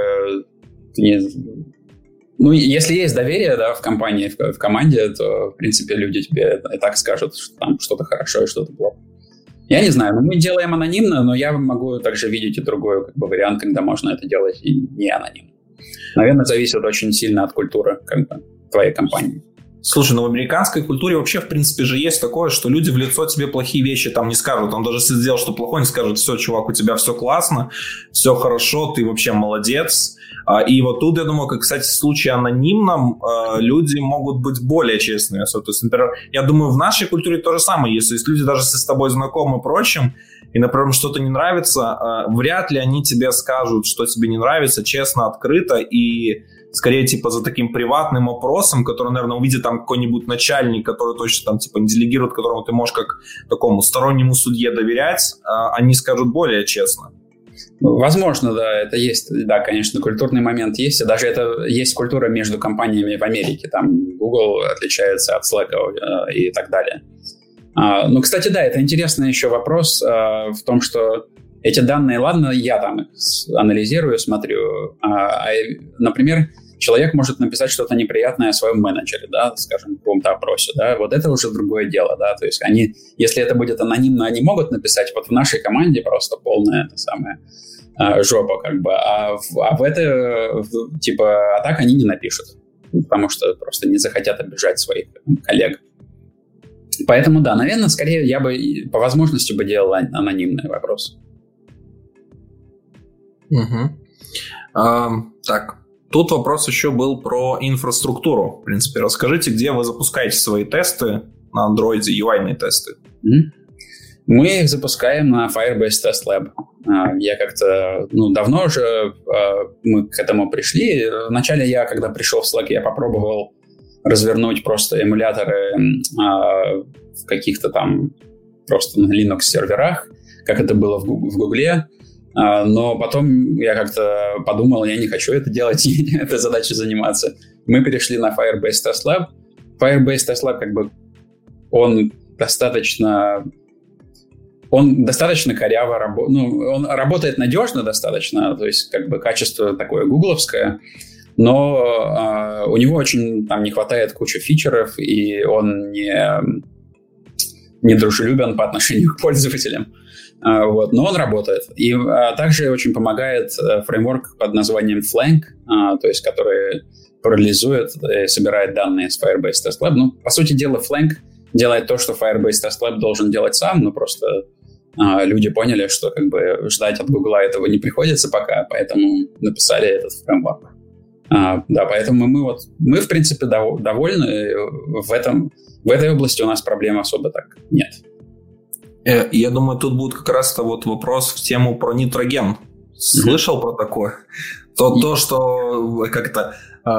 если есть доверие, да, в компании, в команде, то, в принципе, люди тебе и так скажут, что там что-то хорошо и что-то плохо. Я не знаю, мы делаем анонимно, но я могу также видеть и другой как бы вариант, когда можно это делать и не анонимно. Наверное, зависит очень сильно от культуры как бы твоей компании. Слушай, в американской культуре вообще, в принципе, же есть такое, что люди в лицо тебе плохие вещи там не скажут. Он даже если сделал что плохое, не скажет: все, чувак, у тебя все классно, все хорошо, ты вообще молодец. И вот тут, я думаю, как, кстати, в случае анонимном, люди могут быть более честными. То есть, например, я думаю, в нашей культуре то же самое. Если люди даже с тобой знакомы и прочим, и, например, что-то не нравится, вряд ли они тебе скажут, что тебе не нравится, честно, открыто, и скорее, типа, за таким приватным опросом, который, наверное, увидит там какой-нибудь начальник, который точно там, типа, не делегирует, которому ты можешь как такому стороннему судье доверять, они скажут более честно. Возможно, да, это есть, да, конечно, культурный момент есть, и даже это есть культура между компаниями в Америке, там Google отличается от Slack и так далее. Ну, кстати, да, это интересный еще вопрос в том, что эти данные, ладно, я там их анализирую, смотрю, например, человек может написать что-то неприятное о своем менеджере, да, скажем, в каком-то опросе, да, вот это уже другое дело, да, то есть они, если это будет анонимно, они могут написать, вот в нашей команде просто полная это самая жопа, как бы, а в это, типа, а так они не напишут, потому что просто не захотят обижать своих коллег. Поэтому, да, наверное, скорее я бы по возможности бы делал анонимный вопрос. Так, тут вопрос еще был про инфраструктуру. В принципе, расскажите, где вы запускаете свои тесты на Android, UI-ные тесты? Мы их запускаем на Firebase Test Lab. Я как-то, давно уже мы к этому пришли. Вначале я, когда пришел в Slack, я попробовал развернуть просто эмуляторы в каких-то там просто на Linux-серверах, как это было в Гугле. Но потом я как-то подумал, я не хочу это делать и этой задачей заниматься. Мы перешли на Firebase Test Lab. Firebase Test Lab, как бы, он достаточно коряво работает. Он работает надежно достаточно, то есть как бы качество такое гугловское, но у него очень там не хватает кучи фичеров, и он не дружелюбен по отношению к пользователям. Вот, но он работает. И также очень помогает фреймворк под названием Flank, то есть который параллелизует и собирает данные с Firebase Test Lab. По сути дела, Flank делает то, что Firebase Test Lab должен делать сам, но просто люди поняли, что как бы ждать от Гугла этого не приходится пока, поэтому написали этот фреймворк. Да, поэтому мы в принципе, довольны. В этой области у нас проблем особо так нет. Я думаю, тут будет как раз-то вот вопрос в тему про нитроген. Слышал про такое? То, что как-то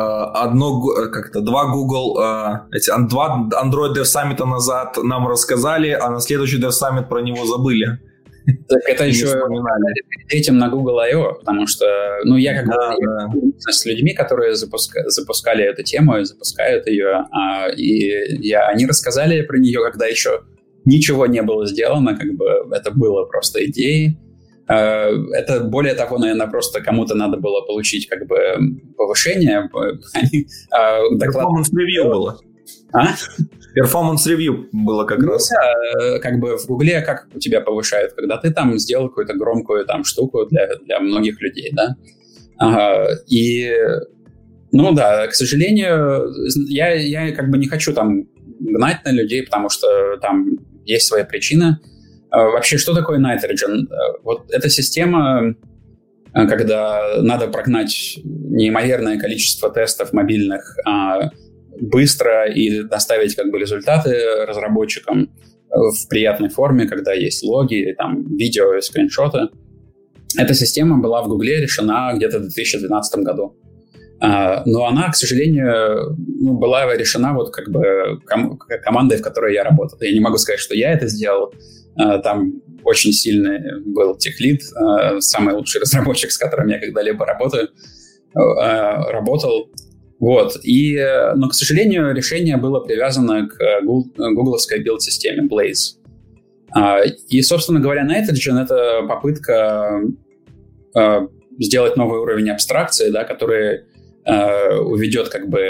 два Google, два Android Dev Summit назад нам рассказали, а на следующий Dev Summit про него забыли. Так это еще этим на Google I.O., потому что, я с людьми, которые запускали эту тему и запускают ее, они рассказали про нее, когда еще ничего не было сделано, как бы это было просто идеей. Это, более того, наверное, просто кому-то надо было получить как бы повышение. Перформанс-ревью было. Перформанс-ревью было как раз. Как бы в Гугле как у тебя повышают, когда ты там сделал какую-то громкую там штуку для многих людей, да? И, к сожалению, я как бы не хочу там гнать на людей, потому что там есть своя причина. Вообще, что такое Nitrogen? Вот эта система, когда надо прогнать неимоверное количество тестов мобильных быстро и доставить как бы результаты разработчикам в приятной форме, когда есть логи, там, видео и скриншоты. Эта система была в Гугле решена где-то в 2012 году. Но она, к сожалению, была решена вот как бы командой, в которой я работал. Я не могу сказать, что я это сделал. Там очень сильный был техлид, самый лучший разработчик, с которым я когда-либо работал. Вот. Но, к сожалению, решение было привязано к гугловской билд-системе Blaze. И, собственно говоря, Nitrogen — это попытка сделать новый уровень абстракции, да, который уберет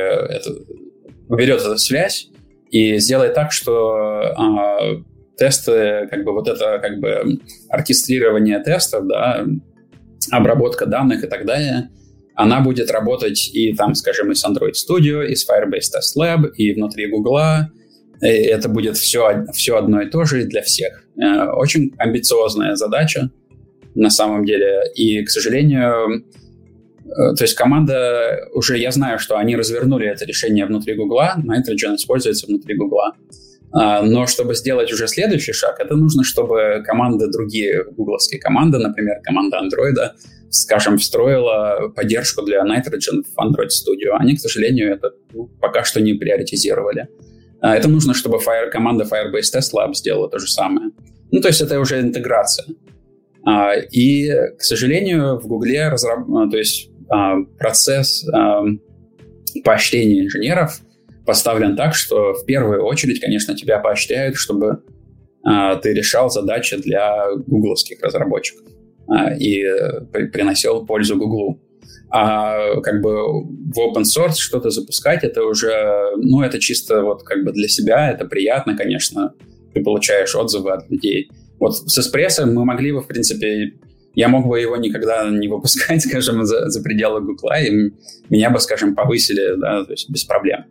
эту связь и сделает так, что тесты, как бы вот это как бы оркестрирование тестов, да, обработка данных и так далее, она будет работать и там, скажем, и с Android Studio, и с Firebase Test Lab, и внутри Гугла. Это будет все одно и то же для всех. Очень амбициозная задача на самом деле. И, к сожалению, то есть команда уже, я знаю, что они развернули это решение внутри Гугла, Nitrogen используется внутри Гугла. Но чтобы сделать уже следующий шаг, это нужно, чтобы другие гугловские команды, например, команда Android, скажем, встроила поддержку для Nitrogen в Android Studio. Они, к сожалению, это пока что не приоритизировали. Это нужно, чтобы команда Firebase Test Lab сделала то же самое. То есть это уже интеграция. И, к сожалению, в Гугле процесс поощрения инженеров поставлен так, что в первую очередь, конечно, тебя поощряют, чтобы ты решал задачи для гугловских разработчиков и приносил пользу Гуглу. А как бы в open source что-то запускать, это уже, это чисто вот как бы для себя, это приятно, конечно, ты получаешь отзывы от людей. Вот с Espresso мы могли бы, в принципе, я мог бы его никогда не выпускать, скажем, за пределы Гугла, и меня бы, скажем, повысили, да, то есть без проблем.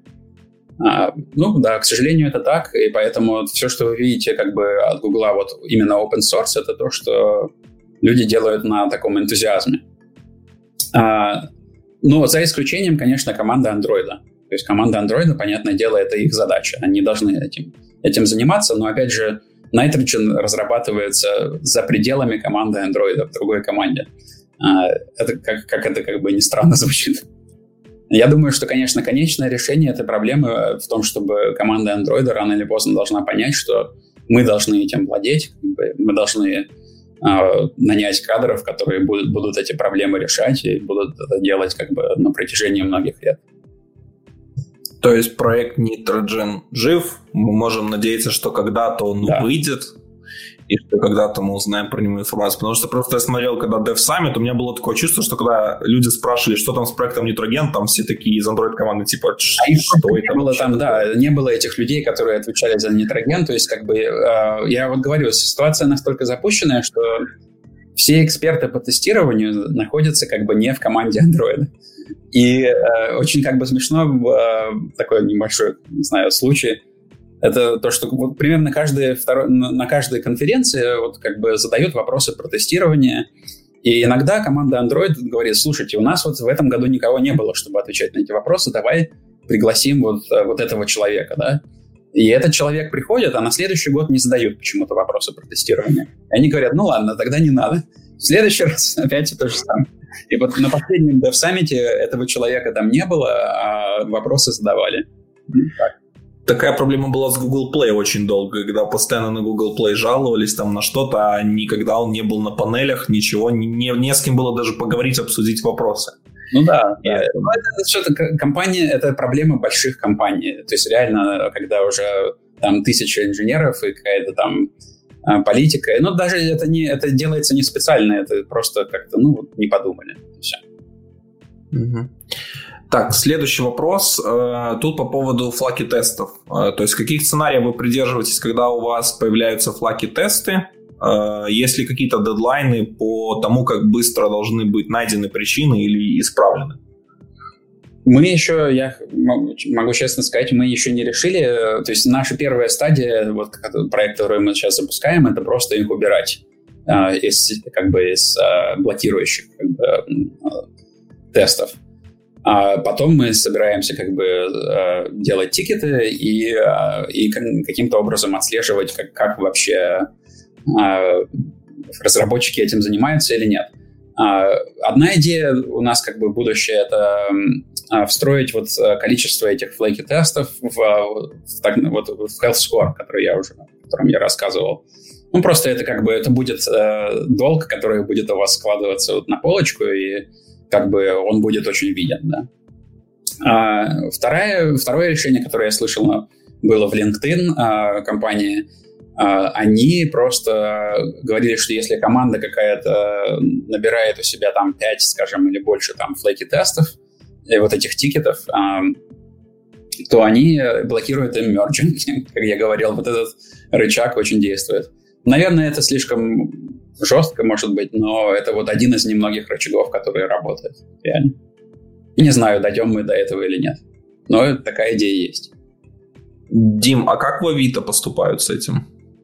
К сожалению, это так, и поэтому все, что вы видите как бы от Гугла, вот именно open source, это то, что люди делают на таком энтузиазме. Но за исключением, конечно, команды Android. То есть команда Android, понятное дело, это их задача. Они должны этим заниматься, но, опять же, Nitrogen разрабатывается за пределами команды Android в другой команде. Это как бы ни странно звучит. Я думаю, что, конечно, конечное решение этой проблемы в том, чтобы команда Android рано или поздно должна понять, что мы должны этим владеть, мы должны нанять кадров, которые будут эти проблемы решать и будут это делать как бы на протяжении многих лет. То есть проект Nitrogen жив, мы можем надеяться, что когда-то он выйдет, и что когда-то мы узнаем про него информацию. Потому что просто я смотрел, когда Dev Summit, у меня было такое чувство, что когда люди спрашивали, что там с проектом Nitrogen, там все такие из Android-команды, типа, что это? Было там, да, не было этих людей, которые отвечали за Nitrogen. То есть, как бы, я вот говорю, ситуация настолько запущенная, что все эксперты по тестированию находятся как бы не в команде Android. И очень как бы смешно, такой небольшой, не знаю, случай, это то, что вот примерно на каждой конференции вот как бы задают вопросы про тестирование, И иногда команда Android говорит: слушайте, у нас вот в этом году никого не было, чтобы отвечать на эти вопросы, давай пригласим вот этого человека, да. И этот человек приходит, а на следующий год не задают почему-то вопросы про тестирование. И они говорят: ну ладно, тогда не надо. В следующий раз опять то же самое. И вот на последнем DevSummit этого человека там не было, а вопросы задавали. Так. Такая проблема была с Google Play очень долго, когда постоянно на Google Play жаловались там на что-то, а никогда он не был на панелях, ничего, не с кем было даже поговорить, обсудить вопросы. Ну да. Это что-то компания, это проблема больших компаний. То есть реально, когда уже там 1000 инженеров и какая-то там политика, но даже это делается не специально, это просто как-то, не подумали. Все. Угу. Так, следующий вопрос. Тут по поводу флаки-тестов. То есть каких сценариев вы придерживаетесь, когда у вас появляются флаки-тесты? Есть ли какие-то дедлайны по тому, как быстро должны быть найдены причины или исправлены? Мы еще, я могу честно сказать, мы еще не решили. То есть наша первая стадия, вот проект, который мы сейчас запускаем, это просто их убирать из блокирующих тестов. А потом мы собираемся делать тикеты и каким-то образом отслеживать, как вообще разработчики этим занимаются или нет. Одна идея у нас будущее — это встроить количество этих флейки-тестов в health score, о котором я рассказывал. Просто это будет долг, который будет у вас складываться на полочку, и он будет очень виден, да. Второе решение, которое я слышал, было в LinkedIn компании. Они просто говорили, что если команда какая-то набирает у себя там 5, скажем, или больше там флейки-тестов и вот этих тикетов, то они блокируют им мерджинг. Как я говорил, вот этот рычаг очень действует. Наверное, это слишком жестко, может быть, но это один из немногих рычагов, которые работают реально. И не знаю, дойдем мы до этого или нет. Но такая идея есть. Дим, а как в Авито поступают с этим?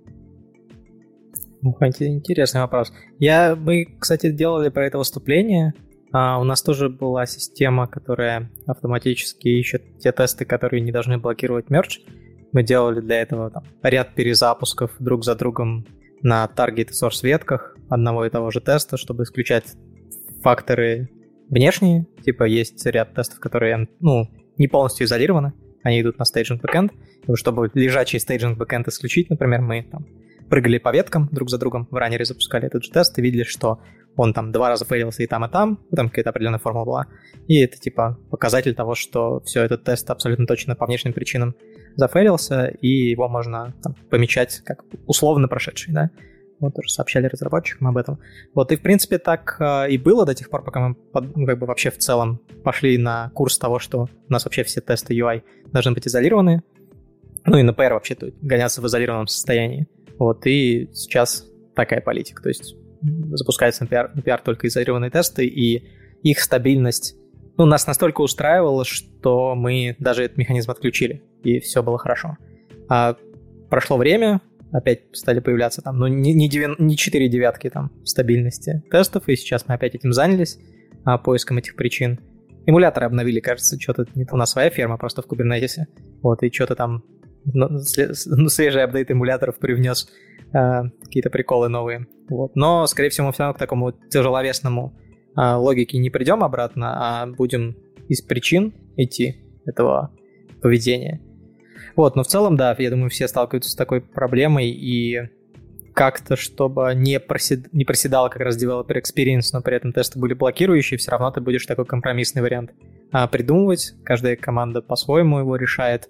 Интересный вопрос. Мы, кстати, делали про это выступление. У нас тоже была система, которая автоматически ищет те тесты, которые не должны блокировать мердж. Мы делали для этого ряд перезапусков друг за другом на таргет и сорс ветках одного и того же теста, чтобы исключать факторы внешние. Есть ряд тестов, которые не полностью изолированы. Они идут на стейджинг бэкэнд. И чтобы лежачий стейджинг бэкэнд исключить, например, мы прыгали по веткам друг за другом, в раннере запускали этот же тест и видели, что он 2 раза фейлился и там какая-то определенная формула была. И это показатель того, что все, этот тест абсолютно точно по внешним причинам зафейлился, и его можно помечать как условно прошедший, да. Тоже сообщали разработчикам об этом. И в принципе так и было до тех пор, пока мы вообще в целом пошли на курс того, что у нас вообще все тесты UI должны быть изолированы. И на PR вообще гоняться в изолированном состоянии. И сейчас такая политика. То есть запускаются на PR только изолированные тесты, и их стабильность нас настолько устраивала, что мы даже этот механизм отключили, и все было хорошо. Прошло время, опять стали появляться не 4 девятки стабильности тестов, и сейчас мы опять этим занялись, поиском этих причин. Эмуляторы обновили, кажется, что-то не у нас своя ферма, просто в Kubernetes. И что-то свежий апдейт эмуляторов привнес какие-то приколы новые. Но, скорее всего, мы все равно к такому тяжеловесному логике не придем обратно, а будем из причин идти этого поведения. Но в целом, да, я думаю, все сталкиваются с такой проблемой, и как-то, чтобы не проседал как раз developer experience, но при этом тесты были блокирующие, все равно ты будешь такой компромиссный вариант придумывать. Каждая команда по-своему его решает.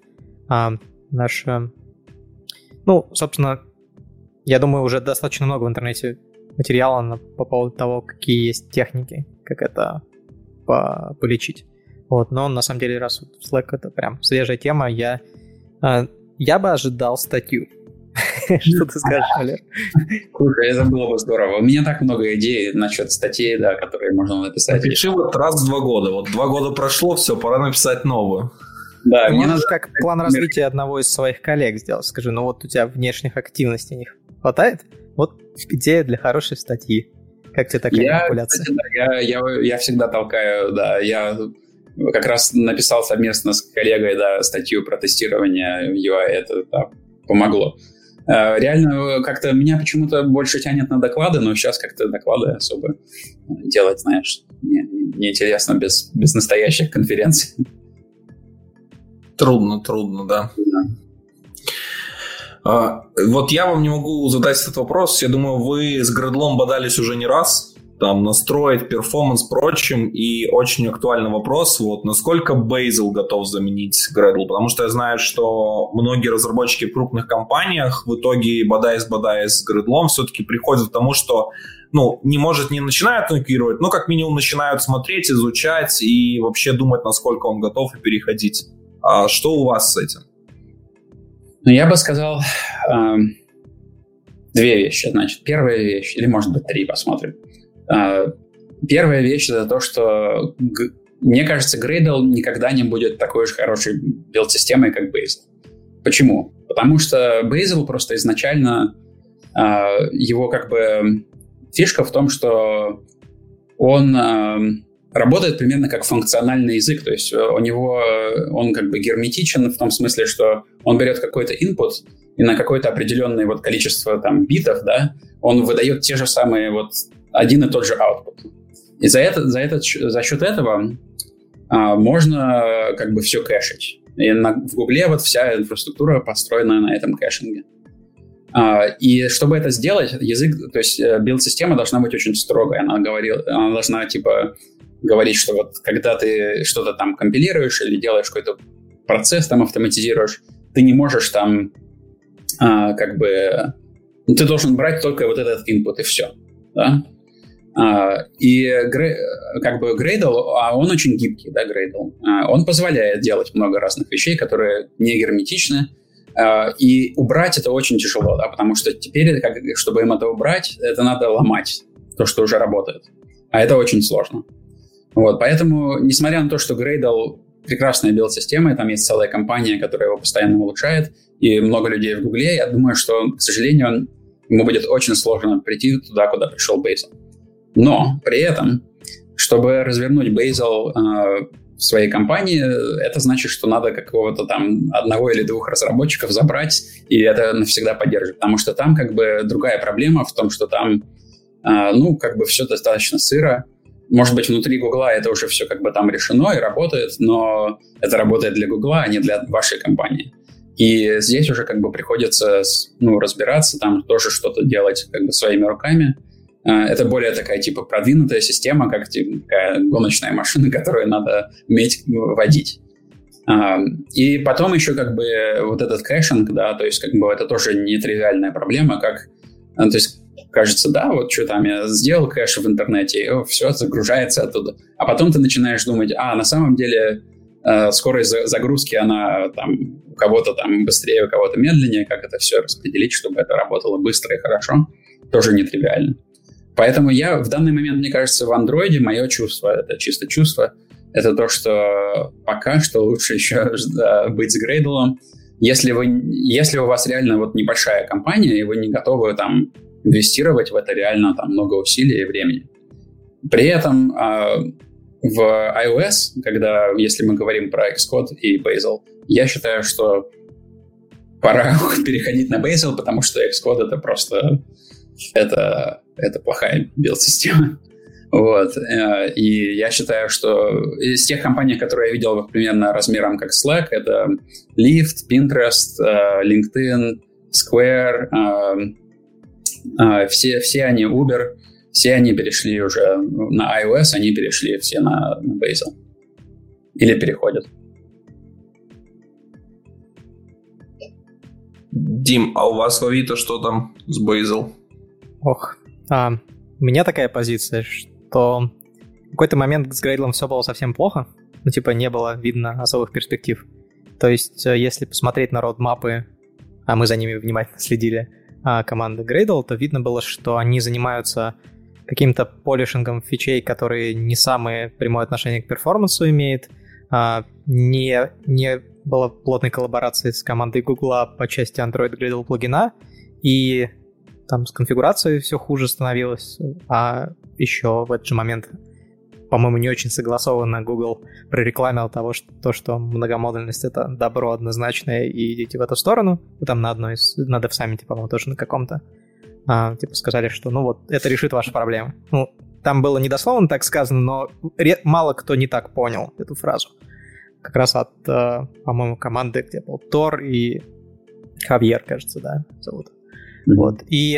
Собственно, я думаю, уже достаточно много в интернете материала по поводу того, какие есть техники, как это полечить. Но на самом деле, раз Slack — это прям свежая тема, я бы ожидал статью. Что ты скажешь, Валер? Слушай, это было бы здорово. У меня так много идей насчет статей, да, которые можно написать. Напиши раз в 2 года. 2 года прошло, все, пора написать новую. Да, мне надо как план развития одного из своих коллег сделать. Скажи, у тебя внешних активностей не хватает? Идея для хорошей статьи. Как тебе такая манипуляция? Кстати, да, я всегда толкаю, да, я как раз написал совместно с коллегой, да, статью про тестирование UI, это да, помогло. Реально, как-то меня почему-то больше тянет на доклады, но сейчас как-то доклады особо делать, знаешь, неинтересно без настоящих конференций. Трудно, да. Вот я вам не могу задать этот вопрос. Я думаю, вы с Gradle бодались уже не раз. Там настроить перформанс прочим, и очень актуальный вопрос, вот, насколько Bazel готов заменить Gradle, потому что я знаю, что многие разработчики в крупных компаниях в итоге, бодаясь с Gradle, все-таки приходят к тому, что, не начинают интегрировать, но как минимум начинают смотреть, изучать и вообще думать, насколько он готов и переходить. А что у вас с этим? Я бы сказал две вещи. Значит, первая вещь, или может быть 3, посмотрим. Первая вещь — это то, что, мне кажется, Gradle никогда не будет такой же хорошей билд-системой, как Bazel. Почему? Потому что Bazel просто изначально, его как бы фишка в том, что он работает примерно как функциональный язык, то есть он как бы герметичен в том смысле, что он берет какой-то input и на какое-то определенное вот количество там битов, да, он выдает те же самые вот один и тот же output. И за счет этого можно как бы все кэшить. И в Гугле вот вся инфраструктура построена на этом кэшинге. И чтобы это сделать, то есть билд-система должна быть очень строгой. Она должна типа говорить, что вот когда ты что-то там компилируешь или делаешь какой-то процесс там автоматизируешь, ты не можешь там как бы... Ты должен брать только вот этот input и все. Да? И как бы Gradle, он очень гибкий, да, Gradle. Он позволяет делать много разных вещей, которые не герметичны. И убрать это очень тяжело, да, потому что теперь, чтобы им это убрать, это надо ломать то, что уже работает. А это очень сложно. Вот, поэтому, несмотря на то, что Gradle прекрасная билд-система, и там есть целая компания, которая его постоянно улучшает, и много людей в Гугле, я думаю, что, к сожалению, ему будет очень сложно прийти туда, куда пришел Bazel. Но при этом, чтобы развернуть Bazel в своей компании, это значит, что надо какого-то там 1 или 2 разработчиков забрать, и это навсегда поддерживать. Потому что там как бы другая проблема в том, что там, как бы все достаточно сыро. Может быть, внутри Гугла это уже все как бы там решено и работает, но это работает для Гугла, а не для вашей компании. И здесь уже как бы приходится разбираться, там тоже что-то делать как бы своими руками. Это более такая типа продвинутая система, как такая гоночная машина, которую надо уметь водить. И потом еще как бы вот этот кэшинг, да, то есть как бы это тоже нетривиальная проблема, то есть кажется, да, вот что там, я сделал кэш в интернете, и все загружается оттуда. А потом ты начинаешь думать, на самом деле скорость загрузки, она там у кого-то там быстрее, у кого-то медленнее, как это все распределить, чтобы это работало быстро и хорошо, тоже нетривиально. Поэтому в данный момент, мне кажется, в Android мое чувство, это чисто чувство, это то, что пока что лучше еще быть с Gradle. Если у вас реально вот небольшая компания, и вы не готовы там инвестировать в это реально там много усилий и времени. При этом в iOS, если мы говорим про Xcode и Bazel, я считаю, что пора переходить на Bazel, потому что Xcode это просто это плохая билд-система. Вот. И я считаю, что из тех компаний, которые я видел примерно размером как Slack, это Lyft, Pinterest, LinkedIn, Square, все они Uber, все они перешли уже на iOS, они перешли все на Bazel. Или переходят. Дим, а у вас в Авито что там с Bazel? У меня такая позиция, что в какой-то момент с Gradle все было совсем плохо, не было видно особых перспектив. То есть, если посмотреть на родмапы, а мы за ними внимательно следили, команды Gradle, то видно было, что они занимаются каким-то полишингом фичей, которые не самое прямое отношение к перформансу имеют, не было плотной коллаборации с командой Google по части Android Gradle плагина, и там с конфигурацией все хуже становилось, а еще в этот же момент, по-моему, не очень согласованно Google прорекламил что многомодульность — это добро однозначное, и идите в эту сторону. Там на DevSummit, по-моему, тоже на каком-то, сказали, что это решит ваши проблемы. Там было недословно так сказано, но мало кто не так понял эту фразу. Как раз от, по-моему, команды, где был Тор и Хавьер, кажется, да, зовут. Вот. И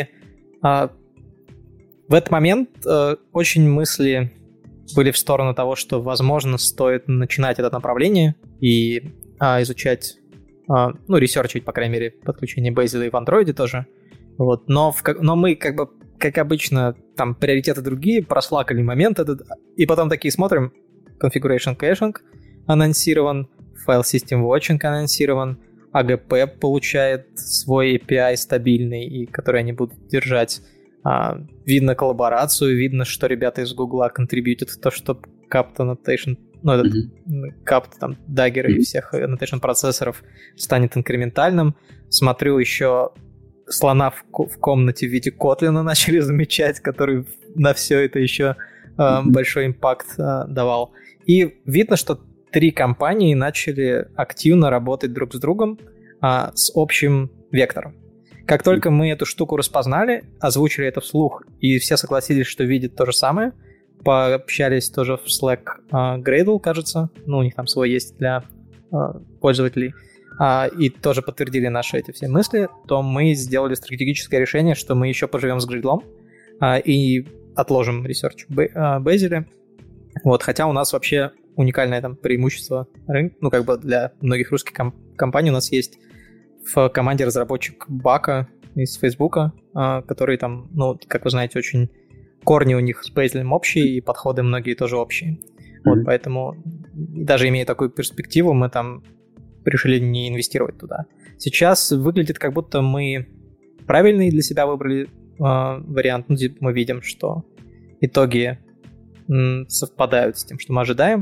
в этот момент очень мысли были в сторону того, что, возможно, стоит начинать это направление и изучать, ресерчить, по крайней мере, подключение Bazel и в Android тоже. Вот. Но мы, как обычно, там приоритеты другие, прослакали момент этот, и потом такие смотрим, Configuration Caching анонсирован, File System Watching анонсирован, AGP получает свой API стабильный, и который они будут держать. Видно коллаборацию, видно, что ребята из Гугла контрибьютят в то, что CAPT Annotation, CAPT, там, Dagger и всех annotation процессоров станет инкрементальным. Смотрю, еще слона в комнате в виде Kotlin начали замечать, который на все это еще большой импакт давал. И видно, что 3 компании начали активно работать друг с другом с общим вектором. Как только мы эту штуку распознали, озвучили это вслух, и все согласились, что видят то же самое, пообщались тоже в Slack Gradle, кажется, у них там свой есть для пользователей, и тоже подтвердили наши эти все мысли, то мы сделали стратегическое решение, что мы еще поживем с Gradle и отложим ресерч в Bazel. Вот, хотя у нас вообще уникальное там преимущество рынка, для многих русских компаний у нас есть в команде разработчик Бака из Фейсбука, который там, как вы знаете, очень корни у них с Bazel общие, и подходы многие тоже общие. Вот, поэтому, даже имея такую перспективу, мы там решили не инвестировать туда. Сейчас выглядит, как будто мы правильный для себя выбрали вариант. Мы видим, что итоги совпадают с тем, что мы ожидаем.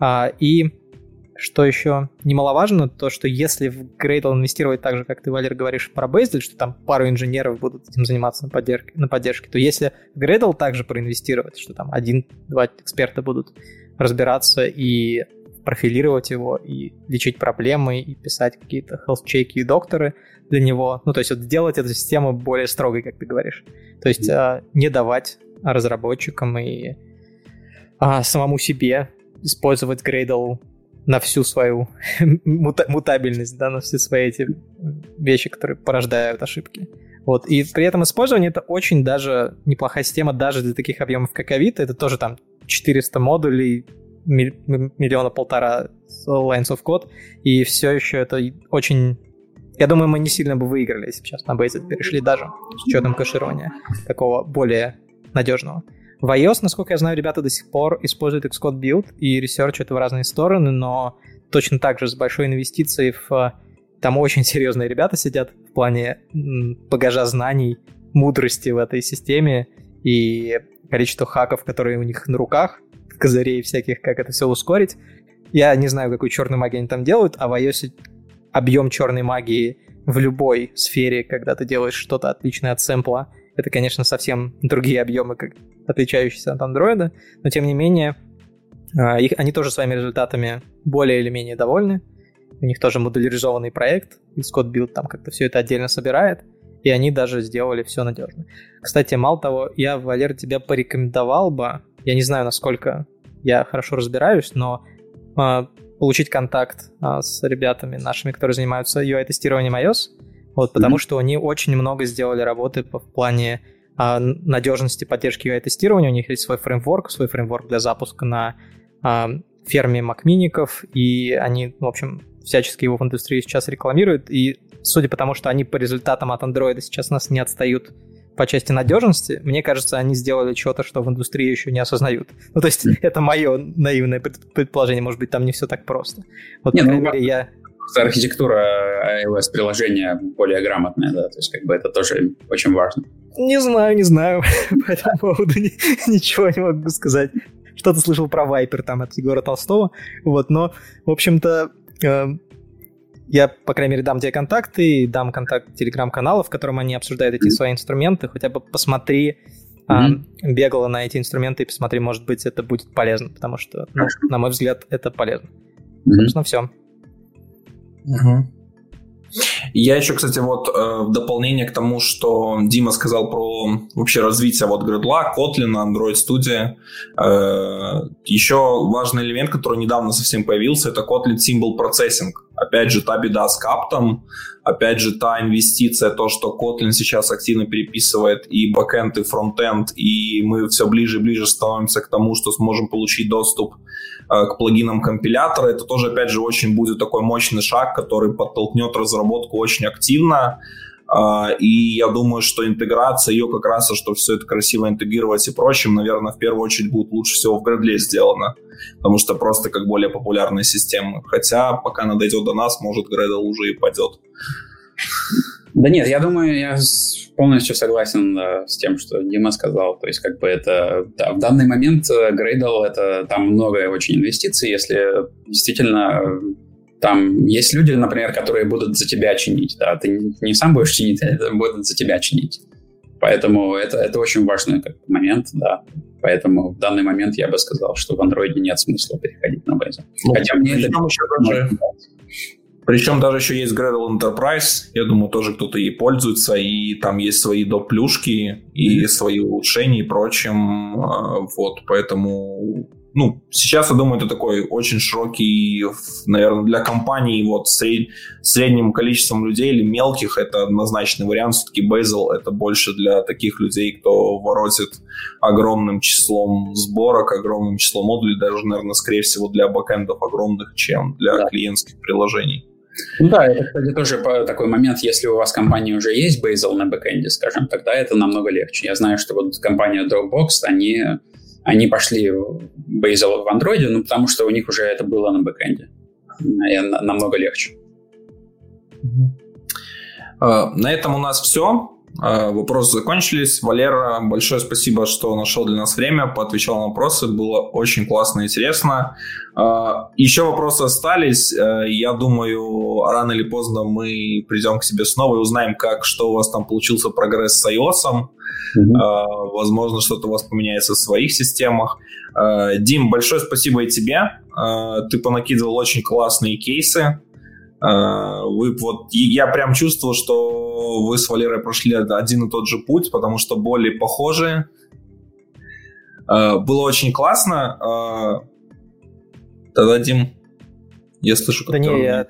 И что еще немаловажно, то, что если в Gradle инвестировать так же, как ты, Валер, говоришь про Bazel, что там пару инженеров будут этим заниматься на поддержке, то если в Gradle также проинвестировать, что там 1-2 эксперта будут разбираться и профилировать его, и лечить проблемы, и писать какие-то health-чеки и докторы для него, то есть сделать эту систему более строгой, как ты говоришь. То есть не давать разработчикам и самому себе использовать Gradle на всю свою мутабельность, на все свои эти вещи, которые порождают ошибки. Вот. И при этом использование — это очень даже неплохая система даже для таких объемов, как Авито. Это тоже там 400 модулей, 1,5 миллиона lines of code, и все еще это очень... Я думаю, мы не сильно бы выиграли, если бы сейчас на Bazel перешли даже с учетом кэширования такого более надежного. В iOS, насколько я знаю, ребята до сих пор используют Xcode Build и ресерчат в разные стороны, но точно так же с большой инвестицией Там очень серьезные ребята сидят в плане багажа знаний, мудрости в этой системе и количество хаков, которые у них на руках, козырей всяких, как это все ускорить. Я не знаю, какую черную магию они там делают, а в iOS объем черной магии в любой сфере, когда ты делаешь что-то отличное от сэмпла, это, конечно, совсем другие объемы, как отличающиеся от Android, но, тем не менее, они тоже своими результатами более или менее довольны. У них тоже модуляризованный проект, Xcode Build там как-то все это отдельно собирает, и они даже сделали все надежно. Кстати, мало того, я, Валер, тебя порекомендовал бы, я не знаю, насколько я хорошо разбираюсь, но получить контакт с ребятами нашими, которые занимаются UI-тестированием iOS, вот, потому что они очень много сделали работы в плане надежности поддержки UI-тестирования. У них есть свой фреймворк для запуска на ферме макмиников, и они, в общем, всячески его в индустрии сейчас рекламируют, и судя по тому, что они по результатам от Android сейчас нас не отстают по части надежности, мне кажется, они сделали что-то, что в индустрии еще не осознают. Ну, то есть, это мое наивное предположение, может быть, там не все так просто. Вот, по крайней мере, я... Архитектура iOS-приложения более грамотная, да, то есть, как бы это тоже очень важно. Не знаю, по этому поводу ничего не могу сказать. Что-то слышал про Viper там от Егора Толстого, вот, но, в общем-то, Я, по крайней мере, дам тебе контакты, дам контакт телеграм-канала, в котором они обсуждают эти свои инструменты. Хотя бы посмотри, бегала на эти инструменты и посмотри, может быть, это будет полезно, потому что, на мой взгляд, это полезно. Собственно, все. Я еще, кстати, вот в дополнение к тому, что Дима сказал про вообще развитие вот Gradle, Kotlin, Android Studio, еще важный элемент, который недавно совсем появился, это Kotlin Symbol Processing. Опять же, та беда с каптом, опять же, та инвестиция, то, что Kotlin сейчас активно переписывает и бэкэнд, и фронтенд, и мы все ближе и ближе становимся к тому, что сможем получить доступ к плагинам компилятора. Это тоже, опять же, очень будет такой мощный шаг, который подтолкнет разработку очень активно. И я думаю, что интеграция ее как раз, что все это красиво интегрировать и прочим, наверное, в первую очередь будет лучше всего в Gradle сделано, потому что просто как более популярная система. Хотя пока она дойдет до нас, может, Gradle уже и пойдет. Да нет, я думаю, я полностью согласен с тем, что Дима сказал. То есть, как бы это в данный момент Gradle, это там много очень инвестиций, если действительно там есть люди, например, которые будут за тебя чинить, да, ты не сам будешь чинить, а это будут за тебя чинить. Поэтому это очень важный момент, да. Поэтому в данный момент я бы сказал, что в Android нет смысла переходить на Bazel. Хотя мне это Причем даже еще есть Gradle Enterprise, я думаю, тоже кто-то ей пользуется, и там есть свои доп-плюшки, и свои улучшения и прочим, вот, поэтому, сейчас, я думаю, это такой очень широкий, наверное, для компаний вот средним количеством людей или мелких, это однозначный вариант, все-таки Bazel это больше для таких людей, кто воротит огромным числом сборок, огромным числом модулей, даже, наверное, скорее всего, для бэкэндов огромных, чем для клиентских приложений. Да, это, кстати, тоже такой момент, если у вас компания уже есть Bazel на бэкэнде, скажем, тогда это намного легче. Я знаю, что вот компания Dropbox, они пошли Bazel в Android, потому что у них уже это было на бэкэнде. И намного легче. На этом у нас все. Вопросы закончились. Валера, большое спасибо, что нашел для нас время, поотвечал на вопросы. Было очень классно и интересно. Еще вопросы остались. Я думаю, рано или поздно мы придем к себе снова и узнаем, что у вас там получился прогресс с iOS. Возможно, что-то у вас поменяется в своих системах. Дим, большое спасибо и тебе. Ты понакидывал очень классные кейсы. Я прям чувствовал, что вы с Валерой прошли один и тот же путь, потому что боли похожи. Было очень классно. Тогда, Дим, я слышу, как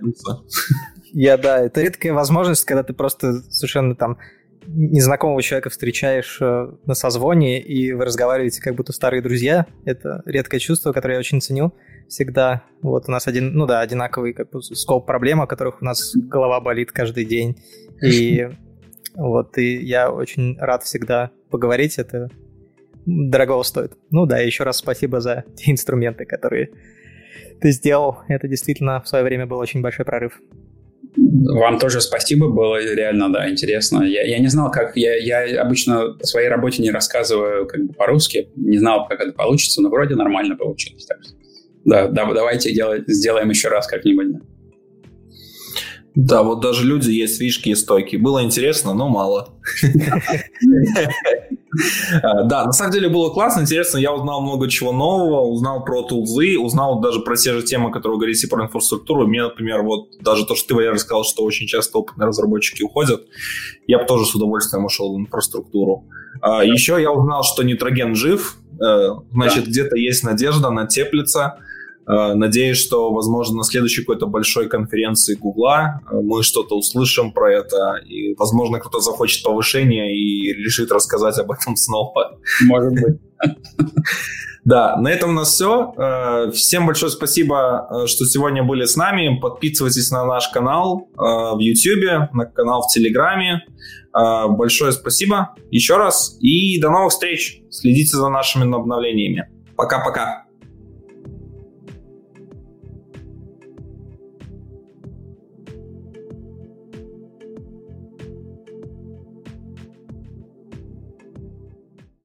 это редкая возможность, когда ты просто совершенно там незнакомого человека встречаешь на созвоне, и вы разговариваете как будто старые друзья. Это редкое чувство, которое я очень ценю всегда. Вот у нас одинаковый скоп проблем, о которых у нас голова болит каждый день. И я очень рад всегда поговорить. Это дорого стоит. Еще раз спасибо за те инструменты, которые ты сделал. Это действительно в свое время был очень большой прорыв. Вам тоже спасибо, было реально, интересно. Я не знал, как... Я обычно о своей работе не рассказываю по-русски, не знал, как это получится, но вроде нормально получилось. Так что, давайте сделаем еще раз как-нибудь. Да, вот даже люди есть фишки и стойки. Было интересно, но мало. Да, на самом деле было классно, интересно. Я узнал много чего нового, узнал про тулзы, узнал даже про те же темы, которые вы говорите про инфраструктуру. Мне, например, даже то, что ты, Валерий, сказал, что очень часто опытные разработчики уходят, я бы тоже с удовольствием ушел в инфраструктуру. Еще я узнал, что Нитроген жив, значит, где-то есть надежда, она теплится. Надеюсь, что, возможно, на следующей какой-то большой конференции Гугла мы что-то услышим про это, и, возможно, кто-то захочет повышения и решит рассказать об этом снова. Может быть. Да, на этом у нас все. Всем большое спасибо, что сегодня были с нами. Подписывайтесь на наш канал в YouTube, на канал в Телеграме. Большое спасибо еще раз и до новых встреч. Следите за нашими обновлениями. Пока-пока.